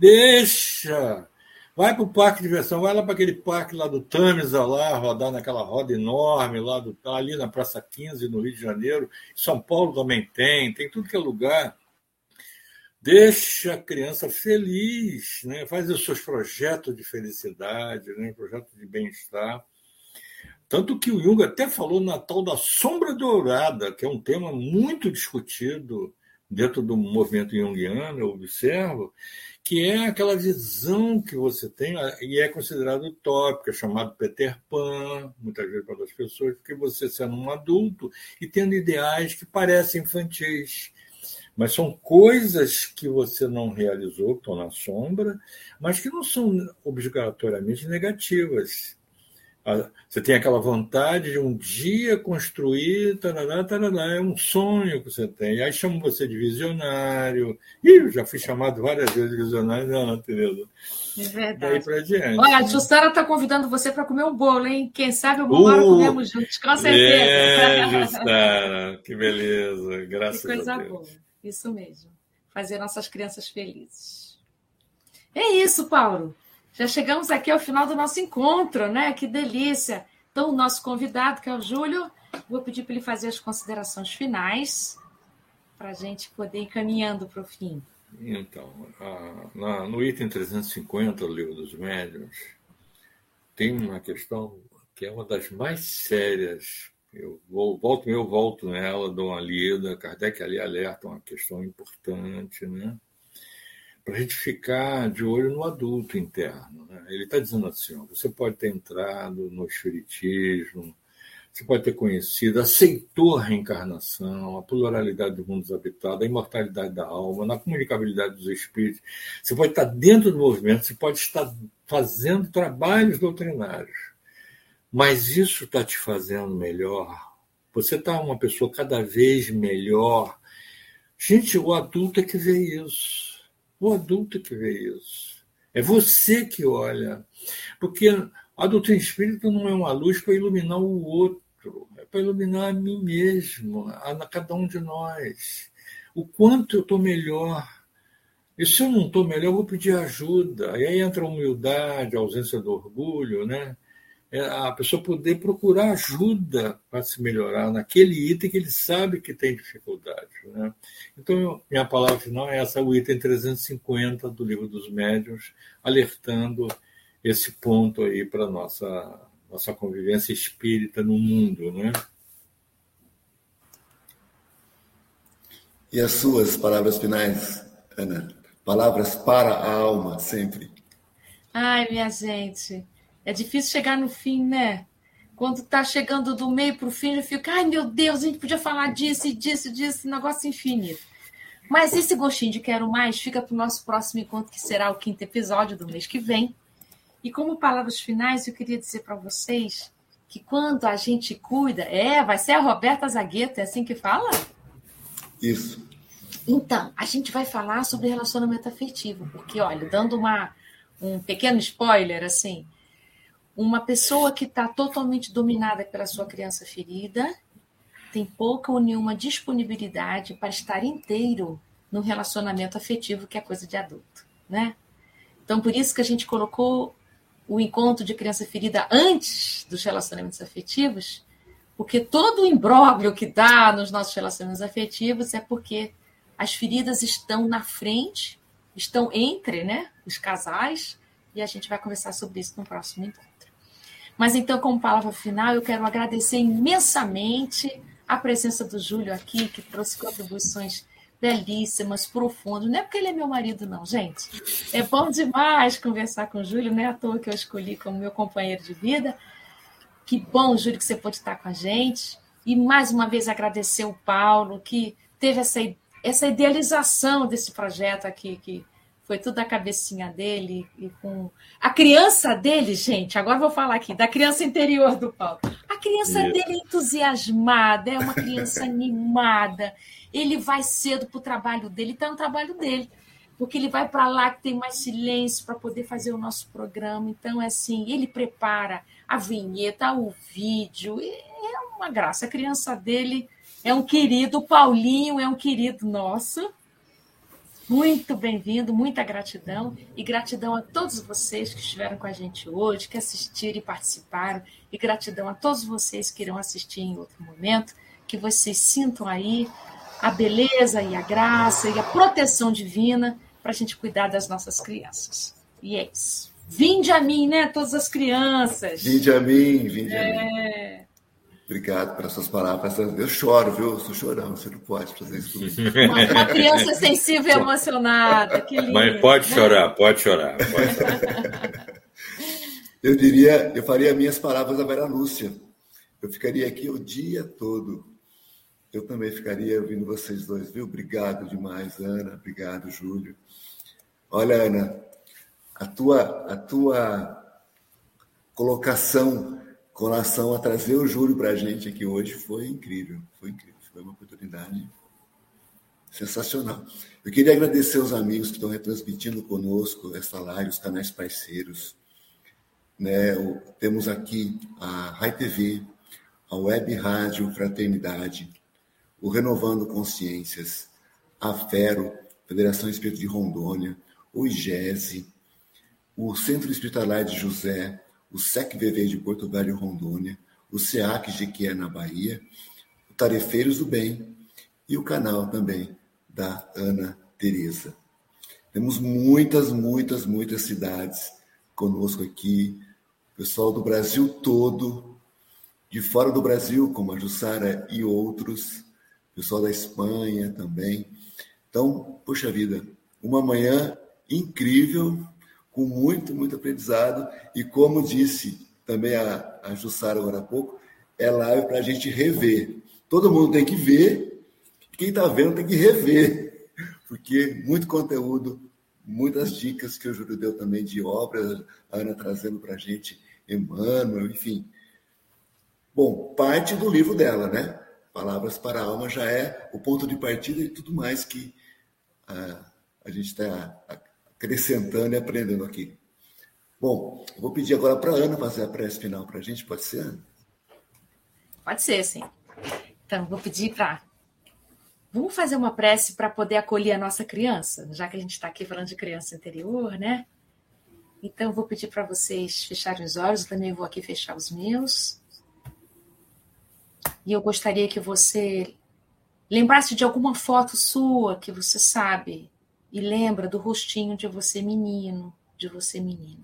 Deixa... Vai para o parque de diversão, vai lá para aquele parque lá do Tamisa, lá, rodar naquela roda enorme, lá do, ali na Praça quinze, no Rio de Janeiro. São Paulo também tem, tem tudo que é lugar. Deixa a criança feliz, né? Faz os seus projetos de felicidade, né? Projetos de bem-estar. Tanto que o Jung até falou na tal da sombra dourada, que é um tema muito discutido dentro do movimento junguiano, eu observo, que é aquela visão que você tem, e é considerado utópico, é chamado Peter Pan, muitas vezes para as pessoas, porque você sendo um adulto e tendo ideais que parecem infantis, mas são coisas que você não realizou, que estão na sombra, mas que não são obrigatoriamente negativas. Você tem aquela vontade de um dia construir, tarará, tarará, é um sonho que você tem. Aí chamam você de visionário. Ih, eu já fui chamado várias vezes de visionário, não, Tereza. É verdade. Daí para diante. Olha, a né? Jussara está convidando você para comer um bolo, hein? Quem sabe alguma hora uh, comemos juntos, com certeza. É, Jussara, que beleza, graças que coisa a Deus. boa, isso mesmo. Fazer nossas crianças felizes. É isso, Paulo. Já chegamos aqui ao final do nosso encontro, né? Que delícia! Então, o nosso convidado, que é o Júlio, vou pedir para ele fazer as considerações finais para a gente poder ir caminhando para o fim. Então, na, no item trezentos e cinquenta do Livro dos Médiuns, tem uma questão que é uma das mais sérias. Eu vou, volto, eu volto nela, dou uma lida. Kardec ali alerta uma questão importante, né? Para a gente ficar de olho no adulto interno. Né? Ele está dizendo assim, ó, você pode ter entrado no espiritismo, você pode ter conhecido, aceitou a reencarnação, a pluralidade dos mundos habitados, a imortalidade da alma, na comunicabilidade dos espíritos. Você pode estar dentro do movimento, você pode estar fazendo trabalhos doutrinários, mas isso está te fazendo melhor. Você está uma pessoa cada vez melhor. Gente, o adulto é que vê isso. O adulto que vê isso. É você que olha. Porque a doutrina espírita não é uma luz para iluminar o outro, é para iluminar a mim mesmo, a cada um de nós. o quanto eu estou melhor. E se eu não estou melhor, eu vou pedir ajuda. E aí entra a humildade, a ausência do orgulho, né? É a pessoa poder procurar ajuda para se melhorar naquele item que ele sabe que tem dificuldade, né? Então, minha palavra final é essa, o item trezentos e cinquenta do Livro dos Médiuns, alertando esse ponto aí para a nossa, nossa convivência espírita no mundo, né? E as suas palavras finais, Ana? Palavras para a alma, sempre. Ai, minha gente, é difícil chegar no fim, né? Quando está chegando do meio para o fim, eu fico, ai, meu Deus, a gente podia falar disso e disso, disso, negócio infinito. Mas esse gostinho de quero mais fica para o nosso próximo encontro, que será o quinto episódio do mês que vem. E como palavras finais, eu queria dizer para vocês que quando a gente cuida... É, vai ser a Roberta Zagueto, é assim que fala? Isso. Então, a gente vai falar sobre relacionamento afetivo, porque, olha, dando uma, um pequeno spoiler, assim, uma pessoa que está totalmente dominada pela sua criança ferida tem pouca ou nenhuma disponibilidade para estar inteiro no relacionamento afetivo, que é coisa de adulto, né? Então, por isso que a gente colocou o encontro de criança ferida antes dos relacionamentos afetivos, porque todo o imbróglio que dá nos nossos relacionamentos afetivos é porque as feridas estão na frente, estão entre, né, os casais, e a gente vai conversar sobre isso no próximo encontro. Mas então, como palavra final, eu quero agradecer imensamente a presença do Júlio aqui, que trouxe contribuições belíssimas, profundas. Não é porque ele é meu marido, não, gente. É bom demais conversar com o Júlio, não é à toa que eu escolhi como meu companheiro de vida. Que bom, Júlio, que você pôde estar com a gente. E, mais uma vez, agradecer o Paulo, que teve essa, essa idealização desse projeto aqui, que foi tudo da cabecinha dele. E com a criança dele, gente, agora eu vou falar aqui, da criança interior do Paulo. A criança Isso. dele é entusiasmada, é uma criança animada. Ele vai cedo para o trabalho dele, está no trabalho dele. Porque ele vai para lá que tem mais silêncio para poder fazer o nosso programa. Então, é assim, ele prepara a vinheta, o vídeo. É uma graça. A criança dele é um querido. O Paulinho é um querido nosso. Muito bem-vindo, muita gratidão. E gratidão a todos vocês que estiveram com a gente hoje, que assistiram e participaram. E gratidão a todos vocês que irão assistir em outro momento. Que vocês sintam aí a beleza e a graça e a proteção divina para a gente cuidar das nossas crianças. E é isso. Vinde a mim, né, todas as crianças. Vinde a mim, vinde é... a mim. Obrigado pelas suas palavras. Eu choro, viu? Eu sou chorão, você não pode fazer isso comigo. Uma, uma criança sensível e emocionada. Que lindo, Mas pode né? chorar, pode chorar. Pode chorar. Eu diria, eu faria minhas palavras da Vera Lúcia. Eu ficaria aqui o dia todo. Eu também ficaria ouvindo vocês dois, viu? Obrigado demais, Ana. Obrigado, Júlio. Olha, Ana, a tua, a tua colocação com relação a trazer o Júlio para a gente aqui hoje foi incrível. Foi incrível. Foi uma oportunidade sensacional. Eu queria agradecer aos amigos que estão retransmitindo conosco esta live, os canais parceiros. Né? O, temos aqui a Rai T V, a Web Rádio Fraternidade, o Renovando Consciências, a FERO, Federação Espírita de Rondônia, o IGESE, o Centro Hospitalar de José, o S E C V V de Porto Velho, Rondônia, o SEAC Jequié, na Bahia, o Tarefeiros do Bem e o canal também da Ana Tereza. Temos muitas, muitas, muitas cidades conosco aqui, pessoal do Brasil todo, de fora do Brasil, como a Jussara e outros, pessoal da Espanha também. Então, poxa vida, uma manhã incrível, com muito, muito aprendizado. E como disse também a, a Jussara agora há pouco, é live para a gente rever. Todo mundo tem que ver, quem está vendo tem que rever, porque muito conteúdo, muitas dicas que o Júlio deu também de obras, a Ana trazendo para a gente, Emmanuel, enfim. Bom, parte do livro dela, né? Palavras para a Alma já é o ponto de partida e tudo mais que a, a gente está acrescentando e aprendendo aqui. Bom, eu vou pedir agora para a Ana fazer a prece final para a gente, pode ser, Ana? Pode ser, sim. Então, vou pedir para Vamos fazer uma prece para poder acolher a nossa criança, já que a gente está aqui falando de criança interior, né? Então, eu vou pedir para vocês fecharem os olhos, eu também vou aqui fechar os meus. E eu gostaria que você lembrasse de alguma foto sua que você sabe e lembra do rostinho de você menino, de você menina.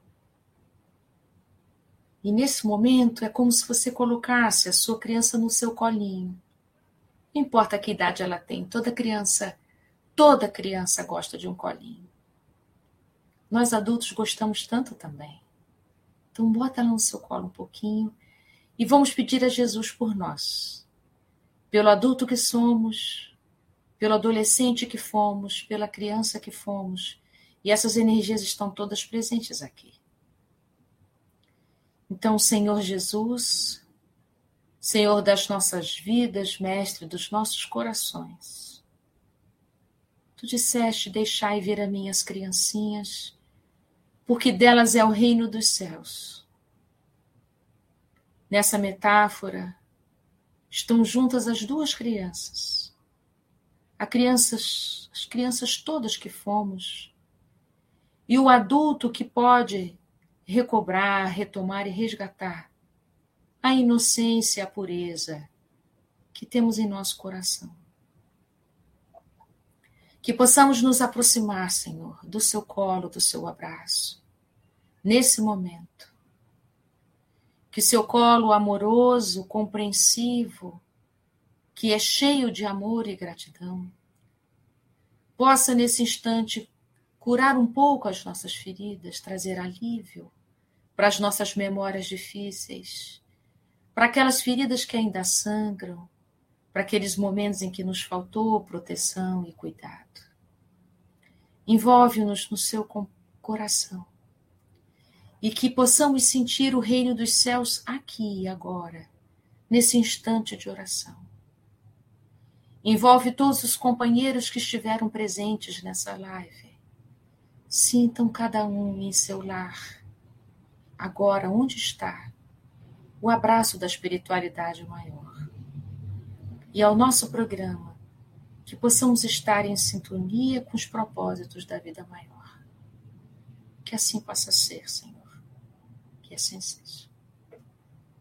E nesse momento é como se você colocasse a sua criança no seu colinho. Não importa que idade ela tem, toda criança, toda criança gosta de um colinho. Nós adultos gostamos tanto também. Então bota ela no seu colo um pouquinho e vamos pedir a Jesus por nós. Pelo adulto que somos, pelo adolescente que fomos, pela criança que fomos. E essas energias estão todas presentes aqui. Então, Senhor Jesus, Senhor das nossas vidas, Mestre dos nossos corações, Tu disseste, deixai vir a minhas criancinhas, porque delas é o reino dos céus. Nessa metáfora, estão juntas as duas crianças, as crianças, as crianças todas que fomos, e o adulto que pode recobrar, retomar e resgatar a inocência e a pureza que temos em nosso coração. Que possamos nos aproximar, Senhor, do seu colo, do seu abraço, nesse momento. Que seu colo amoroso, compreensivo, que é cheio de amor e gratidão, possa nesse instante curar um pouco as nossas feridas, trazer alívio para as nossas memórias difíceis, para aquelas feridas que ainda sangram, para aqueles momentos em que nos faltou proteção e cuidado. Envolve-nos no seu coração e que possamos sentir o reino dos céus aqui e agora, nesse instante de oração. Envolve todos os companheiros que estiveram presentes nessa live. Sintam cada um em seu lar, agora onde está, o abraço da espiritualidade maior. E ao nosso programa, que possamos estar em sintonia com os propósitos da vida maior. Que assim possa ser, Senhor. Que assim seja.